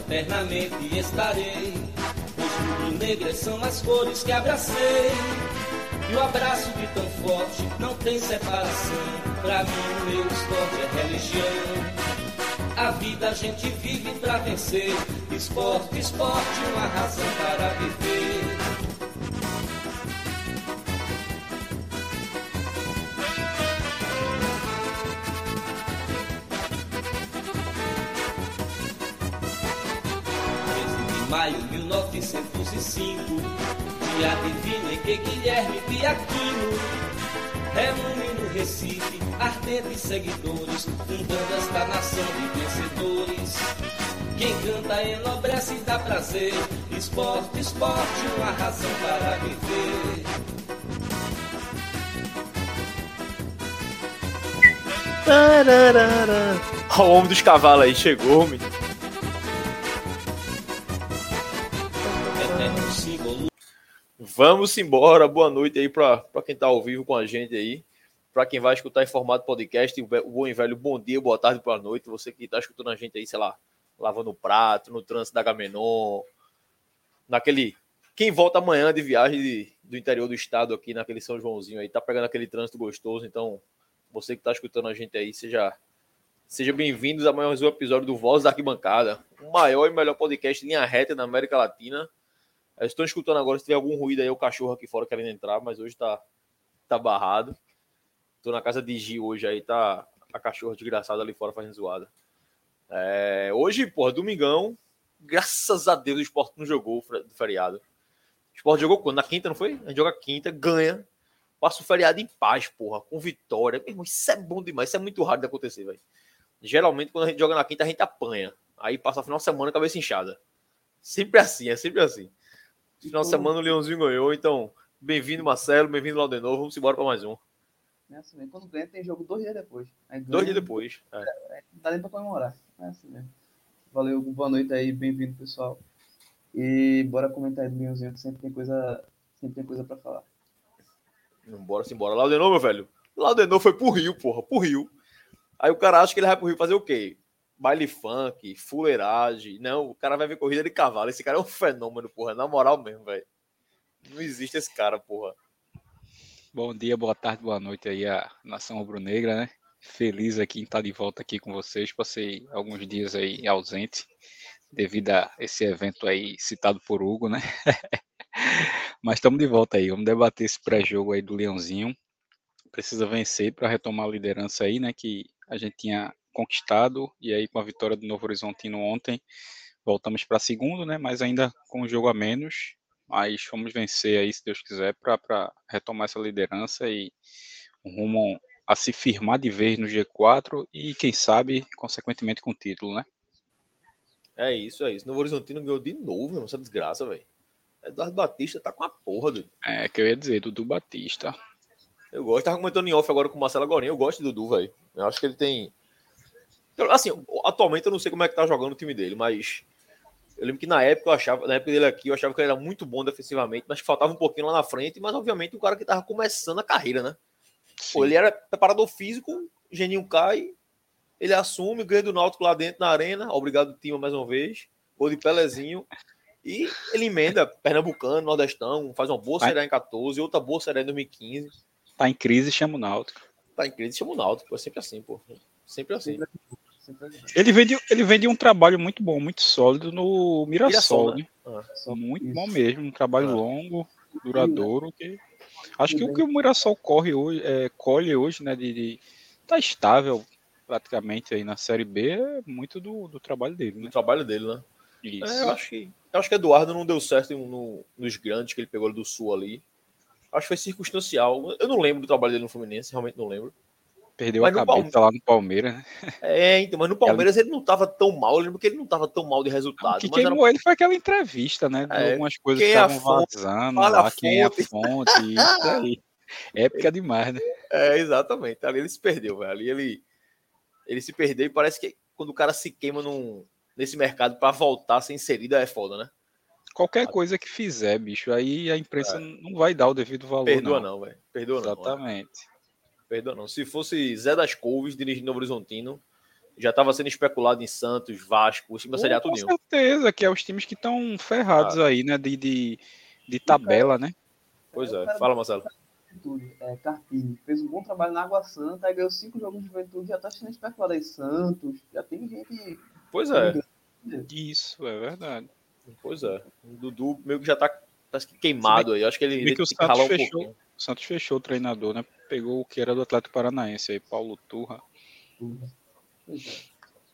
eternamente estarei. Pois rubro-negras são as cores que abracei. E o abraço de tão forte não tem separação. Pra mim o meu esporte é religião. A vida a gente vive pra vencer. Esporte, esporte, uma razão para viver. Maio 1905, dia divino em que Guilherme Piacchino reúne no Recife ardentes seguidores, fundando esta nação de vencedores. Quem canta enobrece e dá prazer, esporte, esporte, uma razão para viver. O homem dos cavalos aí chegou, menino. Vamos embora, boa noite aí para quem tá ao vivo com a gente aí, para quem vai escutar em formato podcast, o bom e velho bom dia, boa tarde, boa noite, você que tá escutando a gente aí, sei lá, lavando o prato, no trânsito da Agamenon, quem volta amanhã de viagem do interior do estado aqui, naquele São Joãozinho aí, tá pegando aquele trânsito gostoso, então você que tá escutando a gente aí, seja bem-vindos a mais um episódio do Voz da Arquibancada, o maior e melhor podcast linha reta na América Latina. Eu estou escutando agora, se tiver algum ruído aí, o cachorro aqui fora querendo entrar, mas hoje tá barrado. Tô na casa de Gi hoje aí, tá a cachorra desgraçada ali fora fazendo zoada. Hoje, porra, domingão, graças a Deus o Sport não jogou do feriado. O Sport jogou quando? Na quinta, não foi? A gente joga quinta, ganha, passa o feriado em paz, porra, com vitória. Meu irmão, isso é bom demais, isso é muito raro de acontecer, velho. Geralmente, quando a gente joga na quinta, a gente apanha. Aí passa o final de semana, cabeça inchada. Sempre assim, é sempre assim. Final de semana o Leãozinho ganhou, então bem-vindo Marcelo, bem-vindo Laudenor, vamos embora para mais um. É assim mesmo. Quando ganha tem jogo 2 dias depois. Aí ganha, 2 dias depois. Não dá nem para comemorar. É assim mesmo. Valeu, boa noite aí, bem-vindo pessoal. E bora comentar aí do Leãozinho que sempre tem coisa para falar. Bora embora. Laudenor, meu velho. Laudenor foi pro Rio, porra, pro Rio. Aí o cara acha que ele vai pro Rio fazer o quê? Baile funk, fuleiragem. Não, o cara vai ver corrida de cavalo. Esse cara é um fenômeno, porra. Na moral mesmo, velho. Não existe esse cara, porra. Bom dia, boa tarde, boa noite aí a Nação Rubro-Negra, né? Feliz aqui em estar de volta aqui com vocês. Passei alguns dias aí ausente devido a esse evento aí citado por Hugo, né? Mas estamos de volta aí. Vamos debater esse pré-jogo aí do Leãozinho. Precisa vencer para retomar a liderança aí, né? Que a gente tinha conquistado, e aí com a vitória do Novo Horizontino ontem, voltamos para segundo, né? Mas ainda com um jogo a menos, mas vamos vencer aí, se Deus quiser, para retomar essa liderança e um rumo a se firmar de vez no G4 e, quem sabe, consequentemente com o título, né? É isso. Novo Horizontino ganhou de novo, meu, essa desgraça, velho. Eduardo Batista tá com a porra, dude. É, que eu ia dizer, Dudu Batista. Eu gosto, tava comentando em off agora com o Marcelo Agorinha, eu gosto do Dudu, velho. Eu acho que ele tem... Assim, atualmente eu não sei como é que tá jogando o time dele, mas eu lembro que na época dele aqui, eu achava que ele era muito bom defensivamente, mas que faltava um pouquinho lá na frente, mas obviamente o cara que tava começando a carreira, né? Pô, ele era preparador físico, o Geninho cai, ele assume, ganha do Náutico lá dentro na arena, obrigado Tima mais uma vez, gol de Pelezinho, e ele emenda Pernambucano, Nordestão, faz uma boa Série A em 14, outra boa Série A em 2015. Tá em crise, chama o Náutico. Tá em crise, chama o Náutico, é sempre assim, pô. Sempre assim. Ele vem de um trabalho muito bom, muito sólido no Mirassol, né? Muito bom mesmo, um trabalho longo, duradouro. Acho que o que o Mirassol colhe hoje, né, tá estável praticamente aí na Série B, é muito do trabalho dele, né? Do trabalho dele, né? Isso. Eu acho que Eduardo não deu certo nos grandes que ele pegou do Sul ali. Acho que foi circunstancial. Eu não lembro do trabalho dele no Fluminense, realmente não lembro. Perdeu a cabeça lá no Palmeiras, né? Então, mas no Palmeiras ele não estava tão mal. Eu lembro que ele não estava tão mal de resultado. O que queimou ele foi aquela entrevista, né? De algumas coisas que estavam vazando lá, quem é a fonte, isso aí. Épica demais, né? Exatamente. Ali ele se perdeu, velho. Ali ele se perdeu e parece que quando o cara se queima nesse mercado para voltar a ser inserido é foda, né? Qualquer coisa que fizer, bicho, aí a imprensa não vai dar o devido valor, Perdoa não, velho. Perdoa não. Exatamente. Perdoa não. Se fosse Zé das Couves dirigindo o Novo Horizontino, Já estava sendo especulado em Santos, Vasco, o time da Série A Com tudinho. certeza, que é os times que estão ferrados aí, né? De tabela, né? Pois O é. cara Fala, Marcelo. Juventude, Carpini, fez um bom trabalho na Água Santa, aí ganhou 5 jogos de Juventude, já tá sendo especulado aí Santos, já tem gente. Pois é. Isso, é verdade. Pois é. O Dudu meio que já tá parece que queimado aí. Acho que ele que tem o que Santos ralar um fechou, pouquinho. o Santos fechou o treinador, né? Pegou o que era do Atlético Paranaense aí, Paulo Turra. Pois é.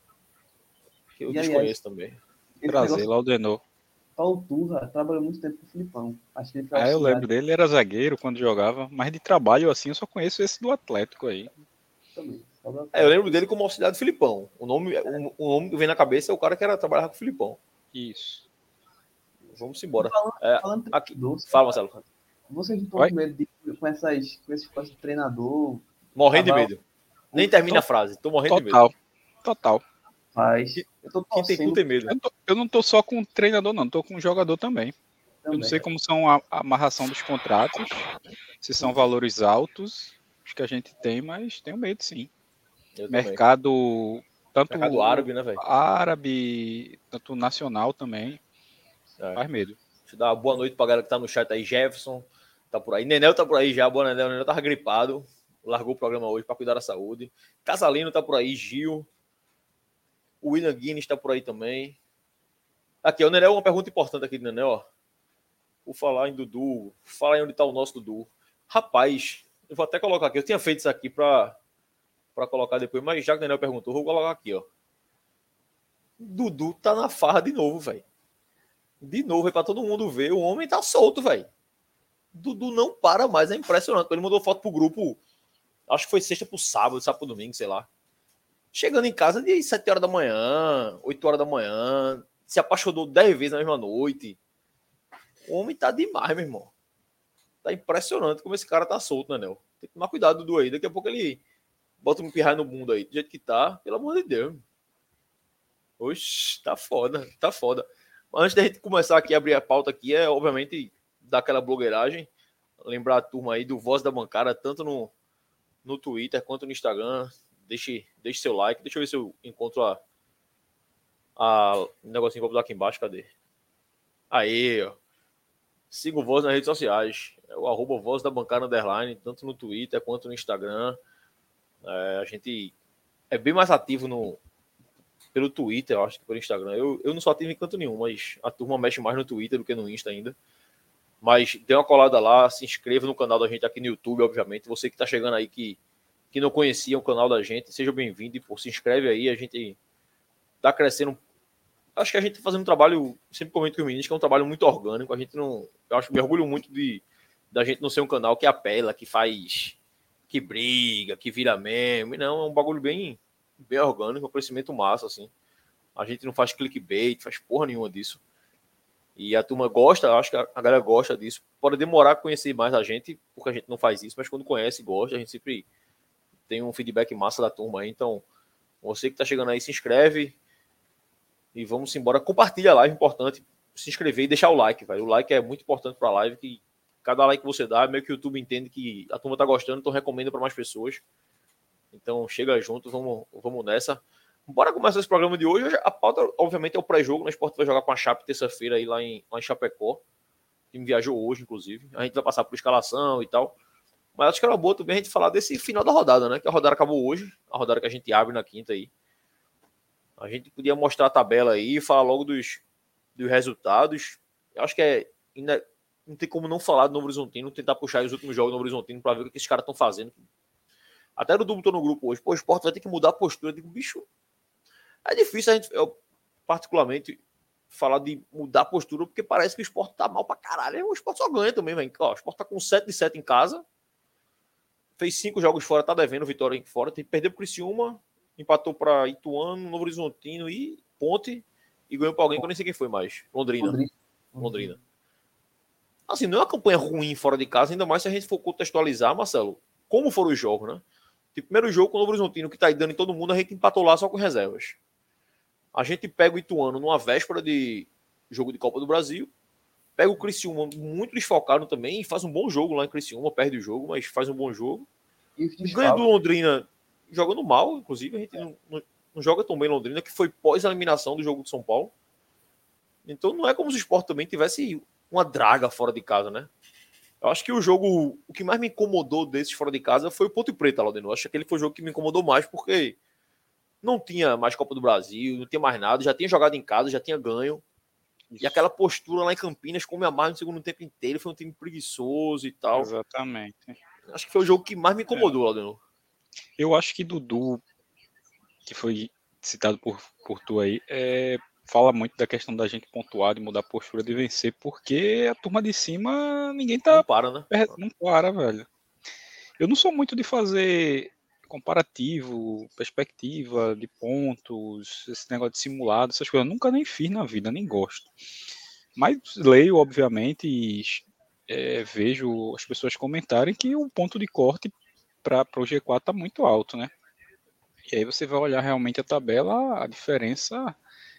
Eu E, desconheço também. Esse Prazer, negócio, Laudenor. Paulo Turra trabalhou muito tempo com o Filipão. Acho que ele foi Eu auxiliar lembro dele, ele era zagueiro quando jogava, mas de trabalho assim eu só conheço esse do Atlético aí. também. Eu lembro dele como auxiliar do Filipão. O nome que vem na cabeça é o cara que era trabalhar com o Filipão. Isso. Vamos embora. Falando Aqui. treinador, Fala, Marcelo. vocês não estão Oi? com medo com esse negócio de treinador? Morrendo de Aval- medo. Nem termina a frase. Tô morrendo de medo. Total. Faz. Eu tô Quem tem cu torcendo tem medo. Eu não tô só com o treinador, não, tô com o jogador também. Eu não também. sei como são a amarração dos contratos, se são valores altos, os que a gente tem, mas tenho medo sim. Eu também. Mercado, tanto Mercado árabe, né, velho? árabe, tanto nacional também, É. faz medo. Deixa eu dar uma boa noite pra galera que tá no chat aí. Jefferson tá por aí. Nenel tá por aí já. Boa, Nenel. Nenel tava gripado. Largou o programa hoje pra cuidar da saúde. Casalino tá por aí. Gil. O William Guinness tá por aí também. Aqui, o Nenel, uma pergunta importante aqui do Nenel, ó. Por falar em Dudu, fala aí onde tá o nosso Dudu. Rapaz, eu vou até colocar aqui. Eu tinha feito isso aqui pra colocar depois, mas já que o Nenel perguntou, vou colocar aqui, ó. Dudu tá na farra de novo, velho. De novo, é pra todo mundo ver. O homem tá solto, velho. Dudu não para mais, é impressionante. Ele mandou foto pro grupo, acho que foi sexta pro sábado, sábado pro domingo, sei lá. Chegando em casa de 7 horas da manhã, 8 horas da manhã, se apaixonou 10 vezes na mesma noite. O homem tá demais, meu irmão. Tá impressionante como esse cara tá solto, né, Nel? Tem que tomar cuidado, Dudu, aí. Daqui a pouco ele bota um pirraia no mundo aí. Do jeito que tá, pelo amor de Deus. Oxi, tá foda, tá foda. Mas antes da gente começar aqui a abrir a pauta aqui, obviamente dar aquela blogueiragem. Lembrar a turma aí do Voz da Bancada, tanto no Twitter quanto no Instagram. Deixe seu like. Deixa eu ver se eu encontro o negocinho que eu vou botar aqui embaixo. Cadê? Aí, ó. Siga o Voz nas redes sociais. É o @ Voz da Bancada _, tanto no Twitter quanto no Instagram. A gente é bem mais ativo pelo Twitter, eu acho, que pelo Instagram. Eu não sou ativo em canto nenhum, mas a turma mexe mais no Twitter do que no Insta ainda. Mas dê uma colada lá, se inscreva no canal da gente aqui no YouTube, obviamente. Você que está chegando aí que não conhecia o canal da gente, seja bem-vindo e se inscreve aí. A gente está crescendo. Acho que a gente está fazendo um trabalho, sempre comento com os meninos, que é um trabalho muito orgânico. A gente não. Eu acho que me orgulho muito da gente não ser um canal que apela, que faz. Que briga, que vira meme. Não, é um bagulho bem orgânico, um crescimento massa, assim. A gente não faz clickbait, faz porra nenhuma disso. E a turma gosta, acho que a galera gosta disso. Pode demorar a conhecer mais a gente, porque a gente não faz isso, mas quando conhece e gosta, a gente sempre tem um feedback massa da turma aí. Então, você que tá chegando aí, se inscreve e vamos embora. Compartilha a live, importante. Se inscrever e deixar o like, velho. O like é muito importante pra live, que cada like que você dá, meio que o YouTube entende que a turma tá gostando, então recomenda para mais pessoas. Então, chega junto, vamos nessa. Bora começar esse programa de hoje. A pauta, obviamente, é o pré-jogo. O Sport vai jogar com a Chape terça-feira aí lá em Chapecó. O time viajou hoje, inclusive. A gente vai passar por escalação e tal. Mas acho que era boa também a gente falar desse final da rodada, né? Que a rodada acabou hoje. A rodada que a gente abre na quinta aí. A gente podia mostrar a tabela aí e falar logo dos resultados. Eu acho que ainda não tem como não falar do Novo Horizontino, tentar puxar os últimos jogos do Novo Horizontino para ver o que esses caras estão fazendo. Até o Dudu botou no grupo hoje. Pô, o Sport vai ter que mudar a postura. Eu digo, bicho, é difícil eu particularmente, falar de mudar a postura, porque parece que o Sport tá mal pra caralho. O Sport só ganha também, velho. O Sport tá com 7-7 em casa. Fez 5 jogos fora, tá devendo vitória fora. Tem que perder pro Criciúma, empatou pra Ituano, Novo Horizontino e Ponte, e ganhou pra alguém que eu nem sei quem foi mais. Londrina. Assim, não é uma campanha ruim fora de casa, ainda mais se a gente for contextualizar, Marcelo, como foram os jogos, né? O primeiro jogo com o Novo Horizontino, que tá aí dando em todo mundo, a gente empatou lá só com reservas. A gente pega o Ituano numa véspera de jogo de Copa do Brasil, pega o Criciúma muito desfocado também e faz um bom jogo lá em Criciúma, perde o jogo, mas faz um bom jogo. Ganha do Londrina jogando mal, inclusive, a gente Não joga tão bem Londrina, que foi pós-eliminação do jogo de São Paulo. Então não é como se o Sport também tivesse uma draga fora de casa, né? Eu acho que o que mais me incomodou desses fora de casa foi o Ponte Preta, Laudeno. Eu acho que aquele foi o jogo que me incomodou mais, porque não tinha mais Copa do Brasil, não tinha mais nada, já tinha jogado em casa, já tinha ganho. E aquela postura lá em Campinas, como a mais no segundo tempo inteiro, foi um time preguiçoso e tal. Exatamente. Acho que foi o jogo que mais me incomodou, Laudeno. Eu acho que Dudu, que foi citado por tu aí, fala muito da questão da gente pontuar, de mudar a postura, de vencer, porque a turma de cima, ninguém tá... Não para, né? Não para, velho. Eu não sou muito de fazer comparativo, perspectiva de pontos, esse negócio de simulado, essas coisas. Eu nunca nem fiz na vida, nem gosto. Mas leio, obviamente, e vejo as pessoas comentarem que o ponto de corte para o G4 está muito alto, né? E aí você vai olhar realmente a tabela, a diferença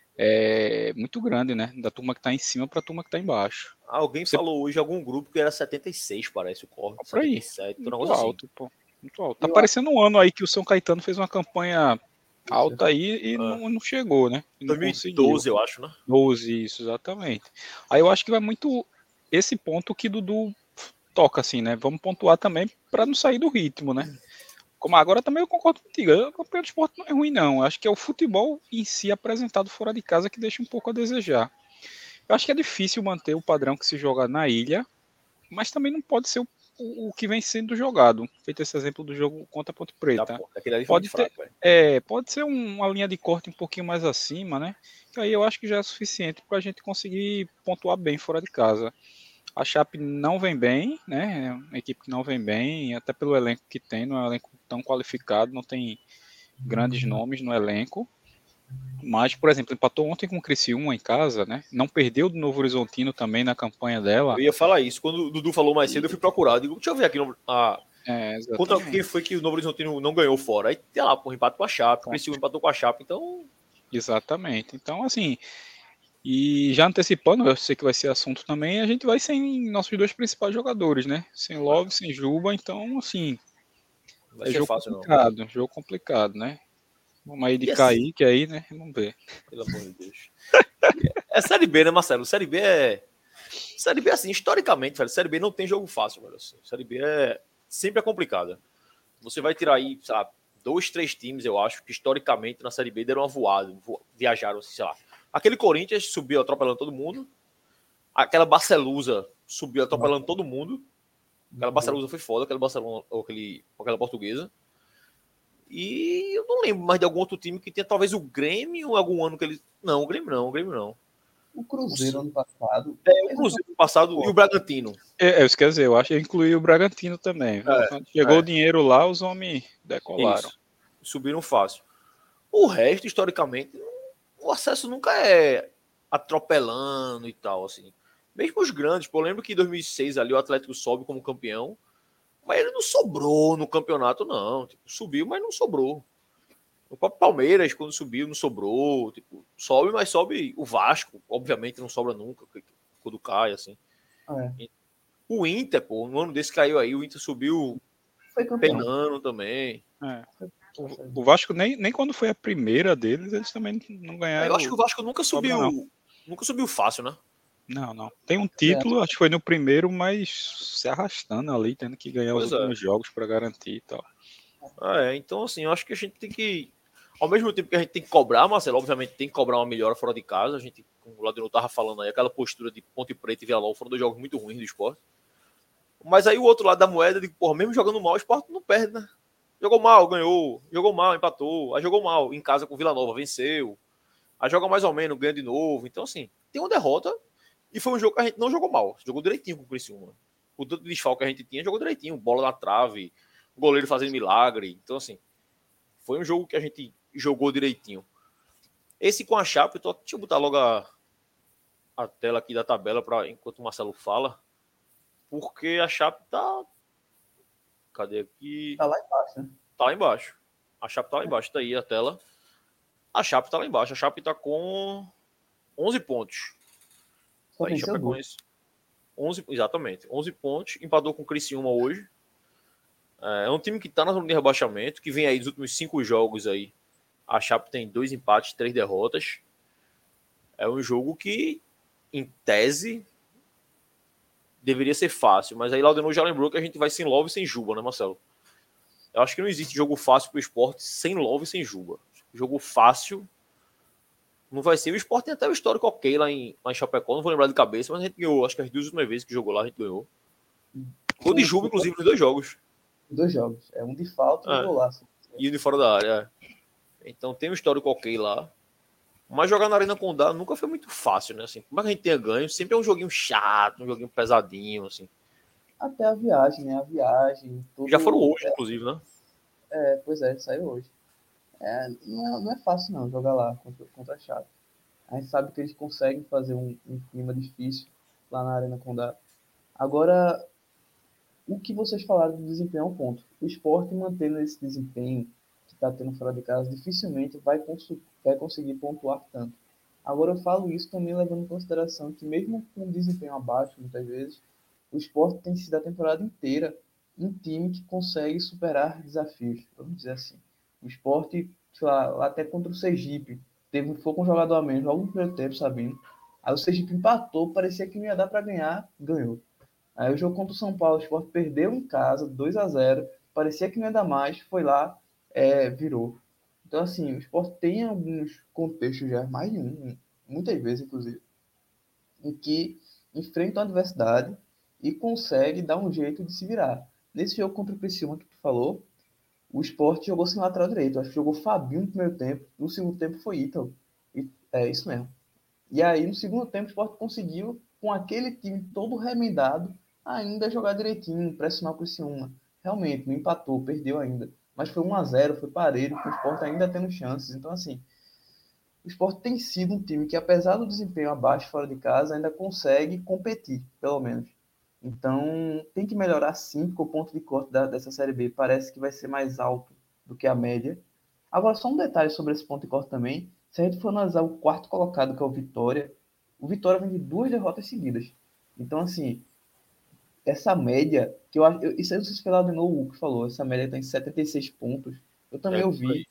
é muito grande, né? Da turma que está em cima para a turma que está embaixo. Alguém falou hoje em algum grupo que era 76, parece o corte. Por aí. 77, Muito alto, assim. pô. Muito alto. Tá parecendo um ano aí que o São Caetano fez uma campanha alta aí e não chegou, né? E não 2012, conseguiu. eu acho, né? 12, isso, exatamente. Aí eu acho que vai muito esse ponto que Dudu toca, assim, né? Vamos pontuar também para não sair do ritmo, né? Como agora também eu concordo contigo. O campeonato de esporte não é ruim, não. Eu acho que é o futebol em si apresentado fora de casa que deixa um pouco a desejar. Eu acho que é difícil manter o padrão que se joga na ilha, mas também não pode ser o que vem sendo jogado. Feito esse exemplo do jogo contra a Ponte Preta. Pode ser uma linha de corte um pouquinho mais acima, né? Que aí eu acho que já é suficiente para a gente conseguir pontuar bem fora de casa. A Chape não vem bem, né? É uma equipe que não vem bem, até pelo elenco que tem, não é um elenco tão qualificado, não tem grandes nomes no elenco. Mas, por exemplo, empatou ontem com o Criciúma em casa, né? Não perdeu do Novo Horizontino também na campanha dela. Eu ia falar isso. Quando o Dudu falou mais cedo, eu fui procurar. Eu digo, deixa eu ver aqui contra quem foi que o Novo Horizontino não ganhou fora. Aí tem lá, por empate com a Chape. O Criciúma empatou com a Chape, então... Exatamente. Então, assim... E já antecipando, eu sei que vai ser assunto também, a gente vai sem nossos dois principais jogadores, né? Sem Love, sem Juba, então, assim... Vai ser fácil, complicado, não. Jogo complicado, né? Vamos aí de Kaique aí, né? Vamos ver. Pelo amor de Deus. É Série B, né, Marcelo? Série B é, assim, historicamente, velho, Série B não tem jogo fácil, velho. Assim. Série B sempre é complicada. Você vai tirar aí, sei lá, 2, 3 times, eu acho, que historicamente na Série B deram uma voada, viajaram, assim, sei lá. Aquele Corinthians subiu atropelando todo mundo. Aquela Barcelusa subiu atropelando todo mundo. Aquela Barcelusa foi foda, aquela portuguesa. E eu não lembro mais de algum outro time que tenha talvez o Grêmio, algum ano que ele... Não, o Grêmio não. O Cruzeiro ano passado. O Cruzeiro ano passado e o Bragantino. Isso quer dizer, eu acho que eu incluí o Bragantino também. Quando chegou o dinheiro lá, os homens decolaram. Isso. Subiram fácil. O resto, historicamente, o acesso nunca é atropelando e tal, assim. Mesmo os grandes, eu lembro que em 2006 ali o Atlético sobe como campeão, mas ele não sobrou no campeonato, não. Tipo, subiu, mas não sobrou. O próprio Palmeiras, quando subiu, não sobrou. Tipo, sobe, mas sobe. O Vasco, obviamente, não sobra nunca quando cai, assim. O Inter, pô, no ano desse caiu aí, o Inter subiu penando também. O Vasco, nem quando foi a primeira deles, eles também não ganharam. Eu acho que o Vasco nunca subiu fácil, né? Não. Tem um título, acho que foi no primeiro, mas se arrastando ali, tendo que ganhar os últimos jogos para garantir e tal. Então, assim, eu acho que a gente tem que... Ao mesmo tempo que a gente tem que cobrar, Marcelo, obviamente tem que cobrar uma melhora fora de casa. A gente, como o Ladino tava falando aí, aquela postura de Ponte Preta e Vila-Nova foram 2 jogos muito ruins do Sport. Mas aí o outro lado da moeda, mesmo jogando mal, o Sport não perde, né? Jogou mal, ganhou. Jogou mal, empatou. Aí jogou mal, em casa com o Vila-Nova, venceu. Aí joga mais ou menos, ganha de novo. Então, assim, tem uma derrota. E foi um jogo que a gente não jogou mal. Jogou direitinho com o Criciúma. O tanto de desfalque que a gente tinha, jogou direitinho. Bola na trave, o goleiro fazendo milagre. Então, assim, foi um jogo que a gente jogou direitinho. Esse com a Chape, deixa eu botar logo a tela aqui da tabela enquanto o Marcelo fala. Porque a Chape tá... Cadê aqui? Tá lá embaixo, né? Tá lá embaixo. A Chape tá lá embaixo. Tá aí a tela. A Chape tá lá embaixo. A Chape tá com 11 pontos. Só Aí, Chapecoense. 11, exatamente. 11 pontos. Empatou com o Criciúma hoje. É um time que tá na zona de rebaixamento, que vem aí dos últimos 5 jogos aí. A Chape tem 2 empates, 3 derrotas. É um jogo que, em tese, deveria ser fácil. Mas aí Laudenor já lembrou que a gente vai sem Love e sem Juba, né, Marcelo? Eu acho que não existe jogo fácil pro Sport sem Love e sem Juba. Jogo fácil não vai ser. O Sport tem até o histórico ok lá em Chapecó, não vou lembrar de cabeça, mas a gente ganhou. Acho que as 2 últimas vezes que jogou lá, a gente ganhou. Gol de Juba, inclusive, nos 2 jogos. 2 jogos. É um de falta e um golaço. E o de fora da área. Então tem um histórico ok lá. Mas jogar na Arena Condá nunca foi muito fácil, né? Assim, como é que a gente tenha ganho? Sempre é um joguinho chato, um joguinho pesadinho, assim. Até a viagem, né? A viagem. Tudo... Já foram hoje, inclusive, né? Pois é, saiu hoje. Não é fácil não jogar lá contra a Chape. A gente sabe que eles conseguem fazer um clima difícil lá na Arena Condá. Agora, o que vocês falaram do desempenho é um ponto. O Sport mantendo esse desempenho que está tendo fora de casa, dificilmente vai conseguir pontuar tanto. Agora, eu falo isso também levando em consideração que mesmo com um desempenho abaixo, muitas vezes, o Sport tem sido a temporada inteira um time que consegue superar desafios, vamos dizer assim. O Sport, sei lá, até contra o Sergipe, foi com um jogador a menos logo no primeiro tempo, Sabino. Aí o Sergipe empatou, parecia que não ia dar para ganhar, ganhou. Aí o jogo contra o São Paulo, o Sport perdeu em casa, 2-0, parecia que não ia dar mais, foi lá, virou. Então, assim, o Sport tem alguns contextos já, mais de muitas vezes, inclusive, em que enfrenta a adversidade e consegue dar um jeito de se virar. Nesse jogo contra o Criciúma que tu falou, o Sport jogou sem lateral direito. Acho que jogou Fabinho no primeiro tempo, no segundo tempo foi Ítalo. É isso mesmo. E aí, no segundo tempo, o Sport conseguiu, com aquele time todo remendado, ainda jogar direitinho, pressionar o Criciúma. Realmente, não empatou, perdeu ainda. Mas foi 1-0, foi parelho, com o Sport ainda tendo chances. Então, assim, o Sport tem sido um time que, apesar do desempenho abaixo fora de casa, ainda consegue competir, pelo menos. Então, tem que melhorar sim, porque o ponto de corte dessa Série B parece que vai ser mais alto do que a média. Agora, só um detalhe sobre esse ponto de corte também. Se a gente for analisar o quarto colocado, que é o Vitória vem de 2 derrotas seguidas. Então, assim, essa média, que eu acho, isso aí não sei se foi lá de novo o que falou, essa média está em 76 pontos. Eu também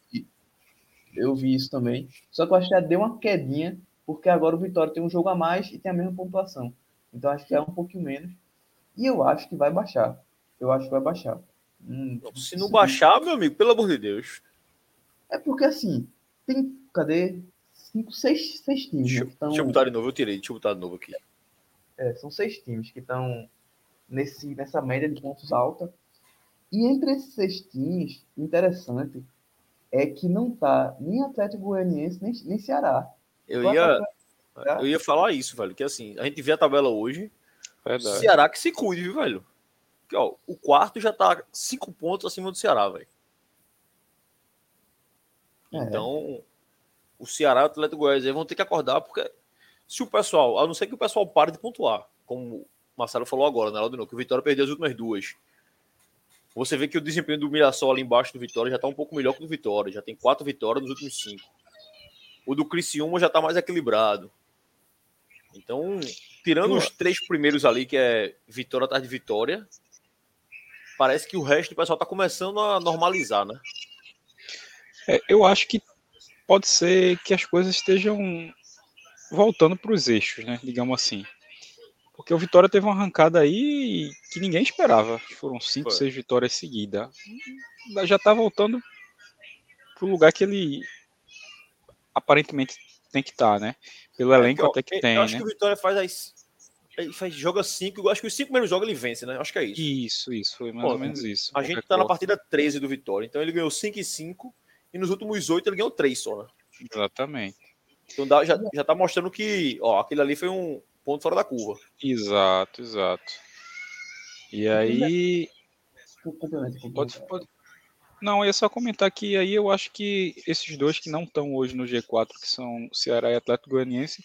eu vi isso também. Só que eu acho que já deu uma quedinha, porque agora o Vitória tem um jogo a mais e tem a mesma pontuação. Então, acho que é um pouquinho menos. E eu acho que vai baixar. Eu acho que vai baixar. Se não baixar, meu amigo, pelo amor de Deus. É porque, assim, tem, cadê? 6 times. Deixa eu botar de novo, deixa eu botar de novo aqui. São 6 times que estão nessa média de pontos alta. E entre esses 6 times, interessante é que não tá nem Atlético Goianiense, nem Ceará. Eu ia falar isso, velho. Que assim, a gente vê a tabela hoje. Verdade. Ceará que se cuide, viu, velho? Porque, ó, o quarto já tá 5 pontos acima do Ceará, velho. Então, o Ceará e o Atlético Goianiense vão ter que acordar, porque se o pessoal, a não ser que o pessoal pare de pontuar, como o Marcelo falou agora, né, que o Vitória perdeu as últimas 2. Você vê que o desempenho do Mirassol ali embaixo do Vitória já tá um pouco melhor que o do Vitória. Já tem 4 vitórias nos últimos 5. O do Criciúma já tá mais equilibrado. Então, tirando os 3 primeiros ali, que é vitória atrás de vitória, parece que o resto do pessoal tá começando a normalizar, né? Eu acho que pode ser que as coisas estejam voltando para os eixos, né? Digamos assim. Porque o Vitória teve uma arrancada aí que ninguém esperava. Foram 5, 6 vitórias seguidas. Já tá voltando pro lugar que ele aparentemente tem que estar, né? Pelo elenco até que tem, eu acho né? que o Vitória joga 5, eu acho que os 5 primeiros jogos ele vence, né? Eu acho que é isso. Isso, foi mais ou menos isso. A gente tá na partida 13 do Vitória, então ele ganhou 5 e 5, e nos últimos 8 ele ganhou 3 só, né? Exatamente. Então já tá mostrando que, ó, aquele ali foi um ponto fora da curva. Exato. E aí... Pode. Não, eu ia só comentar que aí eu acho que esses 2 que não estão hoje no G4, que são Ceará e Atlético Goianiense,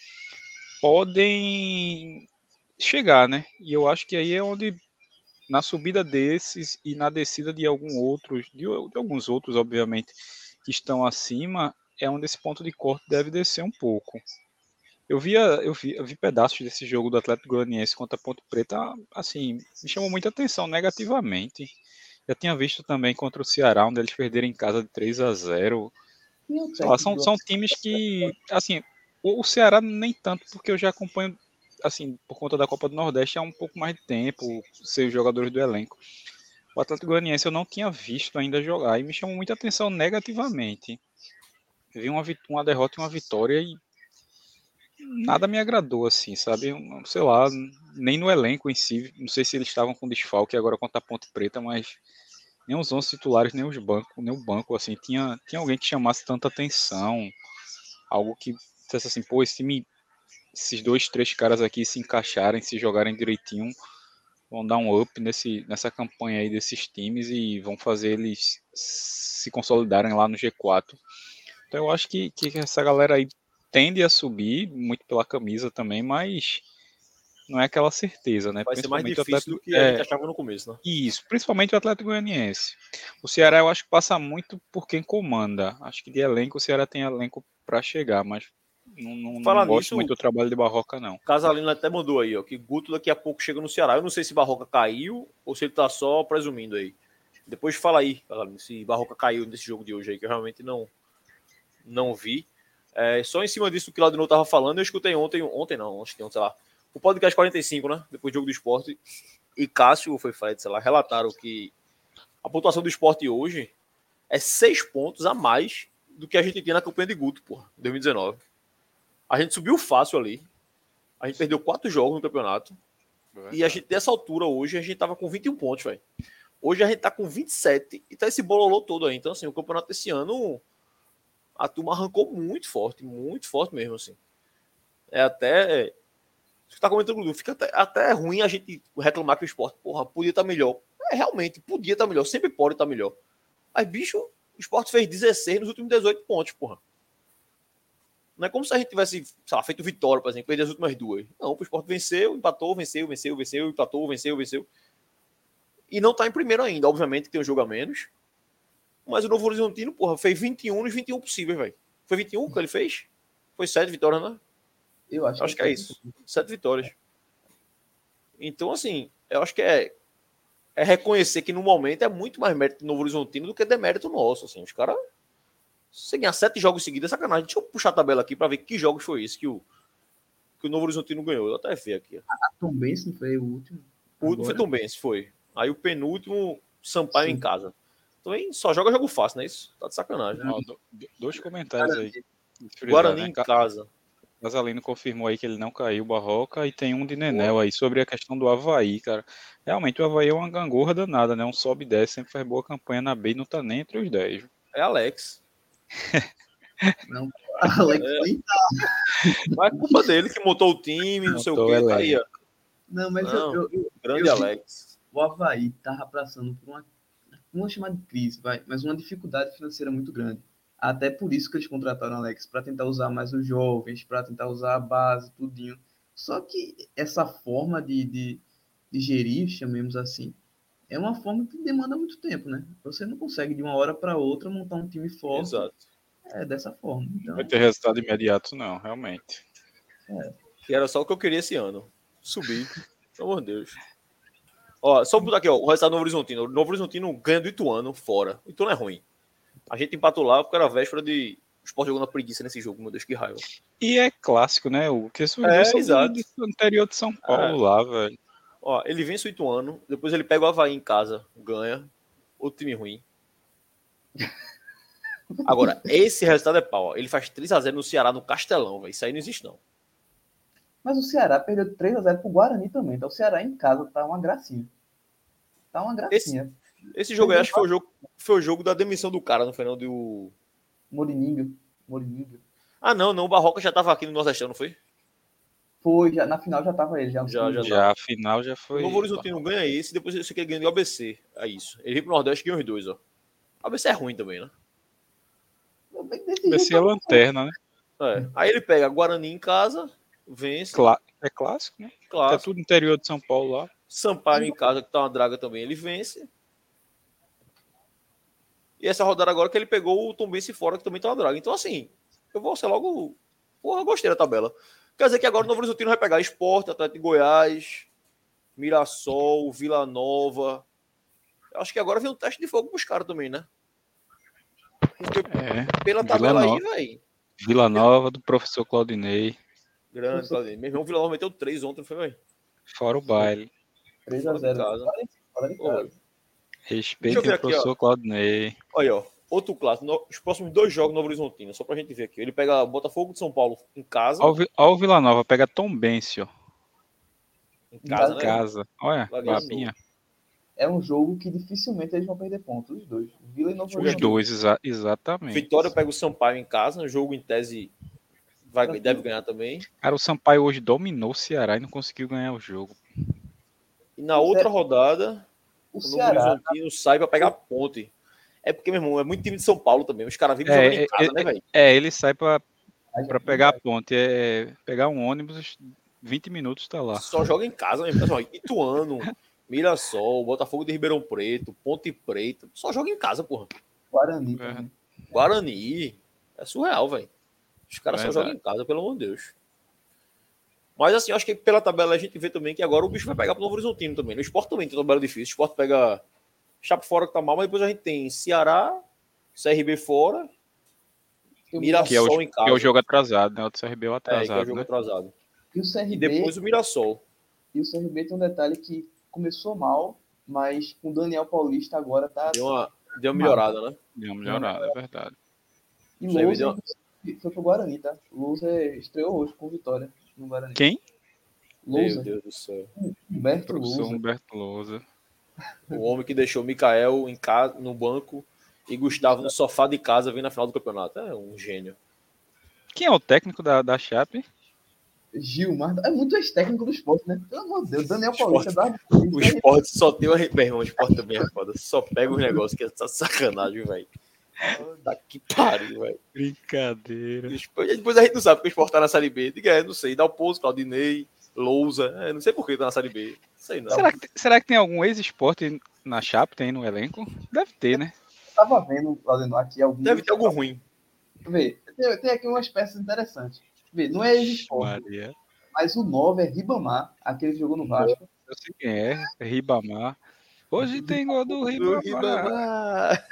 podem chegar, né? E eu acho que aí é onde, na subida desses e na descida de alguns outros, obviamente, que estão acima, é onde esse ponto de corte deve descer um pouco. Eu vi pedaços desse jogo do Atlético Goianiense contra a Ponte Preta, assim, me chamou muita atenção negativamente. Já tinha visto também contra o Ceará, onde eles perderam em casa de 3-0. Quem é o Sei lá, técnico são times que, assim, o Ceará nem tanto, porque eu já acompanho, assim, por conta da Copa do Nordeste há um pouco mais de tempo, ser os jogadores do elenco. O Atlético Goianiense eu não tinha visto ainda jogar e me chamou muita atenção negativamente. Vi uma derrota e uma vitória e nada me agradou, assim, sabe? Sei lá, nem no elenco em si, não sei se eles estavam com desfalque agora contra a Ponte Preta, mas nem os 11 titulares, nem os bancos, nem o banco, assim, tinha alguém que chamasse tanta atenção, algo que dissesse assim, pô, esse time, esses 2, 3 caras aqui se encaixarem, se jogarem direitinho, vão dar um up nessa campanha aí desses times e vão fazer eles se consolidarem lá no G4. Então eu acho que essa galera aí tende a subir, muito pela camisa também, mas não é aquela certeza, né? Vai ser mais Principalmente o difícil do Atlético. que a gente achava no começo, né? Isso, principalmente o Atlético Goianiense. O Ceará eu acho que passa muito por quem comanda. Acho que de elenco o Ceará tem elenco para chegar, mas não Falar gosto nisso, muito do trabalho de Barroca, não. Casalino até mandou aí, ó, que Guto daqui a pouco chega no Ceará. Eu não sei se Barroca caiu ou se ele tá só presumindo aí. Depois fala aí, Casalino, se Barroca caiu nesse jogo de hoje aí, que eu realmente não vi. Só em cima disso que o Claudinho tava falando, eu escutei ontem não, acho que ontem, sei lá, o podcast 45, né, depois do jogo do Sport, e Cássio, foi Fred, sei lá, relataram que a pontuação do Sport hoje é 6 pontos a mais do que a gente tinha na campanha de Guto, porra, em 2019. A gente subiu fácil ali, a gente perdeu 4 jogos no campeonato, e a gente, dessa altura hoje, a gente tava com 21 pontos, velho. Hoje a gente tá com 27 e tá esse bololô todo aí. Então, assim, o campeonato desse ano, a turma arrancou muito forte mesmo, assim. Você tá comentando, Dudu, fica até ruim a gente reclamar que o Sport, porra, podia estar melhor. Realmente, podia estar melhor, sempre pode estar melhor. Mas, bicho, o Sport fez 16 nos últimos 18 pontos, porra. Não é como se a gente tivesse, sei lá, feito vitória, por exemplo, perder as últimas 2. Não, o Sport venceu, empatou, venceu, empatou, venceu. E não tá em primeiro ainda, obviamente que tem um jogo a menos. Mas o Novo Horizontino, porra, fez 21 nos 21 possíveis, velho. Foi 21 que ele fez? Foi 7 vitórias, né? Eu acho que é isso. 7 vitórias. Então, assim, eu acho que é reconhecer que no momento é muito mais mérito do Novo Horizontino do que demérito nosso. Assim. Os caras. Se você ganhar 7 jogos seguidos, é sacanagem. Deixa eu puxar a tabela aqui pra ver que jogos foi esse que o Novo Horizontino ganhou. Eu até ver aqui. A Tombense não foi o último? O último foi Tombense, foi. Aí o penúltimo, Sampaio em casa. Então só joga jogo fácil, não é isso? Tá de sacanagem. Ó, 2 comentários aí. Guarani em casa. Casalino confirmou aí que ele não caiu, Barroca, e tem um de Nenel aí sobre a questão do Avaí, cara. Realmente o Avaí é uma gangorra danada, né? Um sobe e desce, sempre faz boa campanha na B e não tá nem entre os 10. É Alex. Não, Alex nem tá. Mas é culpa dele que montou o time, não sei o que, tá aí, ó. Não, mas grande Alex. O Avaí tava passando por uma, não vou chamar de crise, mas uma dificuldade financeira muito grande. Até por isso que eles contrataram o Alex, para tentar usar mais os jovens, para tentar usar a base, tudinho. Só que essa forma de gerir, chamemos assim, é uma forma que demanda muito tempo, né? Você não consegue de uma hora para outra montar um time forte. Exato. Dessa forma. Então, não vai ter resultado imediato, não, realmente. E era só o que eu queria esse ano. Subir. Pelo amor de Deus. Ó, só botar aqui, ó, o resultado do Novo Horizontino. O Novo Horizontino ganha do Ituano fora. O Ituano é ruim. A gente empatou lá porque era a véspera de o Sport jogando a preguiça nesse jogo. Meu Deus, que raiva. E é clássico, né? O que são exato. do interior de São Paulo lá, velho. Ó, ele vence o Ituano, depois ele pega o Avaí em casa, ganha. Outro time ruim. Agora, esse resultado é pau. Ó. Ele faz 3x0 no Ceará, no Castelão, velho. Isso aí não existe, não. Mas o Ceará perdeu 3x0 pro Guarani também. Então o Ceará em casa tá uma gracinha. Tá uma gracinha. Esse jogo aí, acho que foi o jogo da demissão do cara, no final do... Morininho. Ah, não. O Barroca já tava aqui no Nordestão, não foi? Foi, já, na final já tava ele. Já a final já foi... O Novo Horizontino ganha esse, depois você quer ganhar do ABC. É isso. Ele vem pro Nordeste e ganha os 2, ó. O ABC é ruim também, né? O ABC é lanterna, né? Aí ele pega Guarani em casa, vence. É clássico, né? Clássico. É tudo interior de São Paulo lá. Sampaio em casa, que tá uma draga também, ele vence. E essa rodada agora que ele pegou o Tombense fora, que também tá uma draga. Então, assim, eu vou ser logo... Porra, eu gostei da tabela. Quer dizer que agora o Novo Horizontino vai pegar Sport, Atlético de Goiás, Mirassol, Vila Nova. Eu acho que agora vem um teste de fogo pros caras também, né? Porque, Pela Vila tabela aí, Nova. velho. Vila Nova do professor Claudinei. Grande, Claudinei. Meu irmão, o Vila Nova meteu 3 ontem, foi, velho. Fora o baile. 3-0. casa. Fora de Ô, casa. velho. Deixa eu Respeitem ver o aqui, professor Claudinei. Olha, ó. Outro clássico. Os próximos 2 jogos no Novo Horizontino, só pra gente ver aqui. Ele pega Botafogo de São Paulo em casa. Ó o Vila Nova, pega Tombense, ó. Em Em casa, casa, né? Casa. Olha, Vai ganhar babinha. É um jogo que dificilmente eles vão perder pontos, os dois. Vila e Novo Deixa eu ver Os aqui. Horizonte. dois, exatamente. Vitória pega o Sampaio em casa. Um jogo em tese Tranquilo. deve ganhar também. Cara, o Sampaio hoje dominou o Ceará e não conseguiu ganhar o jogo. E na outra rodada, O o Novo Ceará, Horizontino sai pra pegar a ponte. É porque, meu irmão, é muito time de São Paulo também. Os caras vivem jogando em casa, né, velho? Ele sai pra a pegar a ponte. Pegar um ônibus, 20 minutos tá lá. Só joga em casa mesmo. Pessoal, Ituano, Mirassol, Botafogo de Ribeirão Preto, Ponte Preta. Só joga em casa, porra. Guarani também. Guarani. É surreal, velho. Os caras só Verdade. jogam em casa, pelo amor de Deus. Mas assim, eu acho que pela tabela a gente vê também que agora o bicho vai pegar pro Novo Horizontino também. No Sport também tem tabela difícil. O Sport pega Chape fora que tá mal, mas depois a gente tem Ceará, CRB fora, Mirassol em Que casa. é o jogo atrasado, né? O do CRB é o que é o atrasado, jogo né? atrasado. E o E CRB, depois o Mirassol. tem um detalhe que começou mal, mas com o Daniel Paulista agora tá. Deu uma melhorada, né? Deu uma melhorada, é verdade. E o CRB Lousa foi pro Guarani, tá? O Lousa estreou hoje com vitória no Guarani. Quem? Meu Lousa, Deus do céu. Humberto Professor Lousa. Humberto Lousa. O homem que deixou Mikael em casa, no banco e Gustavo no sofá de casa vindo na final do campeonato. É um gênio. Quem é o técnico da Chape? Gilmar. É muito ex-técnico do esporte, né? Pelo amor de Deus, Daniel Esporte. Paulista. O esporte só tem uma. Meu irmão, o esporte também é foda. Só pega os negócios que é sacanagem, velho. Tá que pariu, velho. Brincadeira. Depois a gente não sabe porque o esporte tá na Série B. Diga, não sei. Dalpozo, Claudinei, Lousa. Não sei por que tá na Série B. Não sei não. Será que tem algum ex-esporte na Chape, tem no elenco? Deve ter, né? Tava vendo, Claudinei, aqui alguns. Deve ter algum ruim. Vê, tem aqui umas peças interessantes. Vê, não é ex-esporte, Maria. mas o 9 é Ribamar, aquele que jogou no Vasco. Eu sei quem é Ribamar. Hoje tem gol do Ribamar.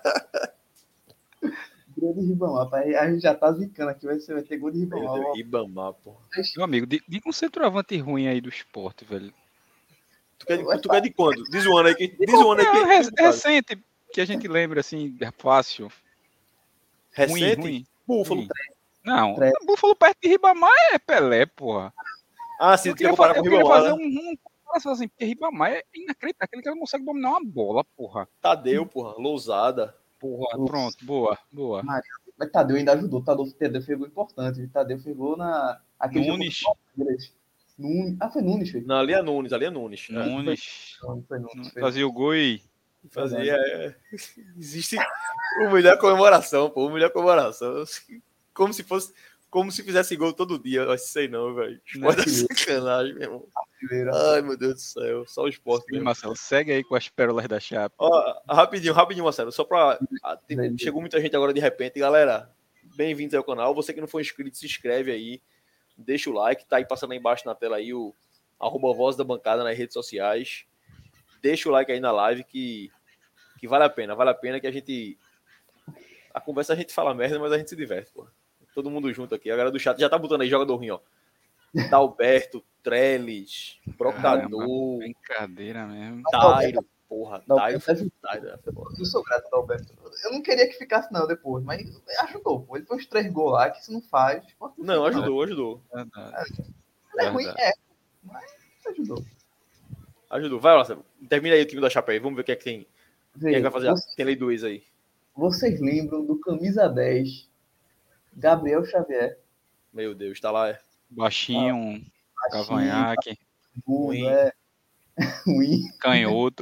Gol de Ribamar, pai. A gente já tá zicando aqui, vai ter gol de Ribamar. Ribamar, pô. Meu amigo, diga um centroavante ruim aí do esporte, velho. Tu quer de quando? Diz o ano aí que. Diz o ano aí que. Recente, que a gente lembra assim, fácil. Recente? Ruim. Búfalo. Ruim. Não, Búfalo perto de Ribamar é Pelé, porra. Ah, sim, Eu tu queria, quer comparar com o fazer Ribamar, né? um comparação assim, porque Ribamar é inacreditável. Aquele cara não consegue dominar uma bola, porra. Tadeu, porra. Lousada. Porra, pronto, boa. Mas Tadeu ainda ajudou. Tadeu fez gol importante. Tadeu fez gol na. Nunes. Foi Nunes, fez. Não, ali é Nunes. Nunes. Foi Nunes. Fazia o gol e... Fazia. Existe humilhar comemoração, pô. Humilhar comemoração. Como se fizesse gol todo dia. Eu sei não, velho. Esporte é sacanagem, meu irmão. Ai, meu Deus do céu. Só o esporte Sim, mesmo. Marcelo, segue aí com as pérolas da Chape. Ó, rapidinho, Marcelo. Só pra. Chegou muita gente agora de repente. Galera, bem-vindos ao canal. Você que não for inscrito, se inscreve aí. Deixa o like. Tá aí passando aí embaixo na tela aí o @Voz da Bancada nas redes sociais. Deixa o like aí na live que vale a pena. Vale a pena que a gente. A conversa a gente fala merda, mas a gente se diverte, pô. Todo mundo junto aqui. A galera do chat já tá botando aí jogador ruim, ó. Dalberto, Trellis, Brocador. Brincadeira mesmo. Tairo, porra. Tairo. Eu sou grato ao Alberto. Eu não queria que ficasse, não, depois, mas ajudou, pô. Ele foi uns 3 gols lá que se não faz. Não, ajudou. É ruim, mas ajudou. Ajudou. Vai, Marcelo. Termina aí o time da Chape aí. Vamos ver o que é que tem. Quem é que vai fazer? Tem lei 2 aí. Vocês lembram do camisa 10, Gabriel Xavier? Meu Deus, tá lá. Baixinho, cavanhaque, Ruim. canhoto.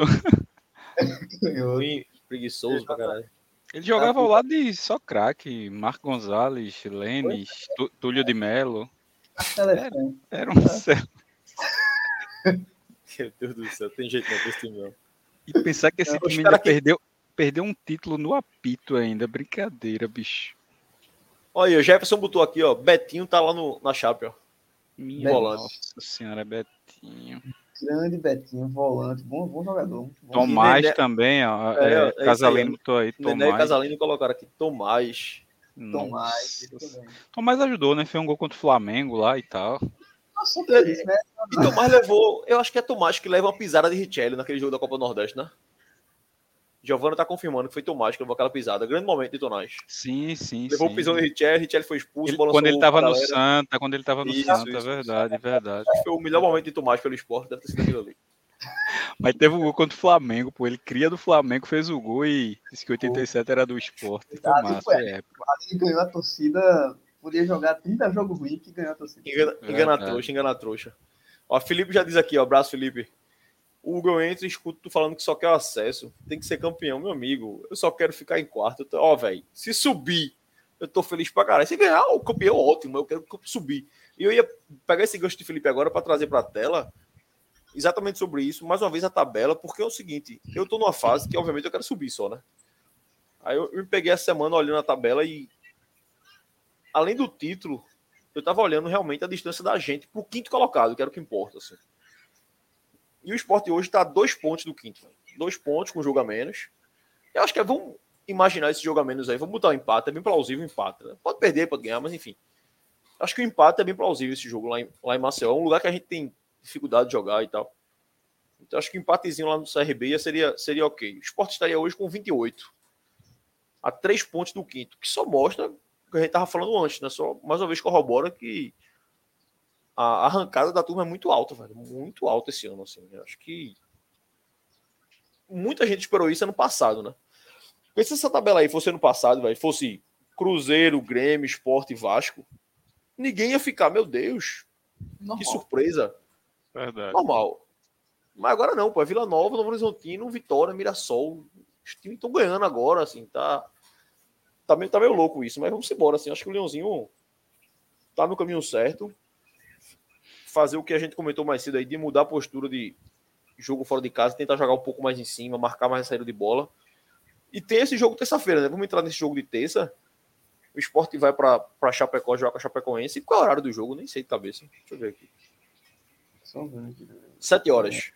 Ruim, preguiçoso pra caralho. Ele jogava ao lado de só craque, Marco Gonzalez, Lênis, Túlio de Melo. Era um céu. Meu Deus do céu, tem jeito não com esse time não. E pensar que esse time ainda perdeu um título no apito ainda. Brincadeira, bicho. Olha aí, o Jefferson botou aqui, ó. Betinho tá lá na Chape, ó. Minha Volante. nossa senhora, Betinho. Grande Betinho, volante, bom jogador. Muito bom. Tomás Nené- também, ó. É isso aí, Casalino botou aí, Nené e Tomás. Casalino colocaram aqui Tomás. Tomás, ele Nossa. também. Tomás ajudou, né? Fez um gol contra o Flamengo lá e tal. Passou por isso, né? E Tomás levou, eu acho que é Tomás que leva uma pisada de Richelli naquele jogo da Copa do Nordeste, né? Giovanna tá confirmando que foi Tomás que levou aquela pisada. Grande momento de Tomás. Sim, sim, Levou o sim. pisão de Richelli foi expulso, Quando ele balançou tava pra no galera. Santa, Isso. é verdade, verdade. Foi o melhor momento de Tomás pelo esporte, deve ter sido aquilo ali. Mas teve o gol contra o Flamengo, pô. Ele cria do Flamengo, fez o gol e disse que 87 era do Esporte. Foi massa, foi épico. Ele ganhou a torcida, podia jogar 30 jogos ruins que ganhou a torcida. Engana a trouxa. Ó, Felipe já diz aqui, ó, abraço, Felipe. O Hugo entra e escuta tu falando que só quer o acesso. Tem que ser campeão, meu amigo. Eu só quero ficar em quarto. Ó, velho, se subir, eu tô feliz pra caralho. Se ganhar, o campeão, ótimo. Eu quero subir. E eu ia pegar esse gancho de Felipe agora pra trazer pra tela exatamente sobre isso. Mais uma vez a tabela, porque é o seguinte, eu tô numa fase que, obviamente, eu quero subir só, né? Aí eu me peguei essa semana olhando a tabela e, além do título, eu tava olhando realmente a distância da gente pro quinto colocado, que era o que importa, assim. E o Sport hoje tá a 2 pontos do quinto. 2 pontos com jogo a menos. Eu acho que vamos imaginar esse jogo a menos aí. Vamos botar um empate. É bem plausível o empate. Né? Pode perder, pode ganhar, mas enfim. Acho que o empate é bem plausível esse jogo lá em Maceió. É um lugar que a gente tem dificuldade de jogar e tal. Então acho que o empatezinho lá no CRB seria ok. O Sport estaria hoje com 28. A 3 pontos do quinto. Que só mostra o que a gente tava falando antes, né? Só mais uma vez corrobora que a arrancada da turma é muito alta, velho. Muito alta esse ano, assim. Eu acho que muita gente esperou isso ano passado, né? Porque se essa tabela aí fosse ano passado, velho, fosse Cruzeiro, Grêmio, Sport e Vasco, ninguém ia ficar, meu Deus, Normal. que surpresa. Verdade. Normal. Mas agora não, pô. É Vila Nova, Novo Horizontino, Vitória, Mirassol. Os times estão ganhando agora, assim, tá meio louco isso, mas vamos embora, assim. Acho que o Leãozinho tá no caminho certo. Fazer o que a gente comentou mais cedo aí, de mudar a postura de jogo fora de casa, tentar jogar um pouco mais em cima, marcar mais a saída de bola. E tem esse jogo terça-feira, né? Vamos entrar nesse jogo de terça. O Sport vai pra Chapecó, jogar com a Chapecoense. E qual é o horário do jogo? Nem sei de cabeça. Deixa eu ver aqui. 7 horas.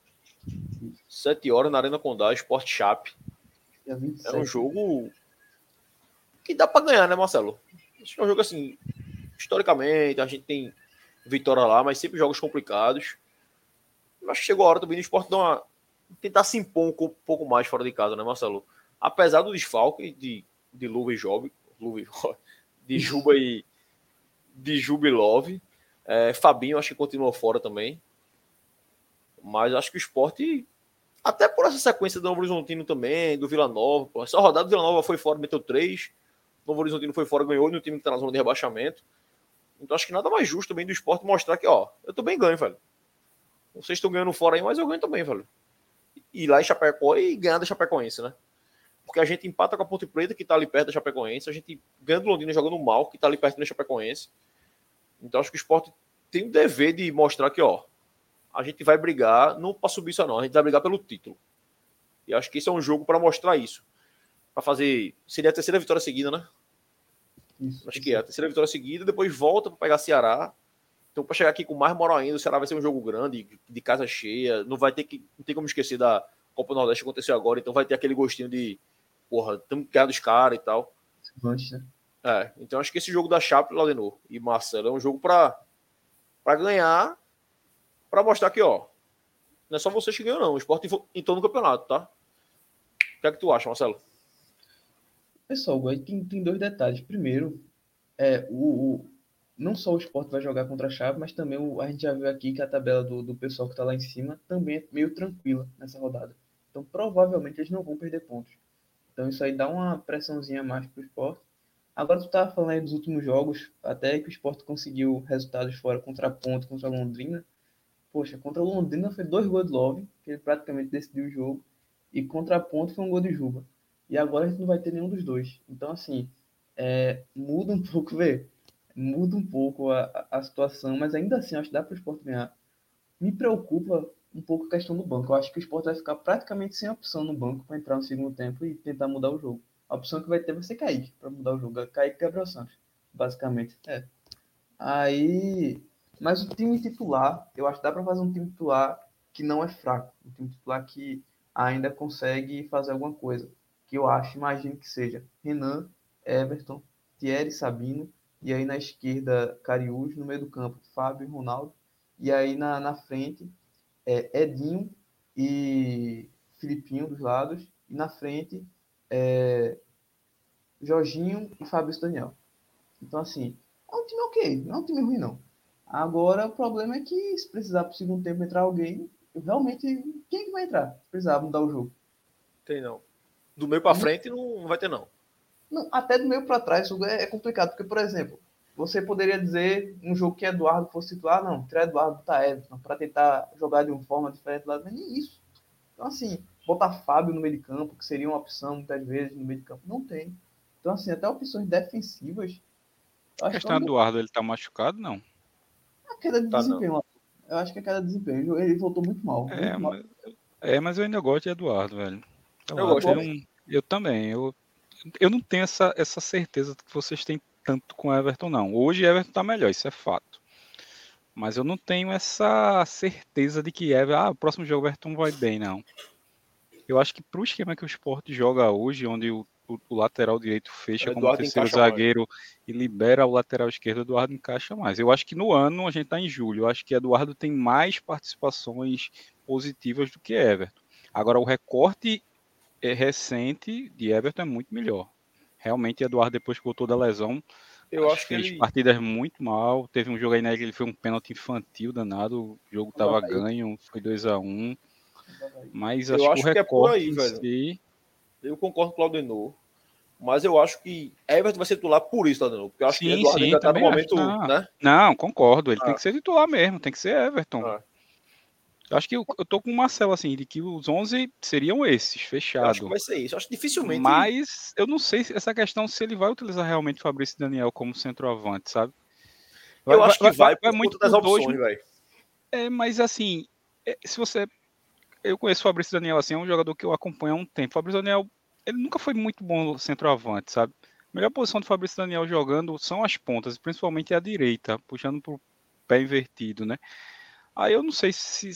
7 horas na Arena Condá, Sport Chape. Dia 27. É um jogo que dá pra ganhar, né, Marcelo? Acho que é um jogo assim, historicamente, a gente tem vitória lá, mas sempre jogos complicados. Acho que chegou a hora também do Sport tentar se impor um pouco mais fora de casa, né, Marcelo? Apesar do desfalque de Luva e Job, de Juba e Love, Fabinho acho que continuou fora também. Mas acho que o Sport, até por essa sequência do Novo Horizontino também, do Vila Nova, pô, essa rodada do Vila Nova foi fora, meteu 3, Novo Horizontino foi fora, ganhou no time que tá na zona de rebaixamento. Então acho que nada mais justo também do Sport mostrar que, ó, eu também ganho, velho. Vocês estão ganhando fora aí, mas eu ganho também, velho. Ir lá em Chapecó e ganhar da Chapecoense, né? Porque a gente empata com a Ponte Preta, que tá ali perto da Chapecoense, a gente ganha do Londrina jogando mal, que tá ali perto da Chapecoense. Então acho que o Sport tem o dever de mostrar que, ó, a gente vai brigar, não para subir só não, a gente vai brigar pelo título. E acho que esse é um jogo para mostrar isso. Para fazer, seria a terceira vitória seguida, né? Isso, acho que é a terceira vitória seguida, depois volta para pegar Ceará. Então, para chegar aqui com mais moral ainda, o Ceará vai ser um jogo grande, de casa cheia. Não tem como esquecer da Copa do Nordeste que aconteceu agora. Então, vai ter aquele gostinho de, porra, estamos ganhando os caras e tal. Né? Então, acho que esse jogo da Chape, Laudenor e Marcelo, é um jogo para ganhar, para mostrar que, ó, não é só vocês que ganham, não. O Sport entrou no campeonato, tá? O que é que tu acha, Marcelo? Pessoal, aí tem 2 detalhes. Primeiro, não só o Sport vai jogar contra a Chape, mas também a gente já viu aqui que a tabela do pessoal que está lá em cima também é meio tranquila nessa rodada. Então, provavelmente, eles não vão perder pontos. Então, isso aí dá uma pressãozinha a mais para o Sport. Agora, tu estava falando aí dos últimos jogos, até que o Sport conseguiu resultados fora contra a Ponte, contra a Londrina. Poxa, contra o Londrina foi 2 gols de Love, que ele praticamente decidiu o jogo. E contra a Ponte foi um gol de Juba. E agora a gente não vai ter nenhum dos dois. Então, assim, muda um pouco, muda um pouco a situação, mas ainda assim, acho que dá para o Sport ganhar. Me preocupa um pouco a questão do banco. Eu acho que o Sport vai ficar praticamente sem opção no banco para entrar no segundo tempo e tentar mudar o jogo. A opção que vai ter vai ser Kaique para mudar o jogo. Kaique e Gabriel Santos, basicamente. Aí, mas o time titular, eu acho que dá para fazer um time titular que não é fraco, um time titular que ainda consegue fazer alguma coisa, que eu imagino que seja Renan, Everton, Thierry, Sabino, e aí na esquerda Cariús, no meio do campo Fábio e Ronaldo, e aí na frente Edinho e Filipinho dos lados, e na frente Jorginho e Fabrício Daniel. Então, assim, é um time ok, não é um time ruim, não. Agora, o problema é que se precisar pro segundo tempo entrar alguém, realmente, quem é que vai entrar? Se precisar mudar o jogo. Tem não. Do meio pra frente não vai ter, não. Não, até do meio para trás isso é complicado, porque, por exemplo, você poderia dizer um jogo que Eduardo fosse titular, não, tirar Eduardo, botar Everton, para tentar jogar de uma forma diferente lá, mas nem isso. Então, assim, botar Fábio no meio de campo, que seria uma opção muitas vezes no meio de campo, não tem. Então, assim, até opções defensivas. A questão do Eduardo, ele tá machucado, não? A queda de Tá, desempenho. Eu acho que a queda de desempenho. Ele voltou muito mal. Muito mal. Mas eu ainda gosto de Eduardo, velho. Eu gosto. Eu também. Eu não tenho essa certeza que vocês têm tanto com o Everton, não. Hoje Everton tá melhor, isso é fato. Mas eu não tenho essa certeza de que o próximo jogo o Everton vai bem, não. Eu acho que pro esquema que o Sport joga hoje, onde o lateral direito fecha como terceiro zagueiro e libera o lateral esquerdo, o Eduardo encaixa mais. Eu acho que no ano, a gente está em julho, eu acho que Eduardo tem mais participações positivas do que Everton. Agora, o recorte recente de Everton é muito melhor. Realmente, Eduardo, depois que voltou da lesão, eu acho que fez ele... partidas muito mal. Teve um jogo aí, né, que ele foi um pênalti infantil danado, o jogo estava ganho, foi 2-1. Mas eu acho que o recorte é por aí, velho. Si... Eu concordo com o Claudenor, mas eu acho que Everton vai ser titular por isso, Claudenor. Porque eu acho que Eduardo ainda tá no momento, né? Não, concordo. Ele tem que ser titular mesmo, tem que ser Everton. Eu acho que eu tô com o Marcelo, assim, de que os 11 seriam esses, fechados. Eu acho que vai ser isso. Eu acho dificilmente... Mas eu não sei essa questão se ele vai utilizar realmente Fabrício e Daniel como centroavante, sabe? Eu acho que vai por muito das opções, velho. Mas assim, se você... Eu conheço o Fabrício Daniel, assim, é um jogador que eu acompanho há um tempo. O Fabrício Daniel, ele nunca foi muito bom centroavante, sabe? A melhor posição do Fabrício Daniel jogando são as pontas, principalmente a direita, puxando pro pé invertido, né? Aí eu não sei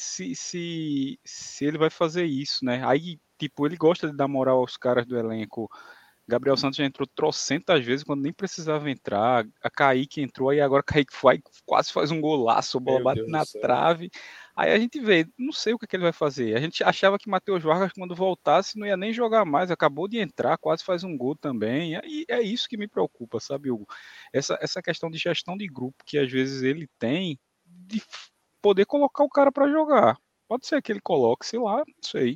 se ele vai fazer isso, né? Aí, tipo, ele gosta de dar moral aos caras do elenco. Gabriel Santos já entrou trocentas vezes quando nem precisava entrar. A Kaique entrou, aí agora Kaique quase faz um golaço, a bola bate na trave. Aí a gente vê, não sei o que ele vai fazer. A gente achava que Matheus Vargas, quando voltasse, não ia nem jogar mais. Acabou de entrar, quase faz um gol também. E é isso que me preocupa, sabe, Hugo? Essa questão de gestão de grupo que às vezes ele tem, de poder colocar o cara para jogar. Pode ser que ele coloque, sei lá, não sei.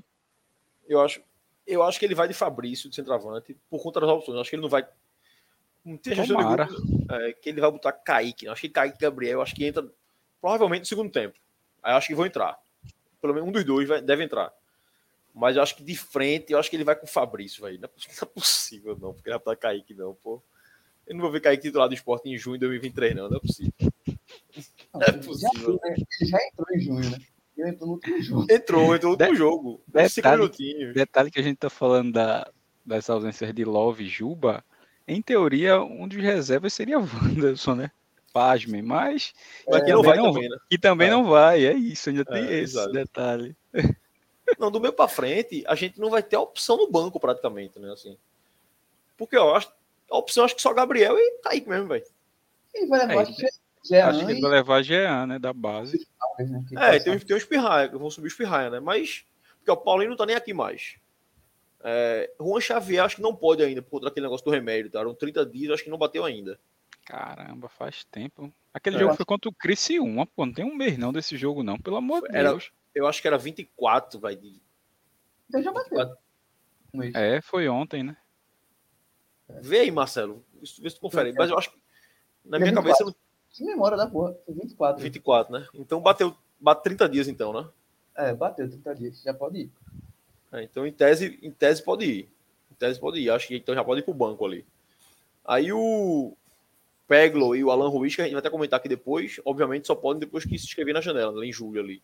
Eu acho que ele vai de Fabrício, de centroavante, por conta das opções. Eu acho que ele não vai... Não tem gestão de grupo, que ele vai botar Kaique. Eu acho que Kaique e Gabriel, acho que entra provavelmente no segundo tempo. Aí eu acho que vão entrar. Pelo menos um dos dois deve entrar. Mas eu acho que de frente, eu acho que ele vai com o Fabrício, velho. Não é possível, não. Porque ele vai botar Kaique, não, pô. Eu não vou ver Kaique titular do Sport em junho de 2023, não. Não é possível. Não é possível. Já entrou em junho, né? Ele entrou no último jogo. Entrou no último jogo. 5 minutinhos. Detalhe que a gente tá falando das ausências de Love e Juba. Em teoria, um dos reservas seria Wanderson, né? Pasmem, mas que não vai também, né? E também não vai, é isso, ainda tem esse detalhe. Não, do meio pra frente, a gente não vai ter a opção no banco praticamente, né? Assim. Porque eu acho, a opção acho que só Gabriel e Kaique mesmo, velho. Ele vai levar acho que ele vai levar Jean, né? Da base. Tem o Espirraia, que vão subir o Espirraia, né? Mas, porque o Paulinho não tá nem aqui mais. Juan Xavier acho que não pode ainda, por conta daquele negócio do remédio, tá? Eram 30 dias, acho que não bateu ainda. Caramba, faz tempo. Aquele jogo foi contra o Criciúma, pô. Não tem um mês não desse jogo, não. Pelo amor de Deus. Eu acho que era 24, vai. Então já bateu. Foi ontem, né? Vê aí, Marcelo. Vê se tu confere. Mas eu acho que, na minha cabeça... Que memória da porra. 24. 24, né? Então bate 30 dias, então, né? Bateu 30 dias. Já pode ir. Então, em tese pode ir. Acho que então já pode ir pro banco ali. Aí o Peglo e o Alan Ruiz, que a gente vai até comentar aqui depois, obviamente só podem depois que se inscrever na janela, né, em julho ali.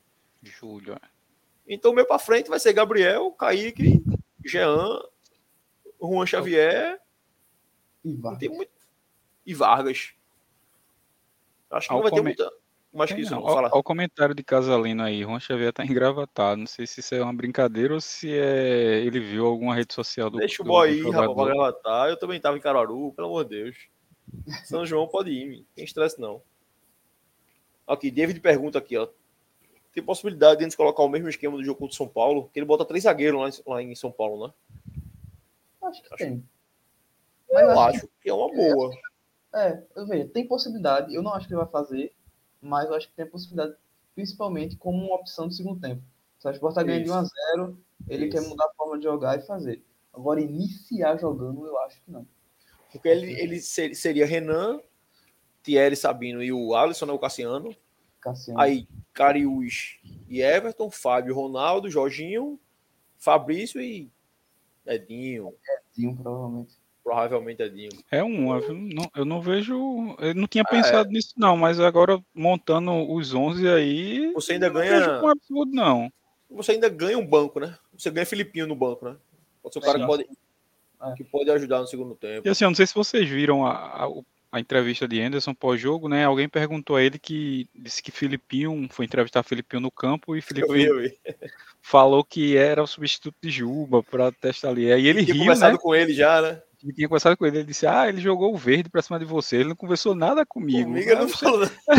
Então, meio pra frente vai ser Gabriel, Kaique, Jean, Juan Xavier e Vargas. Acho que não vai ter muita... mais que Tem isso não. não. Olha Fala. o comentário de Casalino aí. Juan Xavier tá engravatado. Não sei se isso é uma brincadeira ou se ele viu alguma rede social Deixa o do boy aí, rapaz, pra jogador. gravatar. Eu também tava em Caruaru, pelo amor de Deus. São João pode ir, não tem estresse não. Aqui, David pergunta aqui, ó. Tem possibilidade de eles colocar o mesmo esquema do jogo contra o São Paulo? Que ele bota 3 zagueiros lá em São Paulo, né? Acho que tem. Mas Eu acho acho que é uma boa. eu vejo, tem possibilidade. Eu não acho que ele vai fazer, mas eu acho que tem possibilidade, principalmente como uma opção de segundo tempo. Se o Sport tá ganhando de 1 a Isso, 0, ele quer isso. mudar a forma de jogar e fazer. Agora, iniciar jogando, eu acho que não. Porque ele seria Renan, Thierry, Sabino e o Alisson, né, o Cassiano. Cassiano, Aí, Cariús e Everton, Fábio, Ronaldo, Jorginho, Fabrício e Edinho. Zinho, provavelmente. Provavelmente Edinho. Eu não vejo. Eu não tinha pensado nisso, não, mas agora montando os 11 aí. Você ainda Eu não vejo ganha. um absurdo, não. Você ainda ganha um banco, né? Você ganha Filipinho no banco, né? Pode ser um cara Sim. que pode ajudar no segundo E tempo. assim, eu não sei se vocês viram a entrevista de Anderson pós-jogo, né? Alguém perguntou a ele que disse que Filipinho foi entrevistar Filipinho no campo e Filipinho Eu vi. falou que era o substituto de Juba para testar ali. Aí E ele tinha riu, né? conversado com ele já, né? Ele tinha conversado com ele, ele disse: "Ah, ele jogou o verde pra cima de você, ele não conversou nada comigo." Comigo ele não falou nada.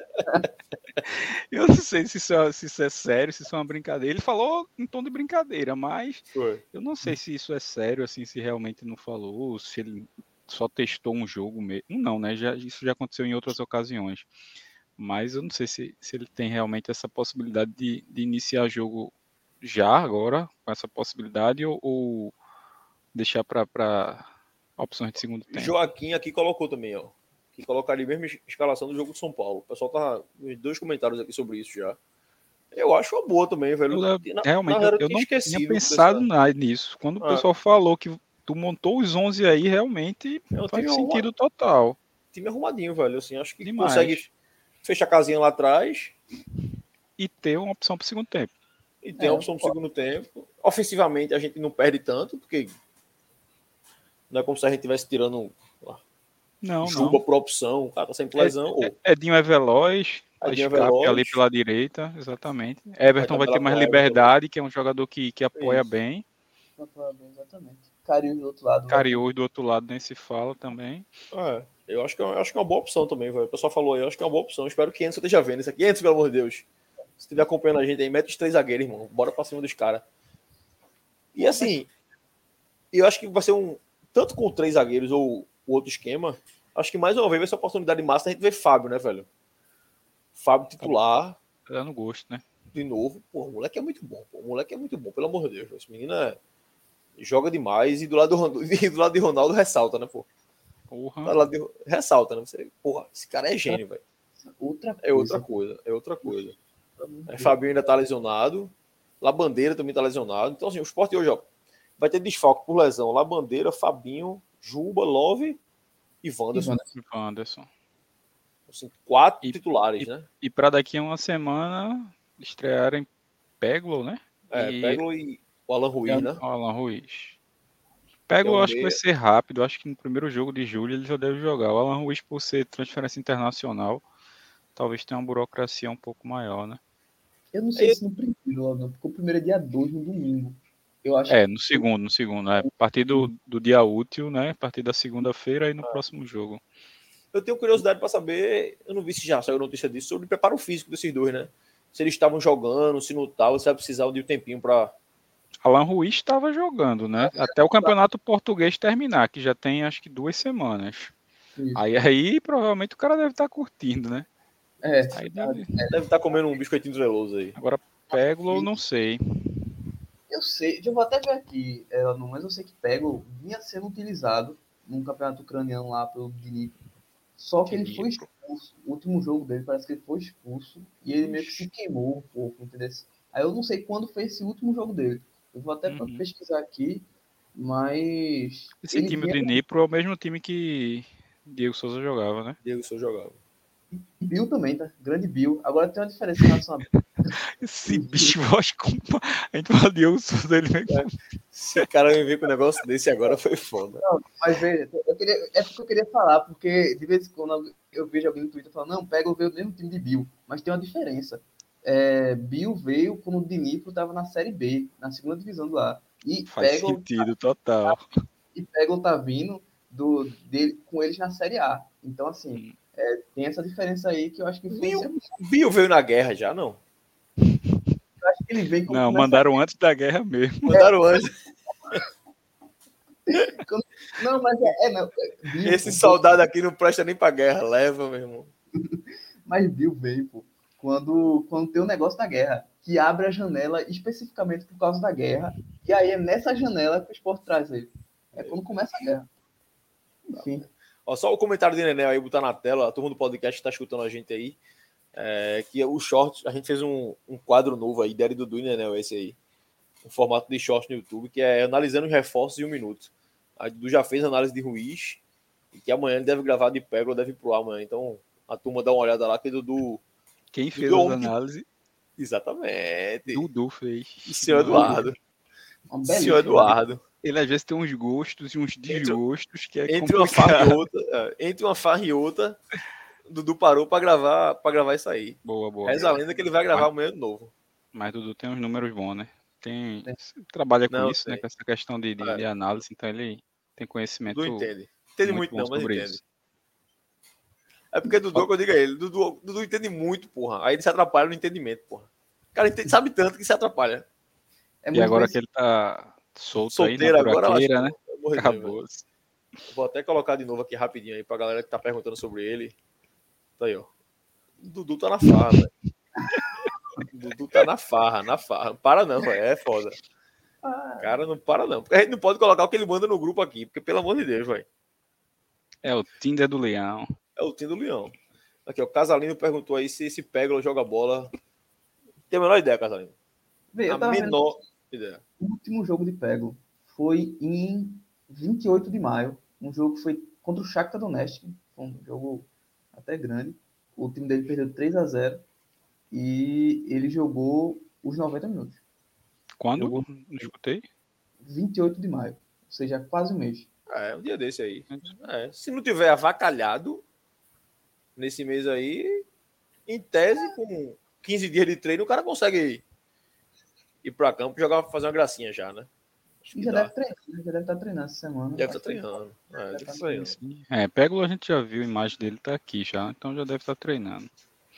Eu não sei se isso é sério, se isso é uma brincadeira. Ele falou em tom de brincadeira, mas Foi. eu não sei se isso é sério, assim, se realmente não falou, se ele só testou um jogo mesmo. Não, né? Isso já aconteceu em outras ocasiões. Mas eu não sei se ele tem realmente essa possibilidade de iniciar jogo já agora, com essa possibilidade, ou deixar para opções de segundo tempo. Joaquim aqui colocou também, ó. Que colocaria a mesma escalação do jogo do São Paulo. O pessoal tá. 2 comentários aqui sobre isso já. Eu acho uma boa também, velho. Realmente, verdade, eu não tinha esquecido pensado nada nisso. Quando o pessoal falou que tu montou os 11 aí, realmente faz sentido total. Time arrumadinho, velho. Assim, acho que Demais. consegue fechar a casinha lá atrás. E ter uma opção para o segundo tempo. E tem a opção pro segundo tempo. Ofensivamente, a gente não perde tanto, porque não é como se a gente estivesse tirando Juba por opção, o cara tá sempre lesão. Edinho é veloz, Edinho escape é veloz. ali pela direita, exatamente. Everton vai ter mais liberdade, que é um jogador que apoia bem. Apoia bem, exatamente. Cariús do outro lado. Cariús do outro lado nem se fala também. Eu acho que é uma boa opção também, velho. O pessoal falou aí, eu acho que é uma boa opção. Espero que Anderson esteja vendo isso aqui. Anderson, pelo amor de Deus. Se estiver acompanhando a gente aí, mete os 3 zagueiros, irmão. Bora pra cima dos caras. E assim, eu acho que vai ser tanto com 3 zagueiros ou o outro esquema, acho que mais uma vez vai ser uma oportunidade massa a gente ver Fábio, né, velho? Fábio titular. Tá dando gosto, né? De novo. Pô, o moleque é muito bom. O moleque é muito bom, pelo amor de Deus. Esse menino joga demais e do lado de Ronaldo ressalta, né, pô? Porra. Ressalta, né? Porra, esse cara é gênio, velho. É outra coisa. Fabinho ainda tá lesionado. Labandeira também tá lesionado. Então, assim, o Sport hoje, ó, vai ter desfalque por lesão. Labandeira, Fabinho, Juba, Love e Wanderson. Assim, 4 titulares, né? E para daqui a uma semana estrearem Peglo, né? Peglo e o Alan Ruiz, né? O Alan Ruiz. Peglo eu acho que vai ser rápido. Acho que no primeiro jogo de julho ele já deve jogar. O Alan Ruiz, por ser transferência internacional, talvez tenha uma burocracia um pouco maior, né? Eu não sei se no primeiro, não, porque o primeiro é dia 2, no domingo. Eu acho no segundo. A partir do dia útil, né? A partir da segunda-feira e no próximo jogo. Eu tenho curiosidade para saber, eu não vi se já saiu notícia disso, sobre o preparo físico desses dois, né? Se eles estavam jogando, se não estavam, se vai precisar de um tempinho para... Alan Ruiz estava jogando, né? Até o Campeonato Português terminar, que já tem acho que 2 semanas. Aí provavelmente o cara deve estar curtindo, né? Aí deve estar comendo um biscoitinho treloso aí. Agora, Peglo, eu não sei. Eu sei, eu vou até ver aqui, mas eu sei que Peglo vinha sendo utilizado num campeonato ucraniano lá pelo Dnipro. Só que ele foi expulso. O último jogo dele parece que ele foi expulso e ele meio que se queimou um pouco, entendeu? Aí eu não sei quando foi esse último jogo dele. Eu vou até pesquisar aqui, mas... Esse time do Dnipro é o mesmo time que Diego Souza jogava, né? Diego Souza jogava. E Bill também, tá? Grande Bill. Agora tem uma diferença em relação a Esse bicho, eu acho que a gente fala de Diego Souza, ele vem com... Se o cara me vir com um negócio desse agora, foi foda. Não, mas veja, é porque eu queria falar, porque de vez em quando eu vejo alguém no Twitter falando, não, Peglo veio do mesmo time de Bill, mas tem uma diferença. Bill veio quando o Dnipro estava na Série B, na segunda divisão do lá. E Faz Peglo, sentido, total. e Peglo tá vindo com eles na Série A. Então, assim, tem essa diferença aí que eu acho que influencia muito. Bill veio na guerra já, não? Eu acho que ele vem como Não, mandaram antes da guerra mesmo. Mandaram antes. Não, mas não. Bill, Esse soldado aqui não presta nem pra guerra. Leva, meu irmão. Mas Bill veio, pô, quando tem um negócio da guerra, que abre a janela especificamente por causa da guerra, e aí é nessa janela que o esporte traz ele. É quando começa a guerra. Enfim. Ó, só o comentário de Nenel aí, botar na tela, a turma do podcast que tá escutando a gente aí, que o short, a gente fez um quadro novo aí, Dério Dudu e Nenel, esse aí, um formato de short no YouTube, que é analisando os reforços em 1 minuto. A Dudu já fez análise de Ruiz, e que amanhã ele deve gravar de Peglo, deve ir pro ar amanhã, então a turma dá uma olhada lá, que Dudu... Quem fez Dudu, as análises? Exatamente. Dudu fez. O senhor Eduardo. Uma O belíssima. senhor Eduardo. Ele às vezes tem uns gostos e uns desgostos que é Entre uma farra e outra, Dudu parou pra gravar isso aí. Boa. Reza a lenda que ele vai gravar amanhã de novo. Mas Dudu tem uns números bons, né? Trabalha com Não, isso, tem. né? Com essa questão de análise, então ele tem conhecimento. Dudu entende. Entende muito bom não, mas sobre entende. isso. É porque Dudu, que eu digo a ele, Dudu entende muito, porra. Aí ele se atrapalha no entendimento, porra. O cara sabe tanto que se atrapalha. É E muito agora mais- que ele tá solteiro Solteiro aí na agora, buraqueira, né? lascou. Eu morri de medo, velho. Acabou. Vou até colocar de novo aqui rapidinho aí pra galera que tá perguntando sobre ele. Tá aí, ó. Dudu tá na farra, velho. Dudu tá na farra. Não para não, velho. É foda. Cara, não para não. Porque a gente não pode colocar o que ele manda no grupo aqui, porque pelo amor de Deus, velho. É o Tinder do Leão. É o time do Leão. Aqui, ó. O Casalino perguntou aí se esse Peglo joga bola. Tem a menor ideia, Casalino. Vê, eu A tava vendo menor ideia. o último jogo de Peglo foi em 28 de maio. Um jogo que foi contra o Shakhtar Donetsk. Foi um jogo até grande. O time dele perdeu 3-0 e ele jogou os 90 minutos. Quando? Não escutei. 28 de maio. Ou seja, quase um mês. É, um dia desse aí. Se não tiver avacalhado nesse mês aí, em tese, com 15 dias de treino, o cara consegue ir pra campo e fazer uma gracinha já, né? Acho que E já dá. deve treinar, né? Já deve estar treinando essa semana. Deve estar treinando. Deve estar treinando. Peglo, a gente já viu a imagem dele, tá aqui já, então já deve estar treinando.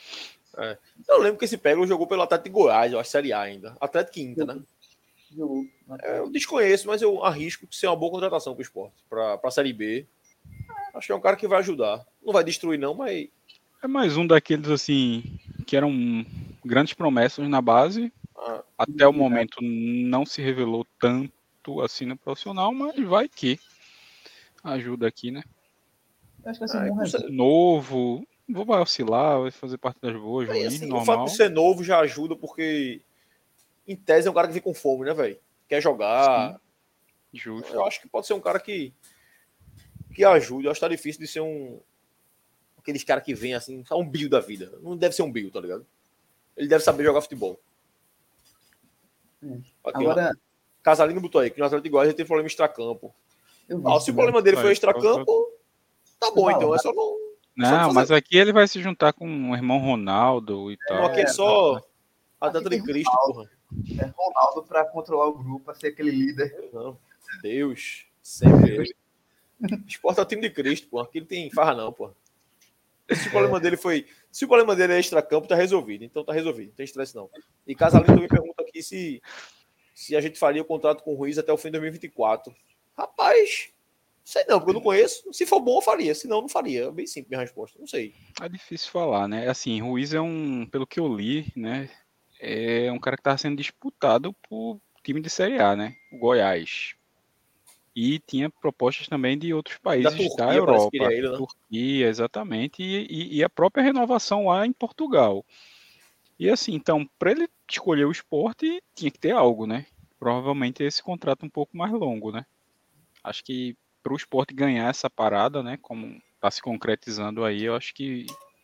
Eu lembro que esse Peglo jogou pelo Atlético de Goiás, eu acho Série A ainda. Atlético Quinta, né? Jogou. Eu desconheço, mas eu arrisco que ser uma boa contratação pro esporte. Pra Série B. Acho que é um cara que vai ajudar. Não vai destruir, não, mas. É mais um daqueles, assim, que eram grandes promessas na base. Até o momento não se revelou tanto assim no profissional, mas vai que ajuda aqui, né? Eu acho que vai ser um bom reserva. Novo, vai oscilar, vai fazer parte das boas, Aí, ruins, assim, o normal. fato de ser novo já ajuda, porque em tese é um cara que vem com fome, né, velho? Quer jogar. Sim, justo. Eu acho que pode ser um cara que ajude. Eu acho que tá difícil de ser aqueles caras que vem assim, só um Bill da vida. Não deve ser um Bill, tá ligado? Ele deve saber jogar futebol. Aqui, Agora, Casalino botou aí, que no Atlético de Goiás ele tem problema extracampo. eu vi. Se o problema dele foi extracampo, tá bom, Vai então. lá. É só não. Não, mas aqui ele vai se juntar com o irmão Ronaldo e tal. Aqui é só a data de Cristo, porra. É Ronaldo para controlar o grupo, para ser aquele líder. Não, Deus, sempre ele. Esporte é o time de Cristo, porra. Aqui não tem farra, não, porra. Se o problema dele é extracampo, tá resolvido. Então tá resolvido, não tem estresse, não. E Casalino também pergunta aqui se a gente faria o contrato com o Ruiz até o fim de 2024. Rapaz, sei não, porque eu não conheço. Se for bom, eu faria. Se não, não faria. É bem simples minha resposta. Não sei. É difícil falar, né? Assim, Ruiz é pelo que eu li, né? É um cara que tá sendo disputado por time de Série A, né? O Goiás. E tinha propostas também de outros países Turquia, da parece que Europa. queria ele, né? Turquia, exatamente. E a própria renovação lá em Portugal. E assim, então, para ele escolher o esporte, tinha que ter algo, né? Provavelmente esse contrato um pouco mais longo, né? Acho que para o esporte ganhar essa parada, né? Como está se concretizando aí, eu acho que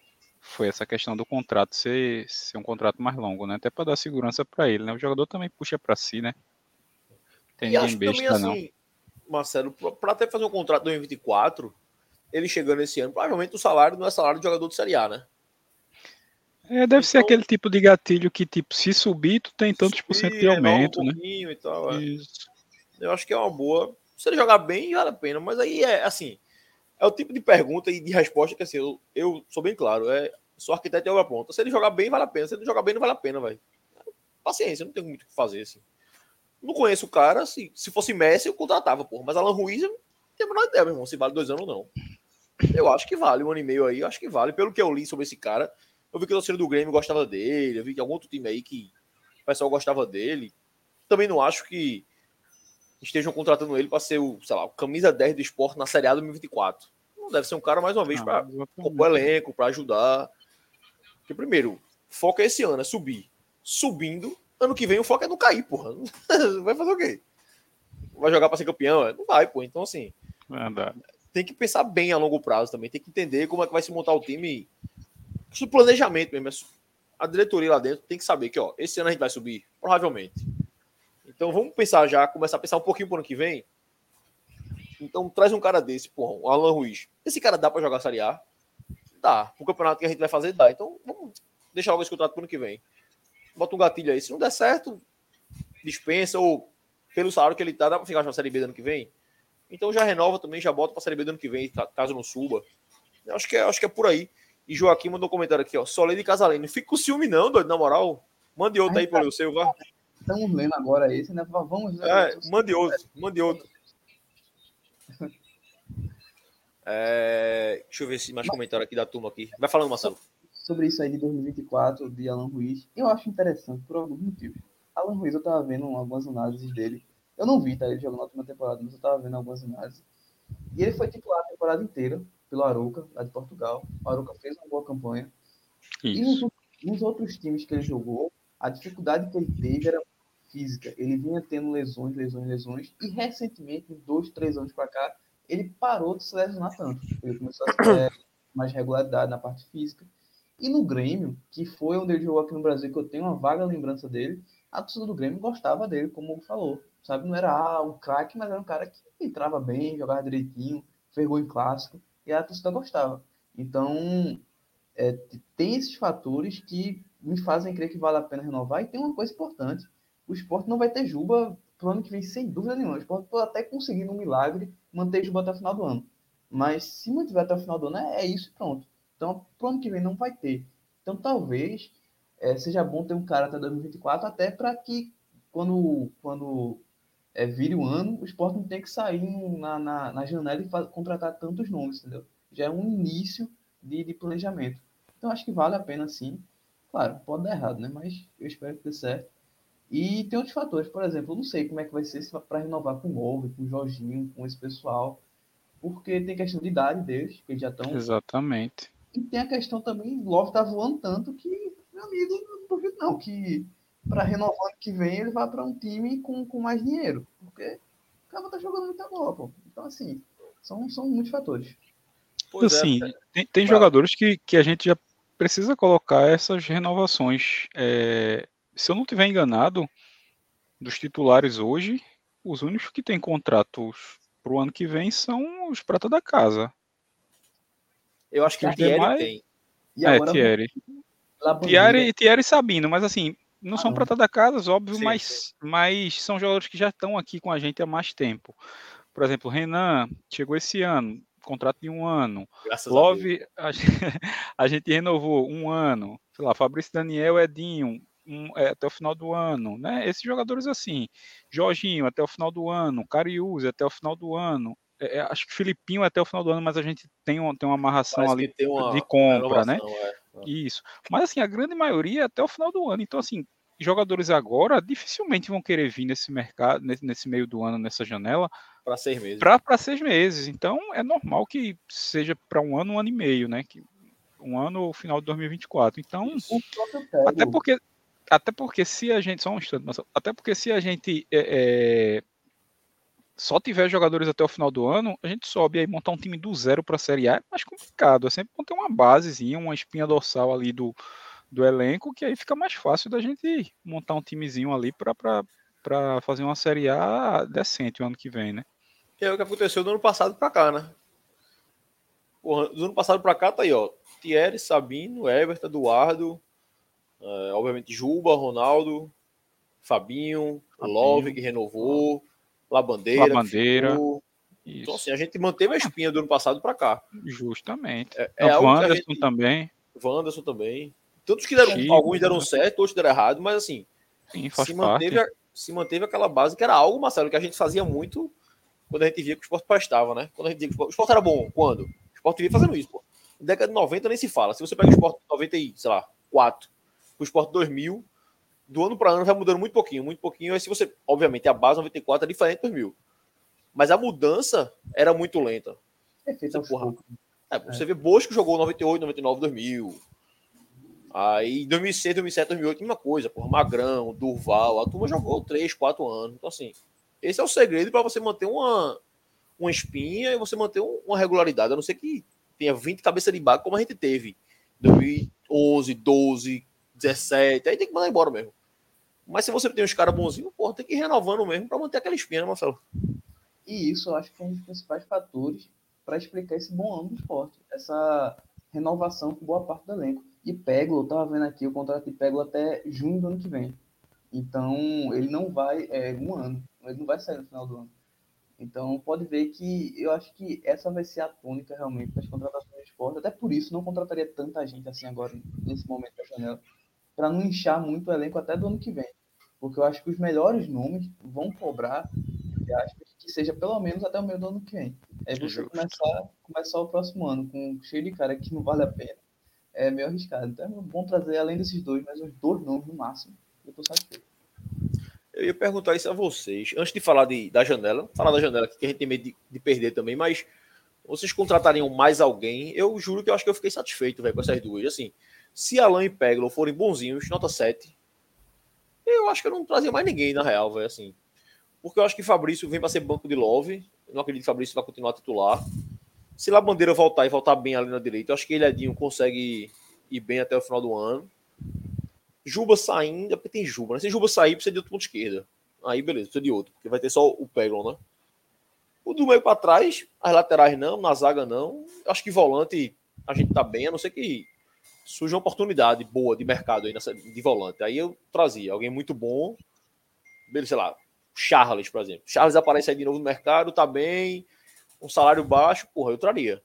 foi essa questão do contrato ser um contrato mais longo, né? Até para dar segurança para ele, né? O jogador também puxa para si, né? Tem E ninguém acho que também, besta, não. assim, Marcelo, para até fazer um contrato em 2024, ele chegando esse ano, provavelmente o salário não é salário de jogador de Série A, né? Deve ser Então, aquele tipo de gatilho que, tipo, se subir, tu tem tantos por cento de renova um aumento, né? pouquinho e tal. Isso. Eu acho que é uma boa. Se ele jogar bem, vale a pena. Mas aí é assim, é o tipo de pergunta e de resposta que assim, eu sou bem claro. Sou arquiteto e obra pronta. Se ele jogar bem, vale a pena. Se ele não jogar bem, não vale a pena, velho. Paciência, não tem muito o que fazer, assim. Não conheço o cara. Se fosse Messi, eu contratava, porra. Mas Alan Ruiz, eu não tenho a menor ideia, meu irmão, se vale 2 anos ou não. Eu acho que vale, 1 ano e meio aí, eu acho que vale. Pelo que eu li sobre esse cara, eu vi que o torcedor do Grêmio gostava dele, eu vi que algum outro time aí que o pessoal gostava dele. Também não acho que estejam contratando ele para ser o, sei lá, o camisa 10 do esporte na Série A 2024. Não deve ser um cara, mais uma vez, para compor elenco, para ajudar. Porque, primeiro, o foco é esse ano, é subir. Subindo, ano que vem o foco é não cair, porra. Vai fazer o quê? Vai jogar para ser campeão? Não vai, pô. Então, assim, Verdade. tem que pensar bem a longo prazo também. Tem que entender como é que vai se montar o time. Isso é planejamento mesmo. A diretoria lá dentro tem que saber que, ó, esse ano a gente vai subir, provavelmente. Então vamos pensar já, começar a pensar um pouquinho pro ano que vem. Então traz um cara desse, porra, o Alan Ruiz. Esse cara dá pra jogar Série A? Dá. O campeonato que a gente vai fazer, dá. Então vamos deixar logo esse contrato pro ano que vem. Bota um gatilho aí. Se não der certo, dispensa ou pelo salário que ele tá, dá pra ficar na Série B do ano que vem. Então já renova também, já bota pra Série B do ano que vem, caso não suba. Eu acho que é por aí. E Joaquim mandou um comentário aqui, ó. Soleil de Casalino. Não fica com ciúme não, doido, na moral. Mande outro aí pro Leo seu, vá. Estamos lendo agora esse, né? Vamos ler. Mande outro. Deixa eu ver se mais comentário aqui da turma aqui. Vai falando, Marcelo. Sobre isso aí de 2024, de Alan Ruiz, eu acho interessante por alguns motivos. Alan Ruiz, eu tava vendo algumas análises dele. Eu não vi, tá? Ele jogando na última temporada, mas eu tava vendo algumas análises. E ele foi titular a temporada inteira pelo Arouca, lá de Portugal. O Arouca fez uma boa campanha. Isso. E nos outros times que ele jogou, a dificuldade que ele teve era física. Ele vinha tendo lesões. E recentemente, 2, 3 anos para cá, ele parou de se lesionar tanto. Ele começou a ter mais regularidade na parte física. E no Grêmio, que foi onde ele jogou aqui no Brasil, que eu tenho uma vaga lembrança dele, a torcida do Grêmio gostava dele, como o falou. Sabe, não era um craque, mas era um cara que entrava bem, jogava direitinho, fez gol em clássico, e a torcida gostava. Então, tem esses fatores que me fazem crer que vale a pena renovar. E tem uma coisa importante: o Sport não vai ter Juba pro ano que vem, sem dúvida nenhuma. O Sport pode até conseguir, no milagre, manter Juba até o final do ano. Mas se mantiver até o final do ano, é isso e pronto. Então, pro ano que vem não vai ter. Então, talvez seja bom ter um cara até 2024, até para que quando vire o ano, o Sport não tenha que sair na janela e contratar tantos nomes, entendeu? Já é um início de planejamento. Então, acho que vale a pena, sim. Claro, pode dar errado, né? Mas eu espero que dê certo. E tem outros fatores. Por exemplo, eu não sei como é que vai ser para renovar com o Wolver, com o Jorginho, com esse pessoal. Porque tem questão de idade deles, que eles já estão... Exatamente. E tem a questão também, o Love tá voando tanto que, meu amigo, não duvido não, que para renovar ano que vem ele vai para um time com mais dinheiro. Porque o cara tá jogando muita bola, pô. Então, assim, são muitos fatores. Pois assim, tem jogadores que a gente já precisa colocar essas renovações. Se eu não estiver enganado, dos titulares hoje, os únicos que têm contratos para o ano que vem são os prata da casa. Eu acho que os Thierry demais tem. E agora, Thierry. Thierry e Sabino, mas assim, não são prata da casa, óbvio, Sim, mas são jogadores que já estão aqui com a gente há mais tempo. Por exemplo, Renan chegou esse ano, contrato de 1 ano. Graças Love, a gente renovou 1 ano. Sei lá, Fabrício Daniel, Edinho, até o final do ano, né? Esses jogadores assim, Jorginho até o final do ano, Cariús até o final do ano. Acho que Filipinho até o final do ano, mas a gente tem uma amarração Parece ali que tem de compra, né? renovação, Isso. Mas assim, a grande maioria é até o final do ano. Então, assim, jogadores agora dificilmente vão querer vir nesse mercado, nesse meio do ano, nessa janela, para 6 meses. Para 6 meses. Então, é normal que seja para 1 ano, 1 ano e meio, né? Que 1 ano ou final de 2024. Então, até porque se a gente, só um instante, até porque se a gente só tiver jogadores até o final do ano, a gente sobe aí, montar um time do zero para a Série A é mais complicado. É sempre ter uma basezinha, uma espinha dorsal ali do elenco, que aí fica mais fácil da gente montar um timezinho ali para fazer uma Série A decente o ano que vem, né? É o que aconteceu do ano passado pra cá, né? Porra, do ano passado pra cá tá aí, ó. Thierry, Sabino, Everton, Eduardo, obviamente Juba, Ronaldo, Fabinho, Love, que renovou, Labandeira, que ficou. Então, assim, a gente manteve a espinha do ano passado pra cá. Justamente. É algo que a Wanderson gente... também. Wanderson também. Tantos que deram, alguns deram certo, outros deram errado, mas assim, sim, se manteve aquela base que era algo, Marcelo, que a gente fazia muito quando a gente via que o esporte prestava, né? Quando a gente via que o esporte era bom, quando? O esporte via fazendo isso, pô. Na década de 90 nem se fala. Se você pega o esporte 94, o esporte 2000, do ano para ano vai mudando muito pouquinho. Aí se você, obviamente, a base 94 é diferente do 2000. Mas a mudança era muito lenta. Você vê Bosco jogou 98, 99, 2000. Aí 2006, 2007, 2008, mesma coisa. Porra, Magrão, Durval, a turma jogou 3, 4 anos. Então, assim, esse é o segredo para você manter uma espinha e você manter uma regularidade. A não ser que tenha 20 cabeças de baga, como a gente teve. 2011, 12, 17. Aí tem que mandar embora mesmo. Mas se você tem uns caras bonzinhos, porra, tem que ir renovando mesmo para manter aquela espinha, né, Marcelo? E isso eu acho que é um dos principais fatores para explicar esse bom ano do esporte. Essa renovação com boa parte do elenco. E Peglo, eu estava vendo aqui o contrato de Peglo até junho do ano que vem. Então, ele não vai, um ano, ele não vai sair no final do ano. Então, pode ver que eu acho que essa vai ser a tônica realmente das contratações do esporte. Até por isso, não contrataria tanta gente assim agora, nesse momento da janela, para não inchar muito o elenco até do ano que vem. Porque eu acho que os melhores nomes vão cobrar, entre aspas, que seja pelo menos até o meio do ano que vem. Aí você começar o próximo ano com cheio de cara que não vale a pena, é meio arriscado. Então é bom trazer, além desses dois, mais uns 2 nomes no máximo. Eu tô satisfeito. Eu ia perguntar isso a vocês. Antes de falar da janela, que a gente tem medo de perder também, mas vocês contratariam mais alguém? Eu juro que eu acho que eu fiquei satisfeito, velho, com essas duas. Assim, se Alan e Peglo forem bonzinhos, nota 7, eu acho que eu não trazia mais ninguém, na real, velho, assim. Porque eu acho que Fabrício vem para ser banco de Love. Eu não acredito que Fabrício vai continuar titular. Se Labandeira voltar e voltar bem ali na direita, eu acho que Ilhadinho consegue ir bem até o final do ano. Juba saindo, porque tem Juba, né? Se Juba sair, precisa de outro ponto esquerda. Aí, beleza, precisa de outro, porque vai ter só o Peglon, né? O do meio para trás, as laterais não, na zaga não. Eu acho que volante a gente tá bem, a não ser que surja uma oportunidade boa de mercado aí de volante. Aí eu trazia alguém muito bom, beleza, sei lá, Charles, por exemplo. Charles aparece aí de novo no mercado, tá bem, um salário baixo, porra, eu traria.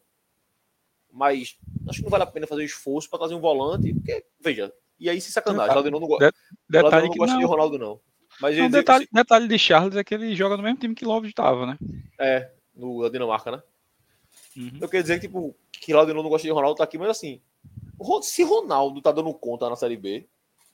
Mas acho que não vale a pena fazer um esforço para trazer um volante, porque, veja, e aí se sacanagem, Laudenor não gosta de Ronaldo, não. Mas não, detalhe de Charles é que ele joga no mesmo time que Love estava, né? No Dinamarca, né? Uhum. Eu quero dizer que, tipo, que Laudenor não gosta de Ronaldo, tá aqui, mas assim, se Ronaldo tá dando conta na Série B,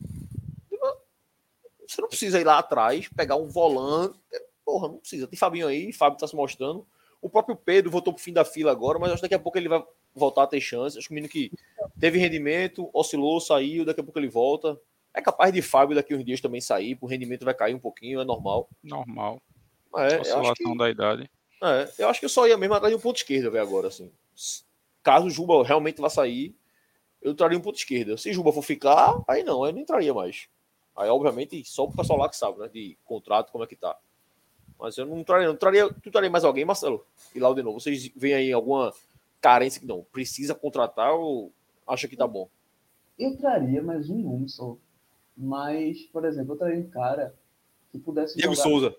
você não precisa ir lá atrás, pegar um volante, porra, não precisa. Tem Fabinho aí, Fábio tá se mostrando. O próprio Pedro voltou pro fim da fila agora, mas acho que daqui a pouco ele vai voltar a ter chance. Acho que o menino que teve rendimento, oscilou, saiu, daqui a pouco ele volta. É capaz de Fábio daqui uns dias também sair, o rendimento vai cair um pouquinho, é normal. Normal. Oscilação da idade. Eu acho que eu só ia mesmo atrás de um ponto esquerdo, velho, agora, assim. Caso o Juba realmente vá sair, eu traria um ponto esquerda. Se o Juba for ficar, aí não, eu não entraria mais. Aí, obviamente, só o pessoal lá que sabe, né, de contrato, como é que tá. Mas eu não traria. Tu traria mais alguém, Marcelo? E lá de novo, vocês veem aí alguma carência que não precisa contratar ou acha que tá bom? Eu traria mais um nome só. Mas, por exemplo, eu traria um cara que pudesse Diego jogar... Souza.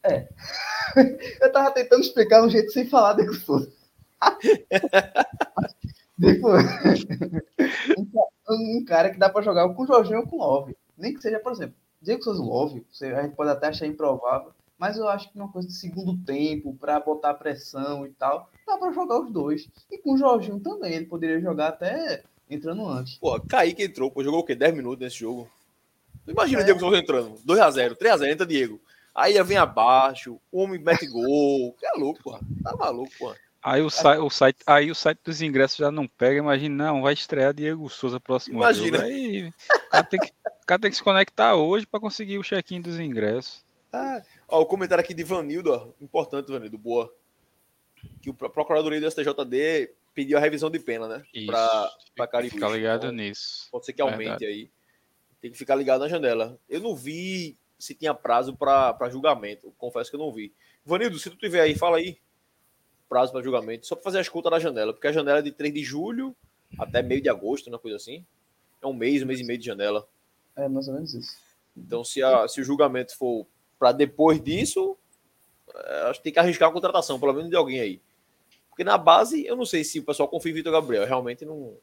Eu tava tentando explicar um jeito sem falar Diego Souza. Depois... um cara que dá pra jogar com o Jorginho ou com o Love. Nem que seja, por exemplo, Diego Souza Love, a gente pode até achar improvável, mas eu acho que uma coisa de segundo tempo, para botar pressão e tal, dá para jogar os dois. E com o Jorginho também, ele poderia jogar até entrando antes. Pô, Kaique entrou, jogou o quê? 10 minutos nesse jogo. Imagina o Diego Souza entrando, 2x0, 3x0, entra Diego. Aí ele vem abaixo, o homem mete gol. Que é louco, pô. Tá maluco, pô. Aí o site dos ingressos já não pega, imagina, não, vai estrear Diego Souza próximo Imagina. jogo. Aí o cara tem que se conectar hoje para conseguir o check-in dos ingressos. Ó, o comentário aqui de Vanildo, ó, importante, Vanildo, boa. Que o Procuradoria do STJD pediu a revisão de pena, né? Isso. Pra Tem que ficar Cariús. ligado Então, nisso. pode ser que aumente Verdade. aí. Tem que ficar ligado na janela. Eu não vi se tinha prazo para julgamento. Confesso que eu não vi. Vanildo, se tu tiver aí, fala aí. Prazo para julgamento. Só para fazer as contas da janela. Porque a janela é de 3 de julho até meio de agosto, uma coisa assim. É um mês e meio de janela. É mais ou menos isso. Então, se o julgamento for para depois disso, acho que tem que arriscar a contratação, pelo menos de alguém aí. Porque na base, eu não sei se o pessoal confia em Vitor Gabriel. Eu realmente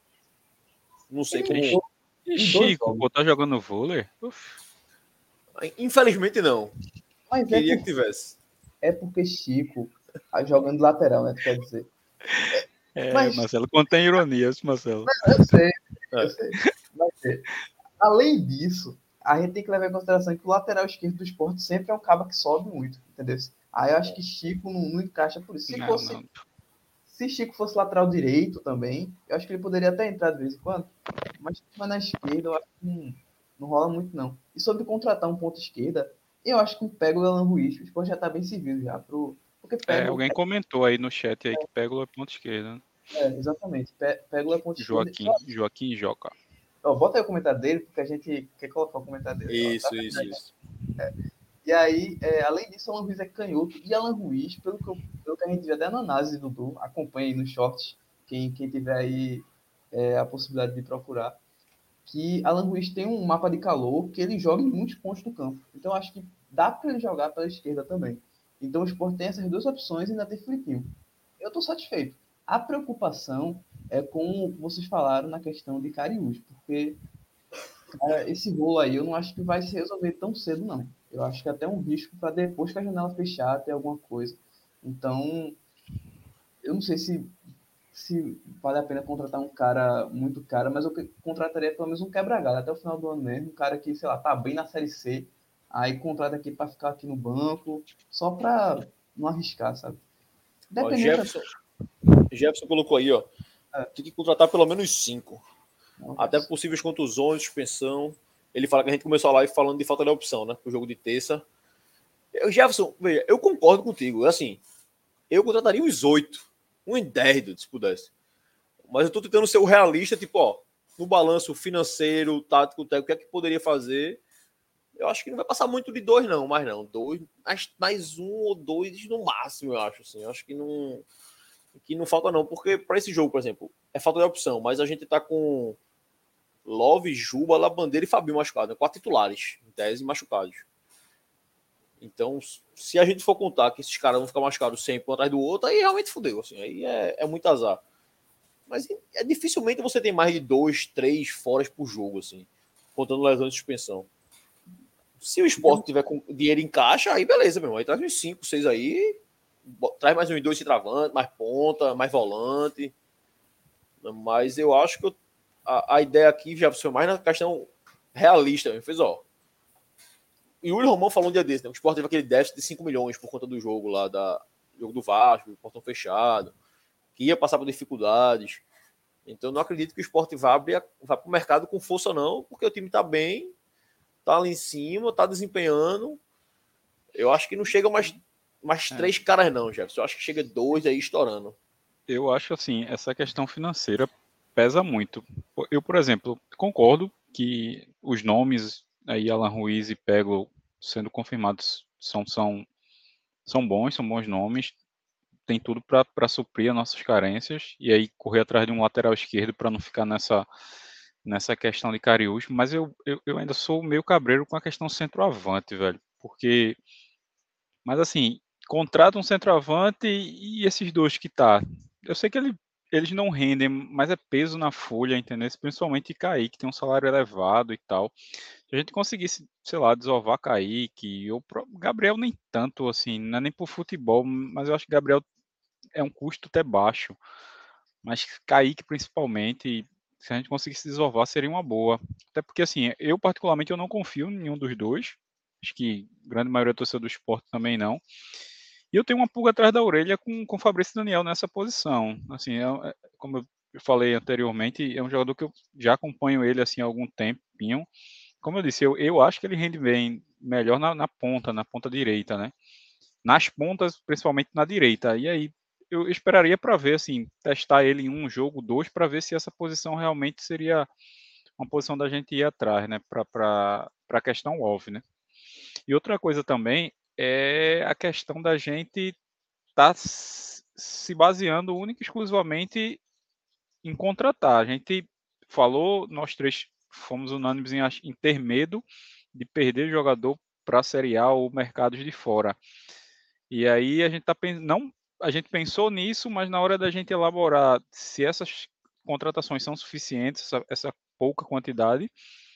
não sei Ele como. E em 2 Chico, jogos. pô, tá jogando vôlei? Uf. Infelizmente, não. Mas Queria que tivesse. é porque Chico jogando lateral, né? Tu quer dizer. É, Mas Marcelo, contém ironias, Marcelo. eu sei, É. eu sei. Mas, além disso, a gente tem que levar em consideração que o lateral esquerdo do Sport sempre é um cara que sobe muito, entendeu? Aí eu acho que Chico não encaixa por isso. Não. Se Chico fosse lateral direito também, eu acho que ele poderia até entrar de vez em quando. Mas na esquerda eu acho que não rola muito, não. E sobre contratar um ponto esquerda, eu acho que pega o Alan Ruiz, o Sport já tá bem servido já. Porque pega Alguém comentou aí no chat aí que pega o ponto esquerdo. Né? exatamente. Pega o ponto esquerda. Joaquim Joca. Ó, bota aí o comentário dele, porque a gente quer colocar o comentário dele. Ó, tá? Isso. E aí, além disso, Alan Ruiz é canhoto. E Alan Ruiz, pelo que a gente viu até na análise do Dudu, acompanha aí nos shorts, quem tiver aí a possibilidade de procurar, que Alan Ruiz tem um mapa de calor que ele joga em muitos pontos do campo. Então, acho que dá para ele jogar pela esquerda também. Então, o Sport tem essas duas opções e ainda tem Filipinho. Eu estou satisfeito. A preocupação é com o que vocês falaram na questão de Cariús, porque esse rolo aí eu não acho que vai se resolver tão cedo, não. Eu acho que é até um risco para depois que a janela fechar ter alguma coisa. Então, eu não sei se vale a pena contratar um cara muito caro, mas eu contrataria pelo menos um quebra-galho até o final do ano mesmo. Um cara que, sei lá, tá bem na Série C, aí contrata aqui para ficar aqui no banco, só para não arriscar, sabe? Ó, Dependendo Jefferson colocou aí, ó. Tem que contratar pelo menos 5. Até possíveis contusões, suspensão. Ele fala que a gente começou a live falando de falta de opção, né? Pro jogo de terça. Jefferson, veja, eu concordo contigo. Assim, eu contrataria uns 8. Uns 10, se pudesse. Mas eu tô tentando ser o realista, tipo, ó, no balanço financeiro, tático, técnico, o que é que poderia fazer? Eu acho que não vai passar muito de 2, não, mais não. 2, mais 1 ou 2 no máximo, eu acho. Assim. Eu acho que não falta, não. Porque para esse jogo, por exemplo, é falta de opção, mas a gente tá com Love, Juba, Labandeira e Fabinho machucados, né? 4 titulares, em tese, machucados. Então, se a gente for contar que esses caras vão ficar machucados sempre um atrás do outro, aí realmente fodeu. Assim, aí é muito azar. Mas dificilmente você tem mais de 2, 3 foras por jogo, assim, contando lesão de suspensão. Se o Sport tiver com dinheiro em caixa, aí beleza, meu irmão. Aí traz uns 5, 6 aí, traz mais uns 2 centroavante, mais ponta, mais volante. Mas eu acho que a ideia aqui já foi mais na questão realista. Ele fez, ó. E o Yuri Romão falou um dia desse, né? O Sport teve aquele déficit de 5 milhões por conta do jogo lá, jogo do Vasco, portão fechado, que ia passar por dificuldades. Então, eu não acredito que o Sport vá para o mercado com força, não, porque o time está bem, está ali em cima, está desempenhando. Eu acho que não chega mais 3 caras, não, Jefferson. Eu acho que chega 2 aí estourando. Eu acho assim, essa questão financeira pesa muito. Eu, por exemplo, concordo que os nomes aí, Alan Ruiz e Pego, sendo confirmados, são bons nomes. Tem tudo para suprir as nossas carências e aí correr atrás de um lateral esquerdo para não ficar nessa questão de Cariús, mas eu ainda sou meio cabreiro com a questão centroavante, velho, porque, mas assim, contrata um centroavante e esses dois que tá, eu sei que eles não rendem, mas é peso na folha, entendeu? Principalmente Kaique, que tem um salário elevado e tal. Se a gente conseguisse, sei lá, desovar Kaique, ou Gabriel nem tanto, assim, não é nem por futebol, mas eu acho que Gabriel é um custo até baixo, mas Kaique principalmente, se a gente conseguisse desovar, seria uma boa. Até porque, assim, eu particularmente eu não confio em nenhum dos dois, acho que a grande maioria do torcedor do esporte também não. E eu tenho uma pulga atrás da orelha com o Fabrício Daniel nessa posição. Assim, como eu falei anteriormente, é um jogador que eu já acompanho ele assim há algum tempinho. Como eu disse, eu acho que ele rende bem melhor na ponta direita, né? Nas pontas, principalmente na direita. E aí eu esperaria para ver, assim, testar ele em um jogo, 2, para ver se essa posição realmente seria uma posição da gente ir atrás, né? Para a questão off, né? E outra coisa também é a questão da gente estar se baseando única e exclusivamente em contratar. A gente falou, nós três fomos unânimes em ter medo de perder jogador para a Série A ou mercados de fora. E aí a gente a gente pensou nisso, mas na hora da gente elaborar se essas contratações são suficientes, essa pouca quantidade.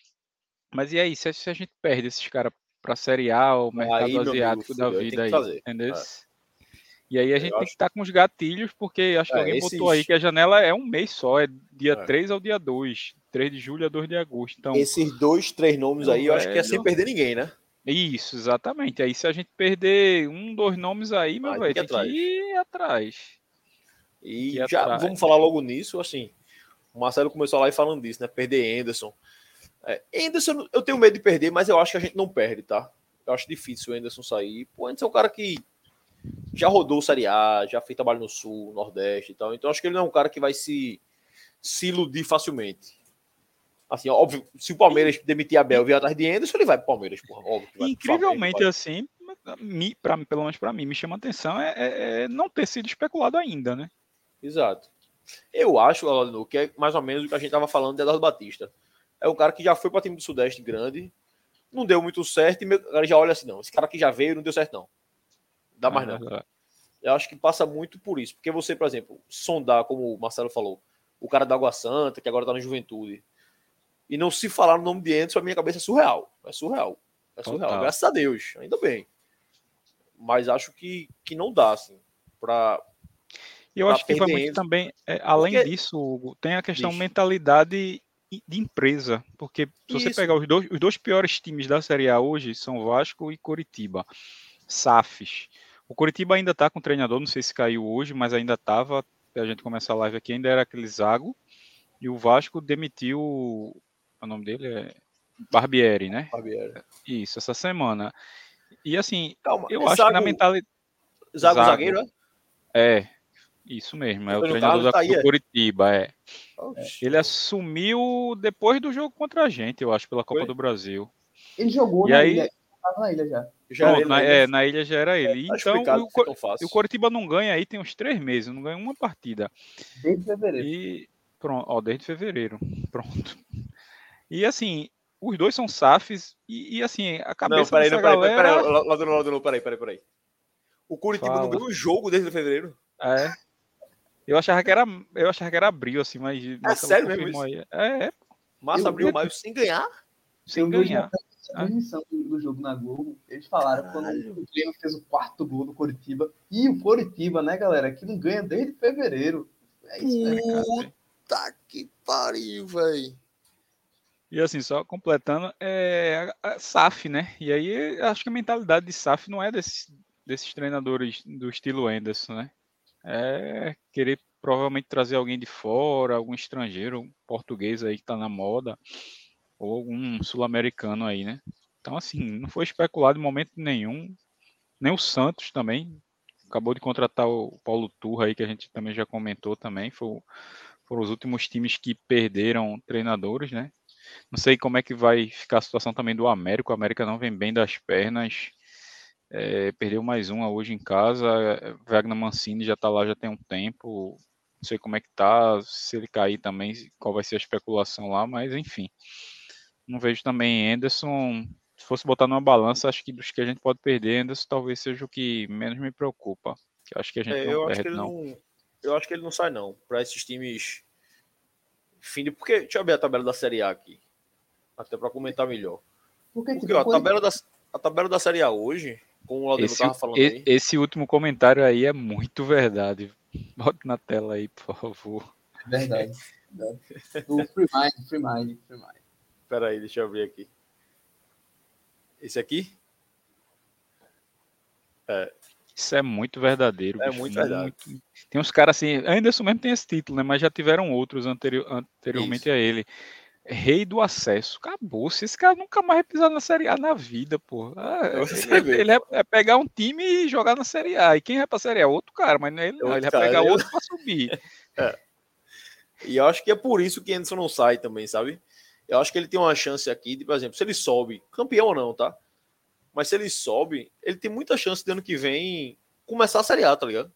Mas e aí, se a gente perde esses caras para a Série A ou mercado Aí, meu amigo, asiático da fudeu, aí tem vida que aí, fazer. entendeu? E aí a gente Eu tem que acho. estar com os gatilhos, porque acho que alguém botou aí Esses, que a janela é um mês só, é dia é, 3 ao dia 2, 3 de julho a 2 de agosto. Então, esses 2, 3 nomes meu aí, eu acho que é sem velho, perder ninguém, né? isso, exatamente. Aí se a gente perder 2 nomes aí, meu Aí tem velho, que ir tem que atrás. ir atrás. Tem que ir E já atrás. vamos falar logo nisso, assim. O Marcelo começou lá e falando disso, né? Perder Anderson. Anderson, eu tenho medo de perder, mas eu acho que a gente não perde, tá? Eu acho difícil o Anderson sair. Pô, o Anderson é um cara que já rodou o Série A, já fez trabalho no Sul, Nordeste e tal. Então acho que ele não é um cara que vai se iludir facilmente. Assim, óbvio, se o Palmeiras demitir Abel e vir atrás de Anderson, ele vai pro Palmeiras, porra. Óbvio que vai pro Flamengo. Incrivelmente Vai. assim, pelo menos para mim, me chama a atenção é não ter sido especulado ainda, né? Exato. Eu acho, Aladino, que é mais ou menos o que a gente tava falando de Eduardo Batista. É um cara que já foi para time do Sudeste grande, não deu muito certo, e o cara já olha assim, não, esse cara que já veio não deu certo, não. Não dá mais não. Eu acho que passa muito por isso. Porque você, por exemplo, sondar, como o Marcelo falou, o cara da Água Santa, que agora tá na Juventude, e não se falar no nome de Anderson, a minha cabeça é surreal. É surreal. É surreal. Total. Graças a Deus, ainda bem. Mas acho que não dá, assim, pra. E eu acho que vai muito também, além Porque... disso, Hugo, tem a questão mentalidade de empresa. Porque se você pegar os dois piores times da Série A hoje são Vasco e Coritiba. SAFs. O Coritiba ainda tá com o treinador, não sei se caiu hoje, mas ainda tava, até a gente começar a live aqui, ainda era aquele Zago. E o Vasco demitiu, o nome dele é Barbieri, né? Barbieri. Isso, essa semana. E assim, Calma, eu acho que na mentalidade... Zago zagueiro, é? Isso mesmo, é o treinador do Coritiba, Ele assumiu depois do jogo contra a gente, eu acho, pela Copa do Brasil. Ele jogou na ilha, estava na ilha já. Pronto, na ilha já era ele. Então, o Coritiba não ganha aí, tem uns 3 meses, não ganha uma partida. Desde fevereiro. E pronto, desde fevereiro. Pronto. E assim, os dois são SAFs e assim, a cabeça dessa galera... Peraí. O Coritiba não ganhou um jogo desde fevereiro? É. Eu achava que era abril, assim, mas... É sério mesmo isso? Aí. Março, abril, maio, sem ganhar? Sem ganhar. A transmissão do jogo na Globo, eles falaram quando o Grêmio fez o 4º gol do Coritiba. E o Coritiba, né, galera, que não ganha desde fevereiro. É isso, né? Puta que pariu, velho. E assim, só completando, a SAF, né? E aí, acho que a mentalidade de SAF não é desses treinadores do estilo Anderson, né? É querer provavelmente trazer alguém de fora, algum estrangeiro, um português aí que tá na moda, ou algum sul-americano aí, né? Então, assim, não foi especulado em momento nenhum. Nem o Santos também. Acabou de contratar o Paulo Turra aí, que a gente também já comentou também. Foram os últimos times que perderam treinadores, né? Não sei como é que vai ficar a situação também do América. O América não vem bem das pernas. Perdeu mais uma hoje em casa. Wagner Mancini já tá lá já tem um tempo. Não sei como é que tá. Se ele cair também, qual vai ser a especulação lá. Mas, enfim. Não vejo também Anderson... Se fosse botar numa balança, acho que dos que a gente pode perder, Anderson talvez seja o que menos me preocupa. Eu acho que a gente não perde, não. Eu acho que ele não sai, não. Para esses times... Porque, deixa eu ver a tabela da Série A aqui. Até para comentar melhor. Porque ó, a tabela da Série A hoje, como o Aldemir estava falando aí... Esse último comentário aí é muito verdade. Bota na tela aí, por favor. Verdade. O Free Mind. Espera aí, deixa eu ver aqui. Esse aqui? Isso é muito verdadeiro. É muito verdade. Tem uns caras assim, Anderson mesmo tem esse título, né? Mas já tiveram outros anteriormente a ele. rei do acesso. Acabou. Se esse cara nunca mais vai pisar na Série A na vida, pô. Ele é pegar um time e jogar na Série A. E quem vai pra Série A? Outro cara, mas não é ele, não. Ele vai pegar outro pra subir. E eu acho que é por isso que Anderson não sai também, sabe? Eu acho que ele tem uma chance aqui de, por exemplo, se ele sobe, campeão ou não, tá? Mas se ele sobe, ele tem muita chance de ano que vem começar a Série A, tá ligado?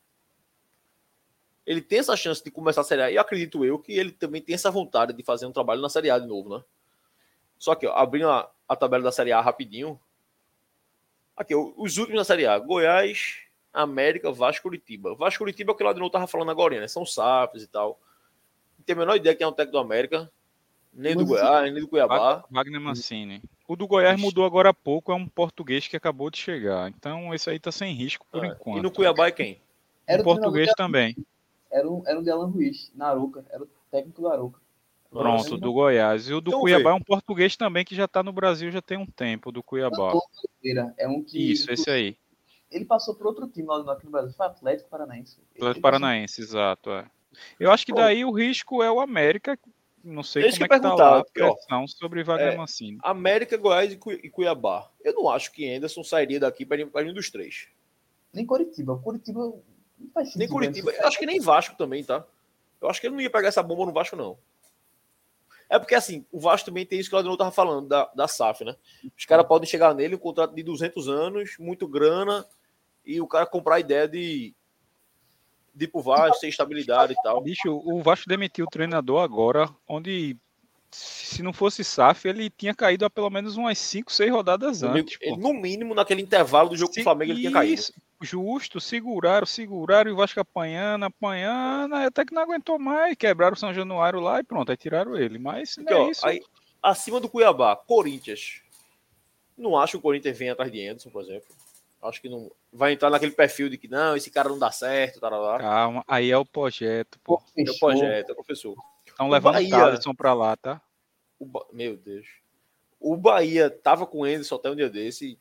Ele tem essa chance de começar a Série A e acredito eu que ele também tem essa vontade de fazer um trabalho na Série A de novo, né? Só que, ó, abrindo a tabela da Série A rapidinho. Aqui, os últimos na Série A. Goiás, América, Vasco, Curitiba. Vasco, Curitiba é o que lá de novo tava falando agora, né? São SAFs e tal. Não tem a menor ideia quem é o técnico do América. Nem do Goiás, nem do Cuiabá. Wagner Mancini. O do Goiás mudou agora há pouco, é um português que acabou de chegar. Então esse aí tá sem risco por enquanto. E no Cuiabá é quem? O português também. Era o de Alan Ruiz, na Arouca. Era o técnico do Arouca. Pronto, do Goiás. E o do então, Cuiabá é um português também que já tá no Brasil já tem um tempo, do Cuiabá. É um que... Isso, esse aí. Ele passou por outro time lá aqui no Brasil, foi Atlético Paranaense. Atlético Paranaense, exato. É. Eu acho que daí o risco é o América, não sei como é que tá lá a pressão sobre Wagner Mancini. América, Goiás e Cuiabá. Eu não acho que Anderson sairia daqui para nenhum dos três. Nem Coritiba. Coritiba não faz sentido. Nem Coritiba. Eu acho que nem Vasco também, tá? Eu acho que ele não ia pegar essa bomba no Vasco, não. É porque, assim, o Vasco também tem isso que o Adriano tava falando, da SAF, né? Os caras podem chegar nele, um contrato de 200 anos, muito grana, e o cara comprar a ideia de ir pro Vasco, ter estabilidade e tal. Bicho, o Vasco demitiu o treinador agora, onde, se não fosse SAF, ele tinha caído há pelo menos umas 5, 6 rodadas antes. Ele, no mínimo, naquele intervalo do jogo com o Flamengo, ele tinha caído. Justo, seguraram, e o Vasco apanhando, até que não aguentou mais, quebraram o São Januário lá e pronto, aí tiraram ele. Mas porque, não é isso. Aí, acima do Cuiabá, Corinthians. Não acho que o Corinthians venha atrás de Anderson, por exemplo. Acho que não vai entrar naquele perfil de que não, esse cara não dá certo, lá. Calma, aí é o projeto, pô. É o projeto, é o professor. Estão levando o Thaleson pra lá, tá? Meu Deus. O Bahia tava com o Anderson até um dia desse.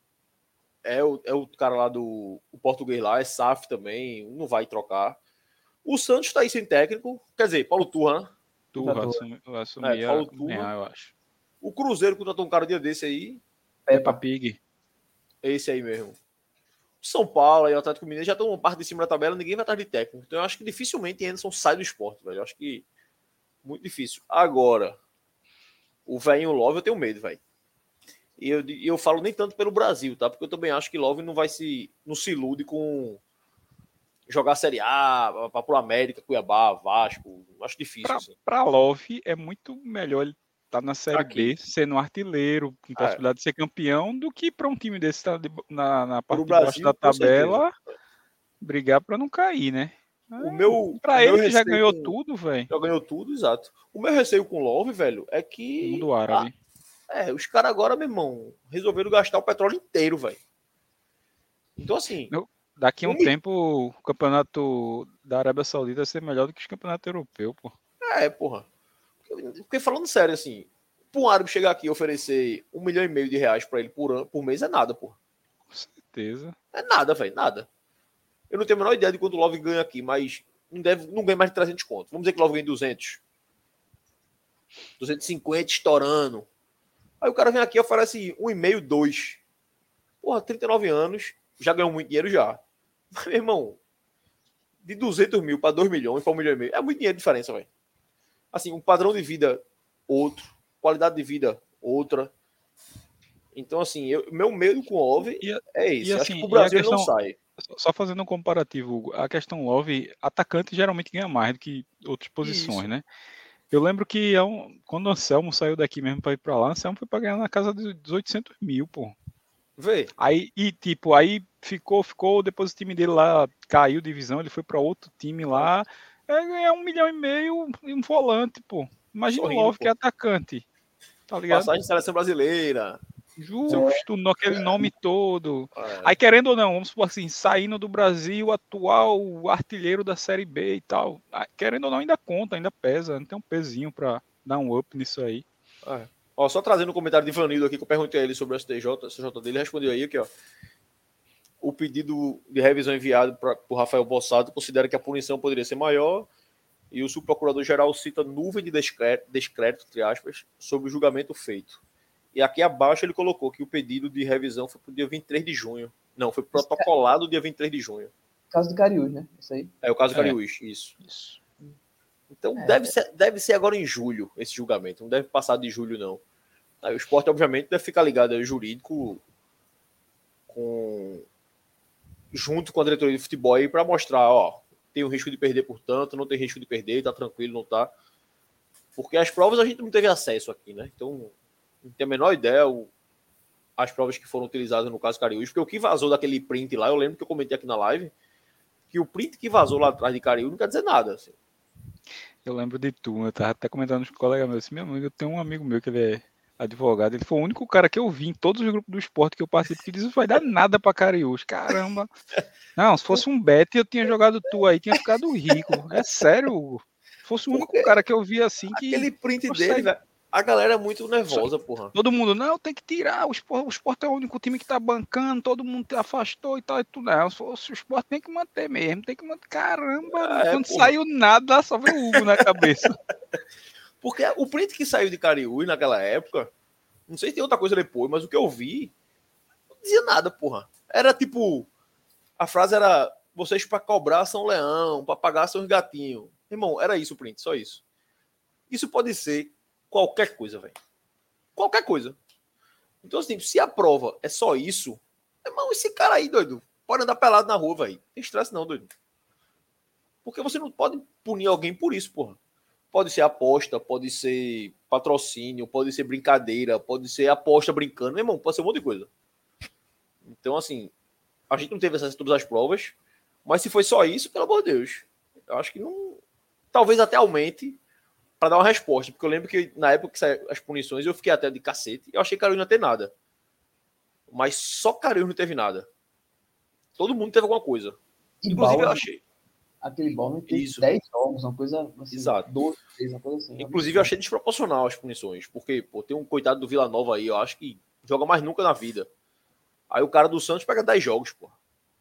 É o cara lá do português lá, é SAF também, não vai trocar. O Santos tá aí sem técnico, quer dizer, Paulo Turra, né? Turra assumir Paulo Turra. eu acho. O Cruzeiro contratou um cara um dia desse aí. Peppa Pig. Esse aí mesmo. São Paulo e o Atlético Mineiro já estão uma parte de cima da tabela, ninguém vai atrás de técnico. Então eu acho que dificilmente Anderson sai do esporte, velho. Eu acho que muito difícil. Agora, o velhinho Love eu tenho medo, velho. E eu falo nem tanto pelo Brasil, tá? Porque eu também acho que Love não se ilude com jogar Série A, para pro América, Cuiabá, Vasco. Acho difícil. Assim. Para Love é muito melhor ele estar na Série B, sendo artilheiro, com possibilidade de ser campeão, do que para um time desse estar na parte de baixo da tabela, brigar para não cair, né? Para ele que já ganhou tudo, velho. Já ganhou tudo, exato. O meu receio com Love, velho, é que... Mundo árabe. Os caras agora, meu irmão, resolveram gastar o petróleo inteiro, velho. Então, assim... Daqui a um tempo, o campeonato da Arábia Saudita vai ser melhor do que o campeonato europeu, pô. Porra. Porque falando sério, assim, pra um árabe chegar aqui e oferecer R$1,5 milhão pra ele por mês é nada, pô. Com certeza. É nada, velho, nada. Eu não tenho a menor ideia de quanto o Love ganha aqui, mas não ganha mais de 300 conto. Vamos dizer que o Love ganha 200. 250 estourando. Aí o cara vem aqui e oferece 1,5, 2. Porra, 39 anos, já ganhou muito dinheiro já. Mas, meu irmão, de 200 mil para 2 milhões, para 1,5 milhão, é muito dinheiro de diferença, velho. Assim, um padrão de vida, outro. Qualidade de vida, outra. Então, assim, meu medo com o Love é esse. Assim, acho que o Brasil não sai. Só fazendo um comparativo, a questão Love, atacante geralmente ganha mais do que outras posições, né? Eu lembro que quando o Anselmo saiu daqui mesmo para ir para lá, o Anselmo foi para ganhar na casa dos 800 mil, pô. Vê. Aí ficou, depois o time dele lá caiu divisão, ele foi para outro time lá, ganhar 1,5 milhão e um volante, pô. Imagina o Love, que é atacante, tá ligado? Passagem de seleção brasileira. Justo, aquele nome todo. Aí, querendo ou não, vamos supor assim, saindo do Brasil, atual artilheiro da Série B e tal. Querendo ou não, ainda conta, ainda pesa. Não tem um pezinho pra dar um up nisso aí. Ó, só trazendo um comentário de Vanildo aqui, que eu perguntei a ele sobre o STJ dele, ele respondeu aí aqui, ó. O pedido de revisão enviado para o Rafael Bossado considera que a punição poderia ser maior E o subprocurador-geral cita nuvem de descrédito, entre aspas, sobre o julgamento feito. E aqui abaixo ele colocou que o pedido de revisão foi para o dia 23 de junho. Não, foi protocolado dia 23 de junho. Caso do Cariús, né? Isso aí. É o caso do Cariús, isso. Então deve ser agora em julho esse julgamento. Não deve passar de julho, não. Aí, o Sport, obviamente, deve ficar ligado ao jurídico junto com a diretoria de futebol aí para mostrar, ó, tem o risco de perder, portanto, não tem risco de perder, tá tranquilo, não tá. Porque as provas a gente não teve acesso aqui, né? Então, não tem a menor ideia as provas que foram utilizadas no caso Cariús, porque o que vazou daquele print lá, eu lembro que eu comentei aqui na live, que o print que vazou lá atrás de Cariús não quer dizer nada. Assim. Eu lembro de tu, eu tava até comentando com os colegas meus, assim, meu amigo, eu tenho um amigo meu que ele é advogado, ele foi o único cara que eu vi em todos os grupos do esporte que eu participo que diz que vai dar nada pra Cariús, caramba. Não, se fosse um bet, eu tinha jogado tu aí, tinha ficado rico. É sério, Hugo. Se fosse o único cara que eu vi assim que... Aquele print dele, velho, a galera é muito nervosa, porra. Todo mundo, não, tem que tirar, o Sport é o único time que tá bancando, todo mundo te afastou e tal, e tudo. Não, se fosse o Sport tem que manter mesmo, tem que manter. Caramba, quando saiu nada, só veio o Hugo na cabeça. Porque o print que saiu de Cariús naquela época, não sei se tem outra coisa depois, mas o que eu vi, não dizia nada, porra. Era tipo, a frase era, vocês pra cobrar São Leão, pra pagar seus gatinhos. Irmão, era isso o print, só isso. Isso pode ser qualquer coisa, velho. Qualquer coisa. Então, assim, se a prova é só isso, irmão, esse cara aí, doido, pode andar pelado na rua, velho. Não tem estresse não, doido. Porque você não pode punir alguém por isso, porra. Pode ser aposta, pode ser patrocínio, pode ser brincadeira, pode ser aposta brincando. Meu irmão, pode ser um monte de coisa. Então, assim, a gente não teve acesso a todas as provas, mas se foi só isso, pelo amor de Deus, eu acho que não... Talvez até aumente para dar uma resposta, porque eu lembro que na época que saíram as punições, eu fiquei até de cacete, eu achei que Cariús não ia ter nada. Mas só Cariús não teve nada. Todo mundo teve alguma coisa. E inclusive, Bauer, eu achei... Aquele Bauer teve 10 jogos, uma coisa assim. Exato. 12, 13, uma coisa assim. Inclusive, eu achei desproporcional as punições, porque, pô, tem um coitado do Vila Nova aí, eu acho que joga mais nunca na vida. Aí o cara do Santos pega 10 jogos, pô.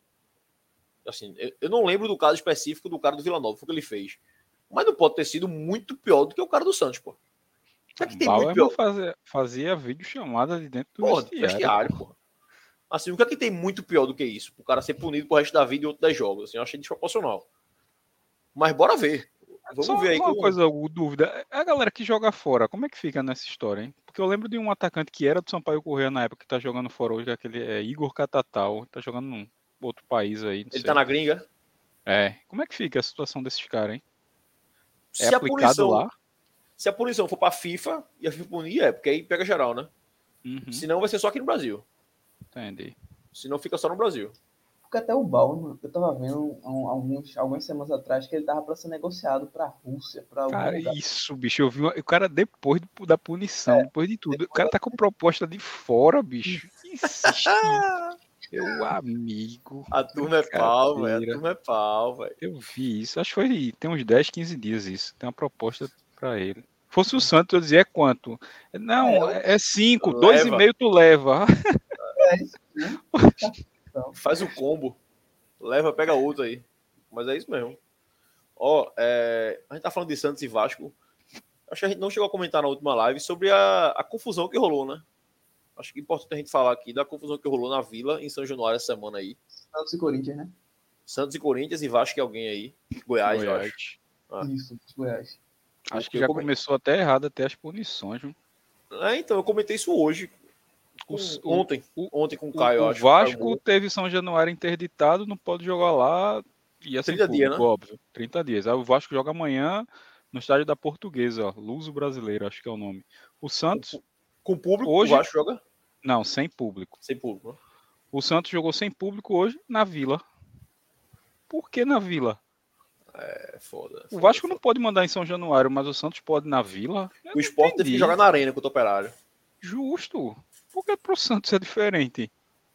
Assim, eu não lembro do caso específico do cara do Vila Nova, foi o que ele fez. Mas não pode ter sido muito pior do que o cara do Santos, pô. É que tem muito pior. Fazia vídeo chamada de dentro do vestiário, pô. Assim, o que é que tem muito pior do que isso? O cara ser punido pro resto da vida e outro 10 jogos. Assim, eu achei desproporcional. Mas bora ver. Vamos ver aí. Uma coisa, dúvida. A galera que joga fora, como é que fica nessa história, hein? Porque eu lembro de um atacante que era do Sampaio Corrêa na época que tá jogando fora hoje, aquele Igor Catatal, tá jogando num outro país aí. Ele tá na gringa? É. Como é que fica a situação desses caras, hein? Se aplicado lá? Se a punição for pra FIFA e a FIFA punir, porque aí pega geral, né? Uhum. Senão vai ser só aqui no Brasil. Entendi. Senão fica só no Brasil. Porque até o Bauer, eu tava vendo algumas semanas atrás que ele tava para ser negociado pra Rússia, pra algum cara, lugar. isso, bicho, eu vi o cara depois da punição, depois de tudo. O cara tá com proposta de fora, bicho. Insiste. Meu amigo. A turma é pau, velho. A turma é pau, velho. Eu vi isso. Acho que foi tem uns 10, 15 dias isso. Tem uma proposta pra ele. Fosse o Santos, eu dizia, é quanto? Não, é 5, 2,5 tu leva. É isso, né? Faz o combo. Leva, pega outro aí. Mas é isso mesmo. Ó, a gente tá falando de Santos e Vasco. Acho que a gente não chegou a comentar na última live sobre a confusão que rolou, né? Acho que é importante a gente falar aqui da confusão que rolou na Vila, em São Januário, essa semana aí. Santos e Corinthians, né? Santos e Corinthians e Vasco e alguém aí. Goiás, eu acho. Isso, Goiás. Acho que já começou até errado até as punições, viu? Então, eu comentei isso hoje. Ontem com o Caio, eu acho. O Vasco teve São Januário interditado, não pode jogar lá. E assim, 30 dias, né? Óbvio, 30 dias. Aí o Vasco joga amanhã no estádio da Portuguesa, ó, Luso Brasileiro, acho que é o nome. O Santos... Com público, hoje, o Vasco joga? Não, sem público. Sem público, né? O Santos jogou sem público hoje na Vila. Por que na Vila? É foda. O Vasco não pode mandar em São Januário, mas o Santos pode na Vila. O Sport teve que jogar na Arena contra o Operário. Justo. Por que pro Santos é diferente?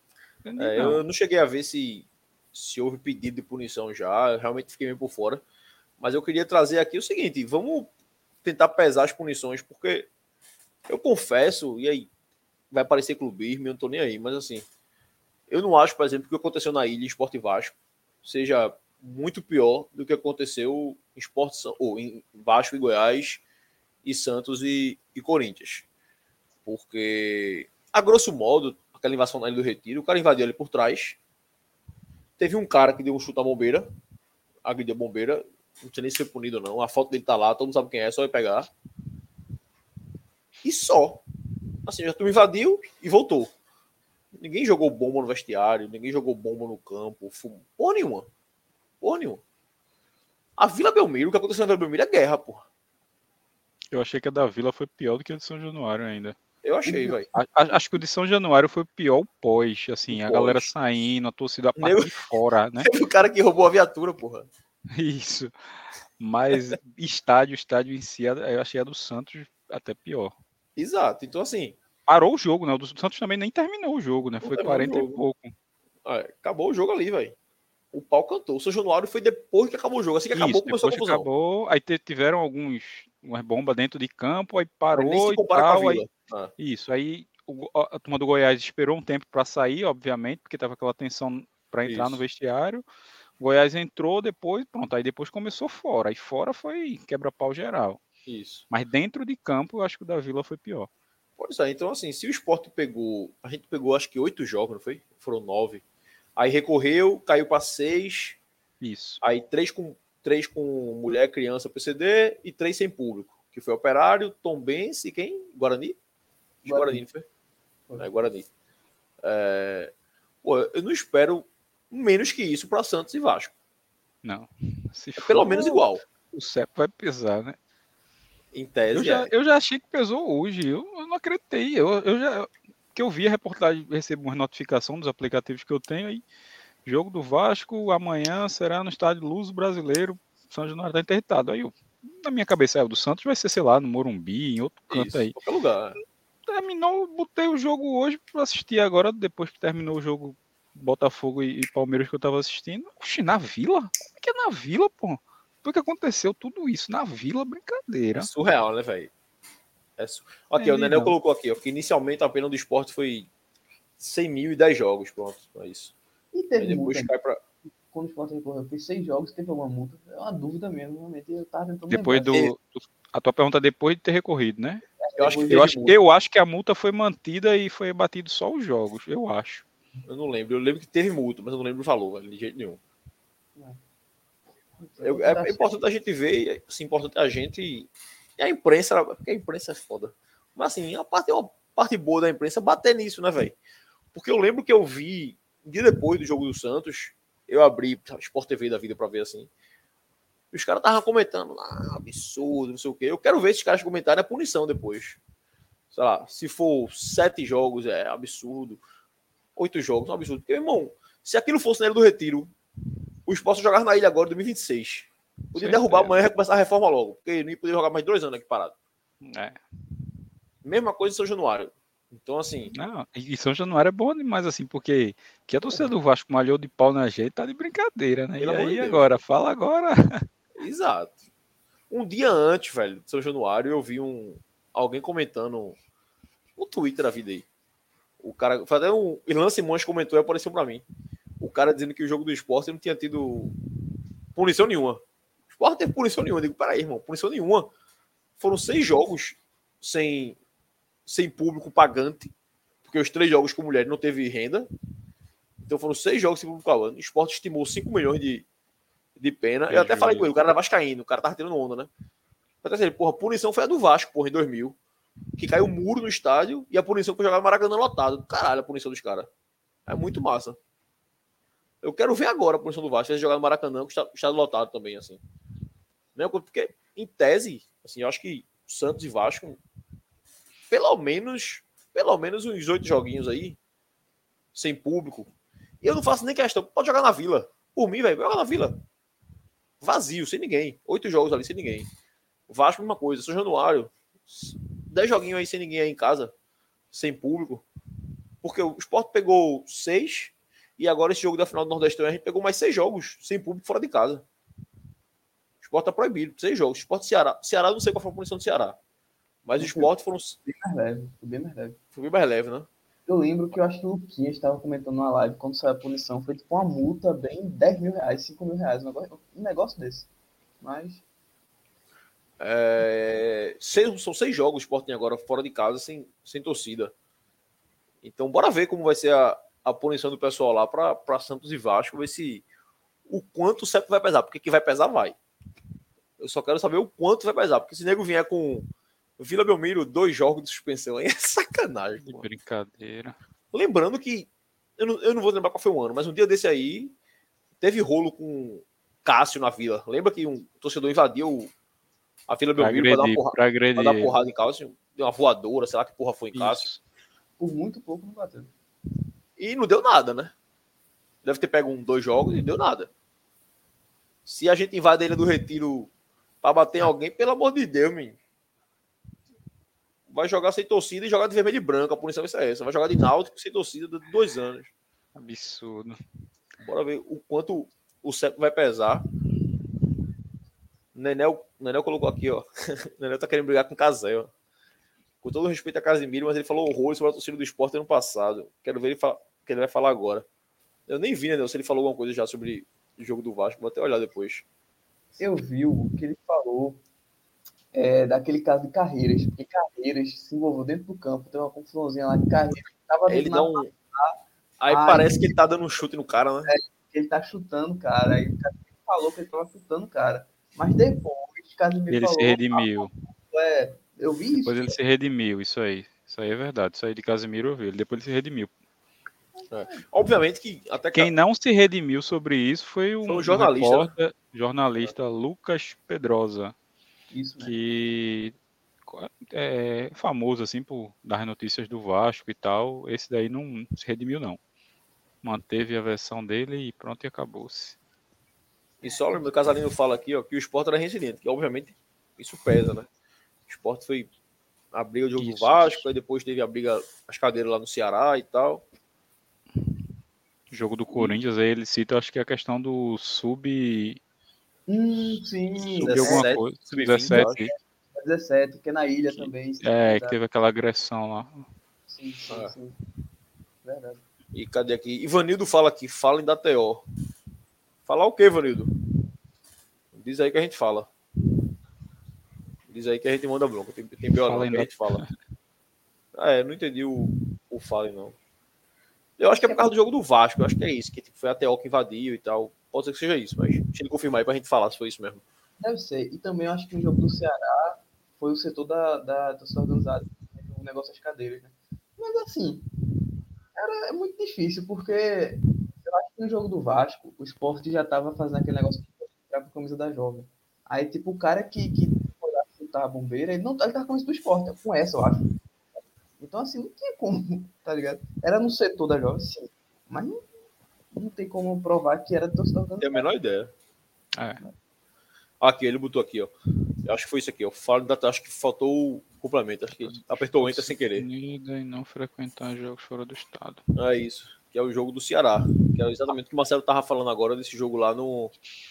Eu não cheguei a ver se houve pedido de punição já. Eu realmente fiquei meio por fora. Mas eu queria trazer aqui o seguinte. Vamos tentar pesar as punições, porque eu confesso, e aí vai parecer clubismo, eu não tô nem aí, mas assim, eu não acho, por exemplo, que o que aconteceu na Ilha, Sport e Vasco, seja muito pior do que aconteceu em Vasco e Goiás e Santos e Corinthians. Porque, a grosso modo, aquela invasão na Ilha do Retiro, o cara invadiu ali por trás. Teve um cara que deu um chute à bombeira, agrediu a bombeira, não sei nem se foi punido ou não. A foto dele tá lá, todo mundo sabe quem é, só vai pegar. E só. Assim, já tu invadiu e voltou. Ninguém jogou bomba no vestiário, ninguém jogou bomba no campo, porra nenhuma. Porra nenhuma. A Vila Belmiro, o que aconteceu na Vila Belmiro é guerra, porra. Eu achei que a da Vila foi pior do que a de São Januário ainda. Eu achei, velho. Acho que o de São Januário foi pior o pós, assim, a galera saindo, a torcida a parte de fora, né? Teve o cara que roubou a viatura, porra. Isso. Mas estádio em si, eu achei a do Santos até pior. Exato. Então, assim... Parou o jogo, né? O do Santos também nem terminou o jogo, né? Foi 40 e pouco. Acabou o jogo ali, velho. O pau cantou. O São Januário foi depois que acabou o jogo. Assim que acabou, começou a confusão. Acabou, aí tiveram umas bombas dentro de campo, aí parou nem se e compara tal. Com a Vila. Isso, aí a turma do Goiás esperou um tempo para sair, obviamente, porque tava aquela tensão para entrar no vestiário. O Goiás entrou depois, pronto, aí depois começou fora. Aí fora foi quebra-pau geral. Isso. Mas dentro de campo, eu acho que o da Vila foi pior. Pois é, então assim, se o Sport pegou... A gente pegou acho que 8 jogos, não foi? Foram 9. Aí recorreu, caiu para 6. Isso. Aí 3 com mulher, criança, PCD e 3 sem público. Que foi Operário, Tombense e quem? Guarani? Guarani, não foi? É, Guarani. Eu não espero menos que isso para Santos e Vasco. Não. Pelo menos igual. O CEP vai pesar, né? Em tese, eu já achei que pesou hoje. Eu não acreditei. Que eu vi a reportagem, recebo uma notificação dos aplicativos que eu tenho aí. Jogo do Vasco amanhã será no estádio Luso Brasileiro. São Januário está interditado. Aí na minha cabeça, o do Santos vai ser, sei lá, no Morumbi, em outro canto. Isso, aí. Qualquer lugar. Terminou, botei o jogo hoje para assistir agora, depois que terminou o jogo Botafogo e Palmeiras que eu tava assistindo. Oxi, na Vila? Como é que é na Vila, pô? Por que aconteceu tudo isso? Na Vila, brincadeira. É surreal, né, velho? Aqui, o Nenel colocou aqui, ó, que inicialmente a pena do esporte foi 100.010 jogos, pronto, é isso. E teve depois multa, cai pra... Quando o esporte recorreu, fez 6 jogos, teve alguma multa? É uma dúvida mesmo, realmente. Eu tava tentando depois lembrar. A tua pergunta é depois de ter recorrido, né? Eu acho que a multa foi mantida e foi batido só os jogos, eu acho. Eu não lembro. Eu lembro que teve multa, mas eu não lembro o valor, velho, de jeito nenhum. É importante a gente ver, é assim, importante a gente e a imprensa, porque a imprensa é foda. Mas assim, uma parte boa da imprensa bater nisso, né, velho? Porque eu lembro que eu vi, um dia depois do jogo do Santos, eu abri Sport TV da vida pra ver assim. Os caras estavam comentando, absurdo, não sei o quê. Eu quero ver esses caras comentarem a punição depois. Sei lá, se for 7 jogos, é absurdo. 8 jogos, é um absurdo. Porque, irmão, se aquilo fosse na Ilha do Retiro, o Sport jogar na ilha agora em 2026. Podia derrubar amanhã e começar a reforma logo. Porque não ia poder jogar mais 2 anos aqui parado. Mesma coisa em São Januário. Então, assim... Não, e São Januário é bom demais, assim, porque que a torcida do Vasco malhou de pau na gente, tá de brincadeira, né? Pelo e aí, de agora? Fala agora. Exato. Um dia antes, velho, de São Januário, eu vi alguém comentando no Twitter da vida aí. O cara... Foi até o Ilan Simões comentou e apareceu pra mim. O cara dizendo que o jogo do Sport não tinha tido punição nenhuma. O Sport não teve punição nenhuma. Eu digo, peraí, irmão, punição nenhuma. Foram 6 jogos sem público pagante, porque os 3 jogos com mulher não teve renda. Então foram 6 jogos sem público pagante. O Sport estimou 5 milhões de pena. Eu até falei com ele, o cara era vascaíno, o cara tava tirando onda, né? Mas assim, porra, a punição foi a do Vasco, porra, em 2000. Que caiu um muro no estádio e a punição foi jogar no Maracanã lotado. Caralho, a punição dos caras. É muito massa. Eu quero ver agora a punição do Vasco, se jogar no Maracanã, com o estádio lotado também, assim. Não, porque, em tese, assim, eu acho que Santos e Vasco, pelo menos uns 8 joguinhos aí, sem público. E eu não faço nem questão, pode jogar na Vila. Por mim, velho, joga na Vila. Vazio, sem ninguém. 8 jogos ali, sem ninguém. Vasco, mesma coisa. São Januário, 10 joguinhos aí sem ninguém aí em casa, sem público. Porque o Sport pegou 6... E agora esse jogo da final do Nordestão, a gente pegou mais 6 jogos sem público fora de casa. O Sport tá proibido, 6 jogos. Sport Ceará. Ceará, não sei qual foi a punição do Ceará. Mas o Sport foram... Bem mais leve. Foi bem mais leve. Foi bem mais leve, né? Eu lembro que eu acho que o Luquinhas estava comentando na live quando saiu a punição. Foi tipo uma multa bem 10 mil reais, 5 mil reais, um negócio desse. Mas São 6 jogos o Sport tem agora fora de casa sem torcida. Então bora ver como vai ser a punição do pessoal lá para Santos e Vasco, ver se o quanto o CEP vai pesar, porque que vai pesar vai. Eu só quero saber o quanto vai pesar, porque se o nego vier com Vila Belmiro 2 jogos de suspensão, aí é sacanagem. De brincadeira. Lembrando que eu não vou lembrar qual foi o ano, mas um dia desse aí teve rolo com Cássio na Vila. Lembra que um torcedor invadiu a Vila Belmiro pra dar porrada em Cássio? Deu uma voadora, sei lá que porra foi em Cássio. Isso. por muito pouco não bateu. E não deu nada, né? Deve ter pego 2 jogos e não deu nada. Se a gente invade a Ilha do Retiro pra bater em alguém, pelo amor de Deus, menino. Vai jogar sem torcida e jogar de vermelho e branco. A punição vai ser essa. Vai jogar de náutico sem torcida de 2 anos. Absurdo. Bora ver o quanto o CEP vai pesar. Nenel colocou aqui, ó. Nenel tá querendo brigar com o Casé, com todo respeito a Casimiro, mas ele falou horror sobre a torcida do Sport ano passado. Quero ver o que ele vai falar agora. Eu nem vi, né, se ele falou alguma coisa já sobre o jogo do Vasco. Vou até olhar depois. Eu vi o que ele falou daquele caso de Carreiras, porque Carreiras se envolveu dentro do campo, tem uma confusãozinha lá de Carreiras. Ele dá um... Aí parece que ele tá dando um chute no cara, né? Ele tá chutando o cara, aí o cara falou que ele tava chutando o cara. Mas depois, Casimiro Ele falou... se redimiu. Eu vi isso. Depois ele se redimiu, isso aí. Isso aí é verdade. Isso aí de Casimiro eu vi. Depois ele se redimiu. Obviamente que até Quem não se redimiu sobre isso foi um jornalista, jornalista Lucas Pedrosa, Isso, né? que é famoso assim por dar notícias do Vasco e tal. Esse daí não se redimiu não. Manteve a versão dele e pronto, e acabou-se. E só o Casalino fala aqui, ó, que o Sport era reincidente, que obviamente isso pesa, né? O Sport foi a briga do jogo do Vasco, aí depois teve a briga, as cadeiras lá no Ceará e tal. Jogo do Corinthians, aí ele cita, acho que é a questão do Sim. Sub alguma coisa, sub-17. 17, que é na ilha também. Que teve aquela agressão lá. Sim. Verdade. E cadê aqui? Ivanildo fala aqui, falem da TO. Falar o quê, Ivanildo? Diz aí que a gente fala. Diz aí que a gente manda bronca. Tem B.O. que a gente fala. Não entendi o falem, não. Eu acho que é por causa do jogo do Vasco. Eu acho que é isso. Que foi a TO que invadiu e tal. Pode ser que seja isso, mas deixa ele confirmar aí pra gente falar se foi isso mesmo. Deve ser. E também eu acho que no jogo do Ceará foi o setor da torcida organizada. O negócio das cadeiras, né? Mas assim, é muito difícil, porque eu acho que no jogo do Vasco, o Sport já tava fazendo aquele negócio de entrar com a camisa da Jovem. Aí, tipo, o cara que foi lá chutar a bombeira, ele tava com a camisa do Sport, com essa, eu acho. Então, assim, não tinha como, tá ligado? Era no setor da Jovem, sim. Mas não tem como provar que era torcida organizada. Tem a menor ideia. Aqui, ele botou aqui, ó. Eu acho que foi isso aqui, ó. Acho que faltou o complemento. Acho que apertou o enter sem querer. E não frequentar jogos fora do estado. É isso. Que é o jogo do Ceará. Que é exatamente o que o Marcelo tava falando agora desse jogo lá no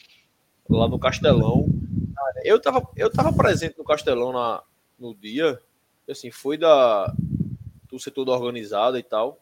Castelão. Eu tava presente no Castelão no dia. Assim, foi do setor da organizada e tal.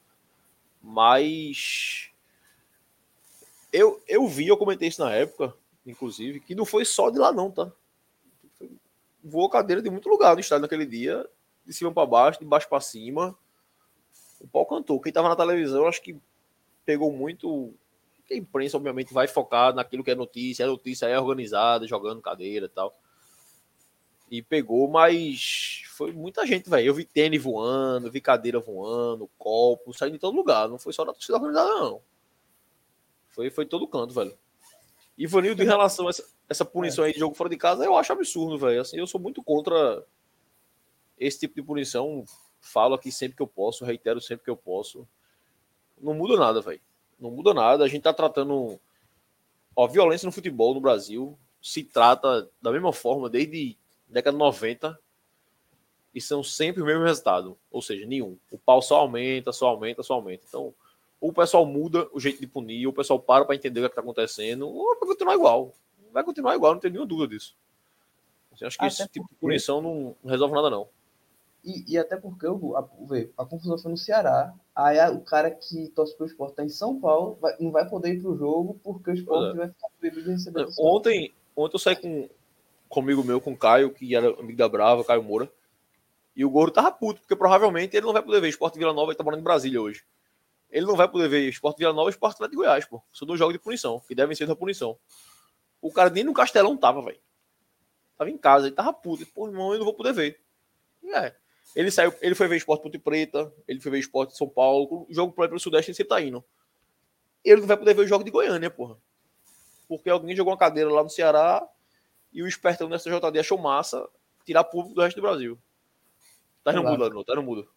Mas eu comentei isso na época, inclusive, que não foi só de lá não, tá? Voou cadeira de muito lugar no estádio naquele dia, de cima para baixo, de baixo para cima. O pau cantou. Quem tava na televisão, acho que pegou muito. Porque a imprensa, obviamente, vai focar naquilo que é notícia. A notícia é organizada, jogando cadeira e tal. E pegou, mas foi muita gente, velho. Eu vi tênis voando, vi cadeira voando, copo, saindo de todo lugar. Não foi só na torcida organizada, não. Foi todo canto, velho. Ivanildo, em relação a essa punição aí de jogo fora de casa, eu acho absurdo, velho. Assim, eu sou muito contra esse tipo de punição. Falo aqui sempre que eu posso, reitero sempre que eu posso. Não muda nada, velho. Não muda nada. A gente tá tratando... violência no futebol no Brasil se trata da mesma forma desde a década de 90 e são sempre o mesmo resultado. Ou seja, nenhum. O pau só aumenta, só aumenta, só aumenta. Então, ou o pessoal muda o jeito de punir, ou o pessoal para entender o que tá acontecendo, ou vai continuar igual. Vai continuar igual, não tem nenhuma dúvida disso. Eu acho que esse tipo de punição não resolve nada, não. E até porque a confusão foi no Ceará. Aí o cara que torce pro Sport tá em São Paulo, não vai poder ir pro jogo porque o Sport vai ficar proibido de receber pessoal. Ontem eu saí com um amigo meu, com o Caio, que era amigo da Brava, Caio Moura. E o Gordo tava puto, porque provavelmente ele não vai poder ver Sport Vila Nova, ele tá morando em Brasília hoje. Ele não vai poder ver Sport Vila Nova e Sport Atlético de Goiás, pô. São 2 jogos de punição, que devem ser da punição. O cara nem no Castelão tava, velho. Tava em casa, ele tava puto. Pô, irmão, eu não vou poder ver. Ele saiu, ele foi ver Sport Ponte Preta, ele foi ver Sport São Paulo, o jogo pro Sudeste ele sempre tá indo. Ele não vai poder ver o jogo de Goiânia, porra. Porque alguém jogou uma cadeira lá no Ceará e o espertão da SJD achou massa tirar público do resto do Brasil. Tá no mudo, não, tá no mudo.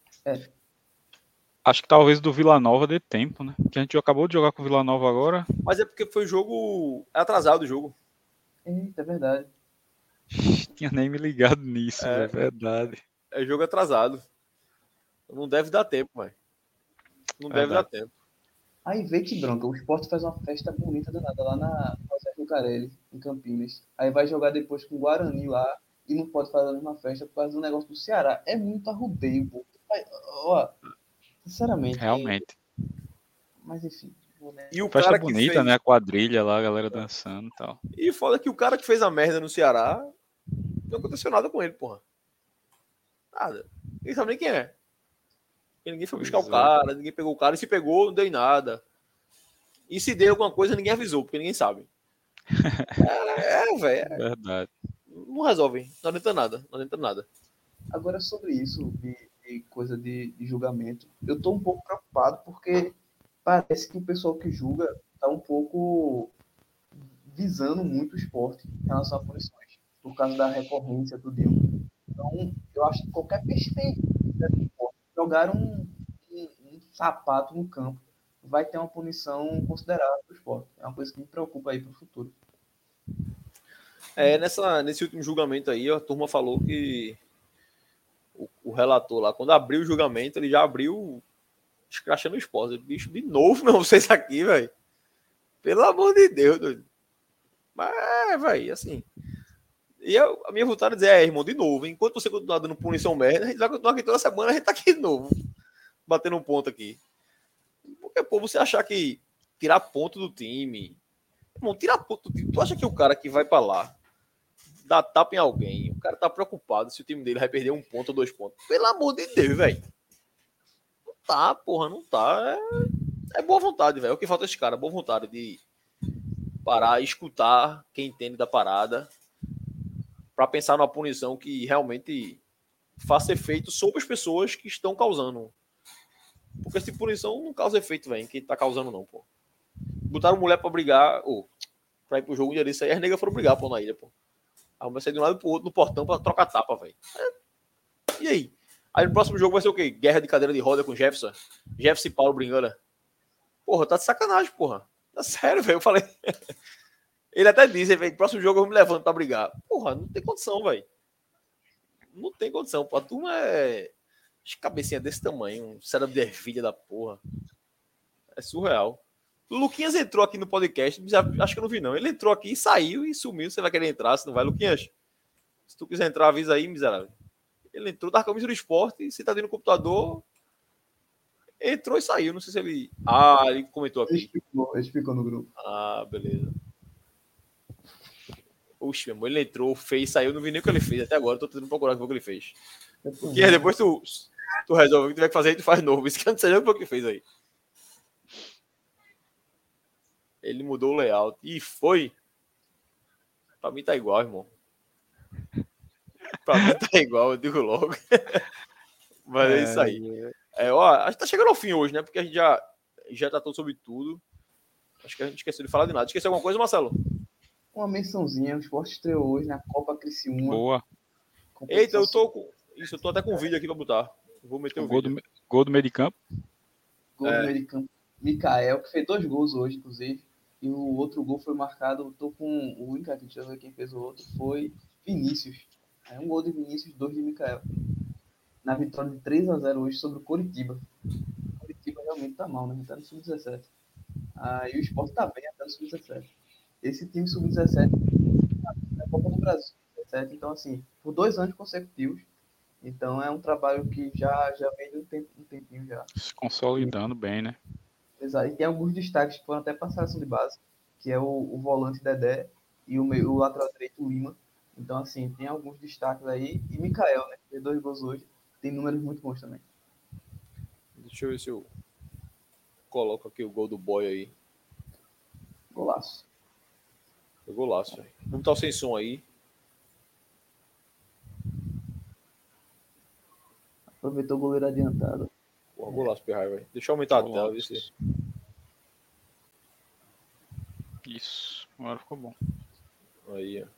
Acho que talvez do Vila Nova dê tempo, né? Porque a gente acabou de jogar com o Vila Nova agora. Mas é porque foi jogo atrasado o jogo. Eita, é verdade. Tinha nem me ligado nisso, é verdade. É jogo atrasado. Não deve dar tempo, velho. Não deve dar tempo. Aí vê que bronca, o Sport faz uma festa bonita danada lá na José Lucarelli, em Campinas. Aí vai jogar depois com o Guarani lá e não pode fazer a mesma festa por causa do negócio do Ceará. É muito arrudeio, pô. Ó, sinceramente. Realmente. Mas enfim. E o festa cara bonita, que fez... né? A quadrilha lá, a galera dançando e tal. E foda que o cara que fez a merda no Ceará, não aconteceu nada com ele, porra. Nada. Ninguém sabe nem quem é. Ninguém foi buscar o cara, ninguém pegou o cara. E se pegou, não deu em nada. E se deu alguma coisa, ninguém avisou, porque ninguém sabe. Velho. Verdade. Não resolve. Não adianta nada. Não adianta nada. Agora, sobre isso, de coisa de julgamento, eu tô um pouco preocupado, porque parece que o pessoal que julga tá um pouco visando muito o esporte em relação a punições, por causa da recorrência, tudo. Então, eu acho que qualquer besteira jogar um sapato no campo vai ter uma punição considerável para o esporte. É uma coisa que me preocupa aí para o futuro. Nesse último julgamento aí, a turma falou que o relator lá, quando abriu o julgamento, ele já abriu escrachando o esporte. Bicho, de novo, não, vocês aqui, velho. Pelo amor de Deus, doido. Mas, velho, assim... E a minha vontade é dizer, irmão, de novo, enquanto você continuar dando punição merda, a gente vai continuar aqui toda semana, a gente tá aqui de novo, batendo um ponto aqui. Porque, pô, você achar que tirar ponto do time... Irmão, tirar ponto do time... Tu acha que o cara que vai pra lá, dá tapa em alguém, o cara tá preocupado se o time dele vai perder 1 ponto ou 2 pontos? Pelo amor de Deus, velho. Não tá, porra, não tá. É boa vontade, velho. O que falta é esse cara, boa vontade de parar, escutar quem entende da parada, para pensar numa punição que realmente faça efeito sobre as pessoas que estão causando. Porque essa punição não causa efeito, velho, em quem tá causando, não, pô. Botaram mulher pra brigar, pra ir pro jogo, um dia desse aí, as negras foram brigar, pô, na ilha, pô. A mulher saiu de um lado pro outro no portão pra trocar tapa, velho. E aí? Aí no próximo jogo vai ser o quê? Guerra de cadeira de roda com Jefferson? Jefferson e Paulo brigando. Porra, tá de sacanagem, porra. Tá sério, velho. Eu falei... Ele até disse, velho, próximo jogo eu me levanto pra brigar. Porra, não tem condição, velho. Não tem condição. Pô. A turma é... cabecinha desse tamanho. Um cérebro de ervilha da porra. É surreal. O Luquinhas entrou aqui no podcast. Acho que eu não vi, não. Ele entrou aqui e saiu e sumiu. Você vai querer entrar, se não vai, Luquinhas? Se tu quiser entrar, avisa aí, miserável. Ele entrou da camisa do esporte. Se tá dentro do computador... Entrou e saiu. Não sei se ele... ele comentou aqui. Ele explicou no grupo. Beleza. Oxe, meu irmão, ele entrou, fez, saiu, não vi nem o que ele fez até agora, tô tentando procurar o que ele fez. Porque depois tu resolve o que tiver que fazer e tu faz novo. Isso que eu não sei nem o que fez aí. Ele mudou o layout. E foi. Pra mim tá igual, irmão. Pra mim tá igual, eu digo logo. Mas é isso aí. A gente tá chegando ao fim hoje, né? Porque a gente já tratou sobre tudo. Acho que a gente esqueceu de falar de nada. Esqueceu alguma coisa, Marcelo? Uma mençãozinha, o Sport estreou hoje na Copa Criciúma. Boa. Eita, eu tô até com um vídeo aqui pra botar. Vou meter o vídeo. Gol do meio de campo. Gol do meio de campo. Mikael, que fez 2 gols hoje, inclusive. E o outro gol foi marcado, eu tô com o único aqui, deixa eu ver quem fez o outro, foi Vinícius. É um gol de Vinícius, 2 de Mikael. Na vitória de 3-0 hoje sobre o Coritiba. O Coritiba realmente tá mal, né? Tá no Sub-17. E o Sport tá bem até no Sub-17. Esse time Sub-17 na Copa do Brasil, Sub-17. Então, assim, por 2 anos consecutivos, Então é um trabalho que já vem de um tempinho já. Se consolidando bem, né? Exato. E tem alguns destaques que foram até para a seleção de base, que é o volante Dedé e o lateral direito Lima. Então, assim, tem alguns destaques aí. E Mikael, né? Fez 2 gols hoje. Tem números muito bons também. Deixa eu ver se eu coloco aqui o gol do boy aí. Golaço. Foi golaço, velho. Vamos estar sem som aí. Aproveitou o goleiro adiantado. Porra, golaço, Pirraia, velho. Deixa eu aumentar a tela, ver se... Isso, agora ficou bom. Aí, ó.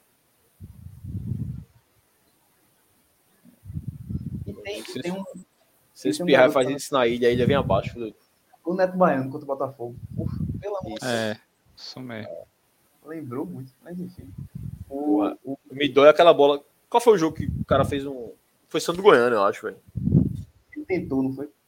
E tem Se esse um Pirraia garoto faz também. isso na ilha vem abaixo. Filho. O Neto Baiano contra o Botafogo. Ufa, pelo amor de Deus. É, isso mesmo. Lembrou muito, mas enfim. Porra, me dói aquela bola. Qual foi o jogo que o cara fez um... Foi Santo Goiânia, eu acho, velho. Ele tentou, não foi?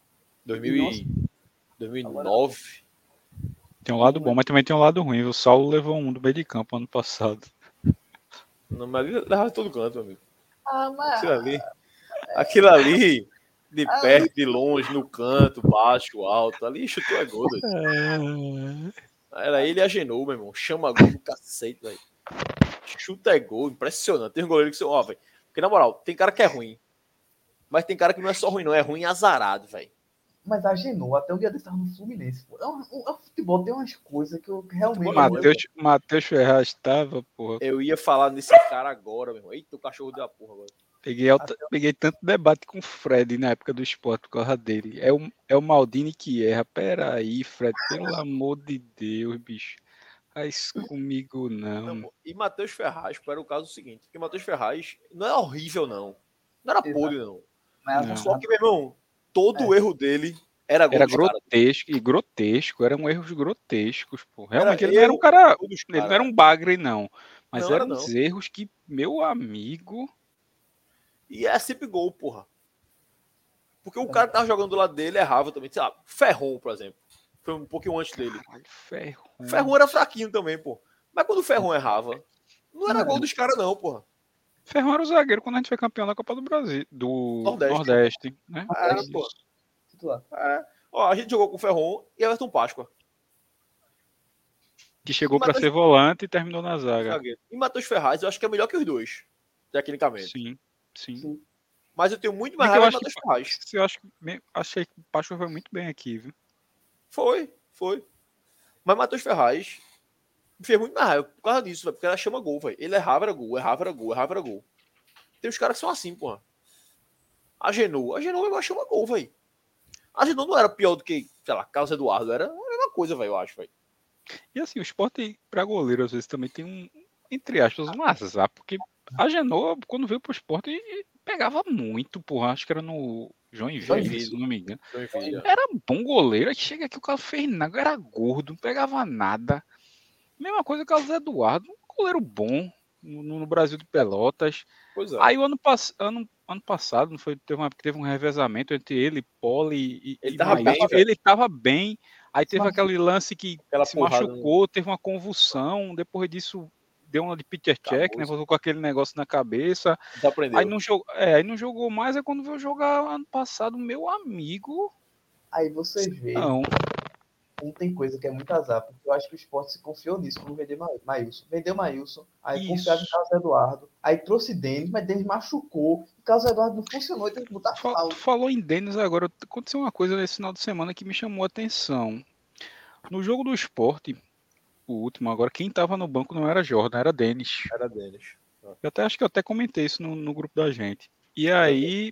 2009. Tem um lado bom, mas também tem um lado ruim. O Saulo levou um do meio de campo ano passado. Não, mas ele levava todo canto, meu amigo. Ah, mas... Aquilo ali, de perto, de longe, no canto, baixo, alto, ali chutou é gol, doido. Era ele e a Genoa, meu irmão. Chama gol do cacete, velho. Chuta é gol, impressionante. Tem um goleiro que... Ó, velho. Porque, na moral, tem cara que é ruim. Mas tem cara que não é só ruim, não. É ruim azarado, velho. Mas a Genoa, até o dia desse, estava no Fluminense. Pô. O futebol tem umas coisas que eu realmente... Matheus Ferraz estava, porra. Eu ia falar nesse cara agora, meu irmão. Eita, o cachorro deu a porra agora. Peguei tanto debate com o Fred na época do esporte por causa dele. É o Maldini que erra. Peraí, Fred, pelo amor de Deus, bicho. Faz comigo não. E Matheus Ferraz, era o caso seguinte. Porque Matheus Ferraz não é horrível, não. Não era podre, não. Mas Só que, meu irmão, todo o erro dele era gol. Era grotesco e grotesco. Eram erros grotescos, pô. Realmente ele não era um cara... Ele não era um bagre, não. Mas não, eram uns erros que, meu amigo... E é sempre gol, porra. Porque o cara que tava jogando do lado dele errava também. Sei lá, Ferron, por exemplo. Foi um pouquinho antes dele. Ferron era fraquinho também, pô. Mas quando o Ferron errava, não era gol dos caras, não, porra. Ferron era o zagueiro quando a gente foi campeão da Copa do Brasil. Do Nordeste, né? Era, pô. Ó, a gente jogou com o Ferron e Everton Páscoa. Que chegou para ser volante e terminou na zaga. E Matheus Ferraz, eu acho que é melhor que os dois, tecnicamente. Sim. Mas eu tenho muito mais raiva de Matheus Ferraz. Eu achei que o Páscoa foi muito bem aqui, viu? Foi. Mas Matheus Ferraz me fez muito mais raiva por causa disso, véio, porque ela chama gol, velho. Ele errava, era gol. Tem uns caras que são assim, porra. A Genoa chama gol, velho. A Genoa não era pior do que, sei lá, Carlos Eduardo, era a mesma coisa, velho, eu acho, velho. E assim, o Sport pra goleiro às vezes também tem um, entre aspas, um azar, porque a Genoa, quando veio pro Sport, pegava muito, porra. Acho que era no Joinville, se não me engano. Era bom goleiro, aí chega aqui o cara fez nada, era gordo, não pegava nada. Mesma coisa que o Carlos Eduardo, um goleiro bom no Brasil de Pelotas. Pois é. Aí o ano passado não foi, teve um revezamento entre ele, Poli e Maílson. Ele tava bem. Aí teve aquele lance que se machucou, teve uma convulsão. Depois disso, deu uma de Peter Cech, né? Voltou com aquele negócio na cabeça. Aí não jogou mais. Aí quando veio jogar ano passado, meu amigo. Aí você vê. Não tem coisa que é muito azar, porque eu acho que o Sport se confiou nisso quando vendeu Maílson. Vendeu Maílson, aí confiava em Carlos Eduardo, aí trouxe Denis, mas Denis machucou, e Carlos Eduardo não funcionou, e teve que botar falta. Falou em Denis agora, aconteceu uma coisa nesse final de semana que me chamou a atenção. No jogo do Sport, o último agora, quem tava no banco não era Jordan, era Denis. Era Denis. Acho que eu até comentei isso no grupo da gente. E aí...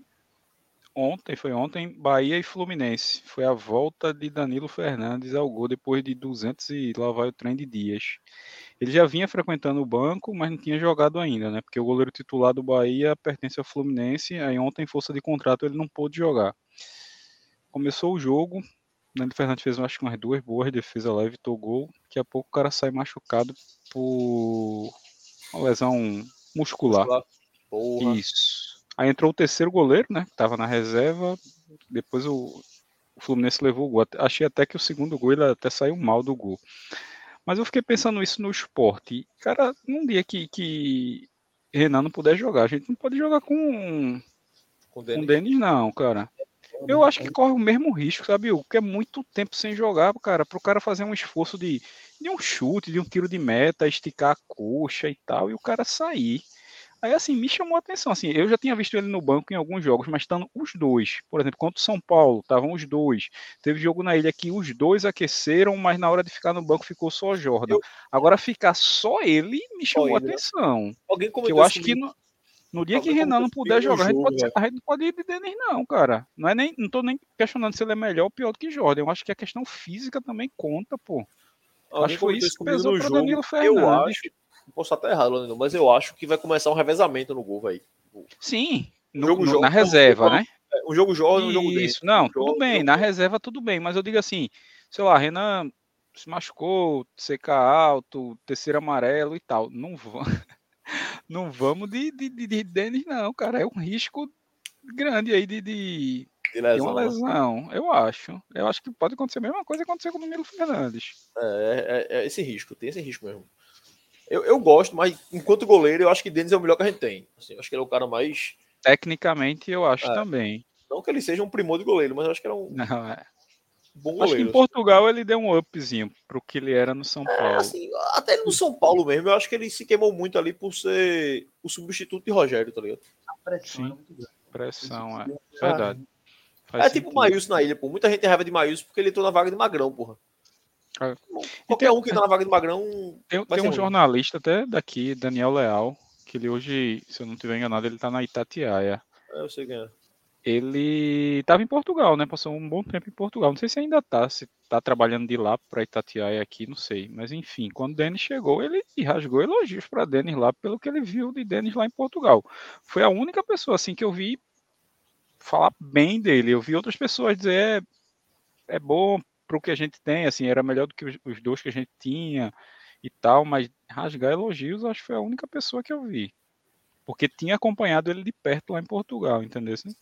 Ontem, Bahia e Fluminense. Foi a volta de Danilo Fernandes ao gol depois de 200 e lá vai o trem de dias. Ele já vinha frequentando o banco, mas não tinha jogado ainda, né? Porque o goleiro titular do Bahia pertence ao Fluminense, aí ontem, em força de contrato, ele não pôde jogar. Começou o jogo, Danilo Fernandes fez acho que umas 2 boas defesas lá, evitou o gol. Daqui a pouco o cara sai machucado por uma lesão muscular. Porra. Isso. Aí entrou o terceiro goleiro, né? Que tava na reserva. Depois o Fluminense levou o gol. Achei até que o segundo gol ele até saiu mal do gol. Mas eu fiquei pensando isso no esporte. Cara, num dia que Renan não puder jogar, a gente não pode jogar com Com o Com o Denis. Denis, não, cara. Eu acho que corre o mesmo risco, sabe, Hugo? Que é muito tempo sem jogar, cara, pro cara fazer um esforço de um chute, de um tiro de meta, esticar a coxa e tal, e o cara sair. Aí, assim, me chamou a atenção. Assim, eu já tinha visto ele no banco em alguns jogos, mas estando os dois. Por exemplo, contra o São Paulo, estavam os dois. Teve jogo na ilha que os dois aqueceram, mas na hora de ficar no banco ficou só o Jordan. Eu, Agora, ficar só ele me só chamou a ele, né? atenção. Alguém Que eu comentou isso acho que comigo. no dia que Alguém Renan comentou não isso comigo puder no jogar, jogo, velho. a gente não pode ir de Denis, não, cara. Não tô nem questionando se ele é melhor ou pior do que Jordan. Eu acho que a questão física também conta, pô. Acho Alguém que foi comentou isso isso que comigo pesou no para Danilo jogo. Eu Fernandes. acho, posso estar errado, Leandro, mas eu acho que vai começar um revezamento no gol, velho. Sim, Um jogo na Jordan, reserva, né? um jogo Jordan, um jogo dentro. Isso, não, Um tudo jogo, um bem, jogo na dentro. reserva tudo bem, mas eu digo assim, sei lá, Renan se machucou, CK alto, terceiro amarelo e tal. Não, não vamos de Denis, não, cara. É um risco grande aí de De ter uma lesão, né? lesão, eu acho. Eu acho que pode acontecer a mesma coisa que aconteceu com o Danilo Fernandes. É esse risco, tem esse risco mesmo. Eu gosto, mas enquanto goleiro, eu acho que Denis é o melhor que a gente tem. Assim, eu acho que ele é o cara mais. Tecnicamente, eu acho É, também. não que ele seja um primor de goleiro, mas eu acho que ele é um Não, é. bom Acho que em goleiro. Assim. Portugal ele deu um upzinho pro que ele era no São Paulo. Assim, até no São Paulo mesmo, eu acho que ele se queimou muito ali por ser o substituto de Rogério, tá ligado? A pressão era Sim, muito grande. pressão, é. Ah, Verdade. Faz é tipo o sentido. Maílson na ilha, pô. Muita gente tem raiva de Maílson porque ele entrou na vaga de Magrão, porra. É. E Qualquer um que entra na vaga de Magrão vai tem ser um ruim. jornalista até daqui, Daniel Leal, que ele hoje, se eu não estiver enganado, ele tá na Itatiaia. Eu sei quem é. Ele estava em Portugal, né? Passou um bom tempo em Portugal. Não sei se ainda tá, se tá trabalhando de lá para Itatiaia aqui, não sei. Mas enfim, quando o Denis chegou, ele rasgou elogios para Denis lá pelo que ele viu de Denis lá em Portugal. Foi a única pessoa assim que eu vi falar bem dele. Eu vi outras pessoas dizer é bom pro que a gente tem, assim, era melhor do que os dois que a gente tinha e tal, mas rasgar elogios, acho que foi a única pessoa que eu vi. Porque tinha acompanhado ele de perto lá em Portugal, entendeu? Assim?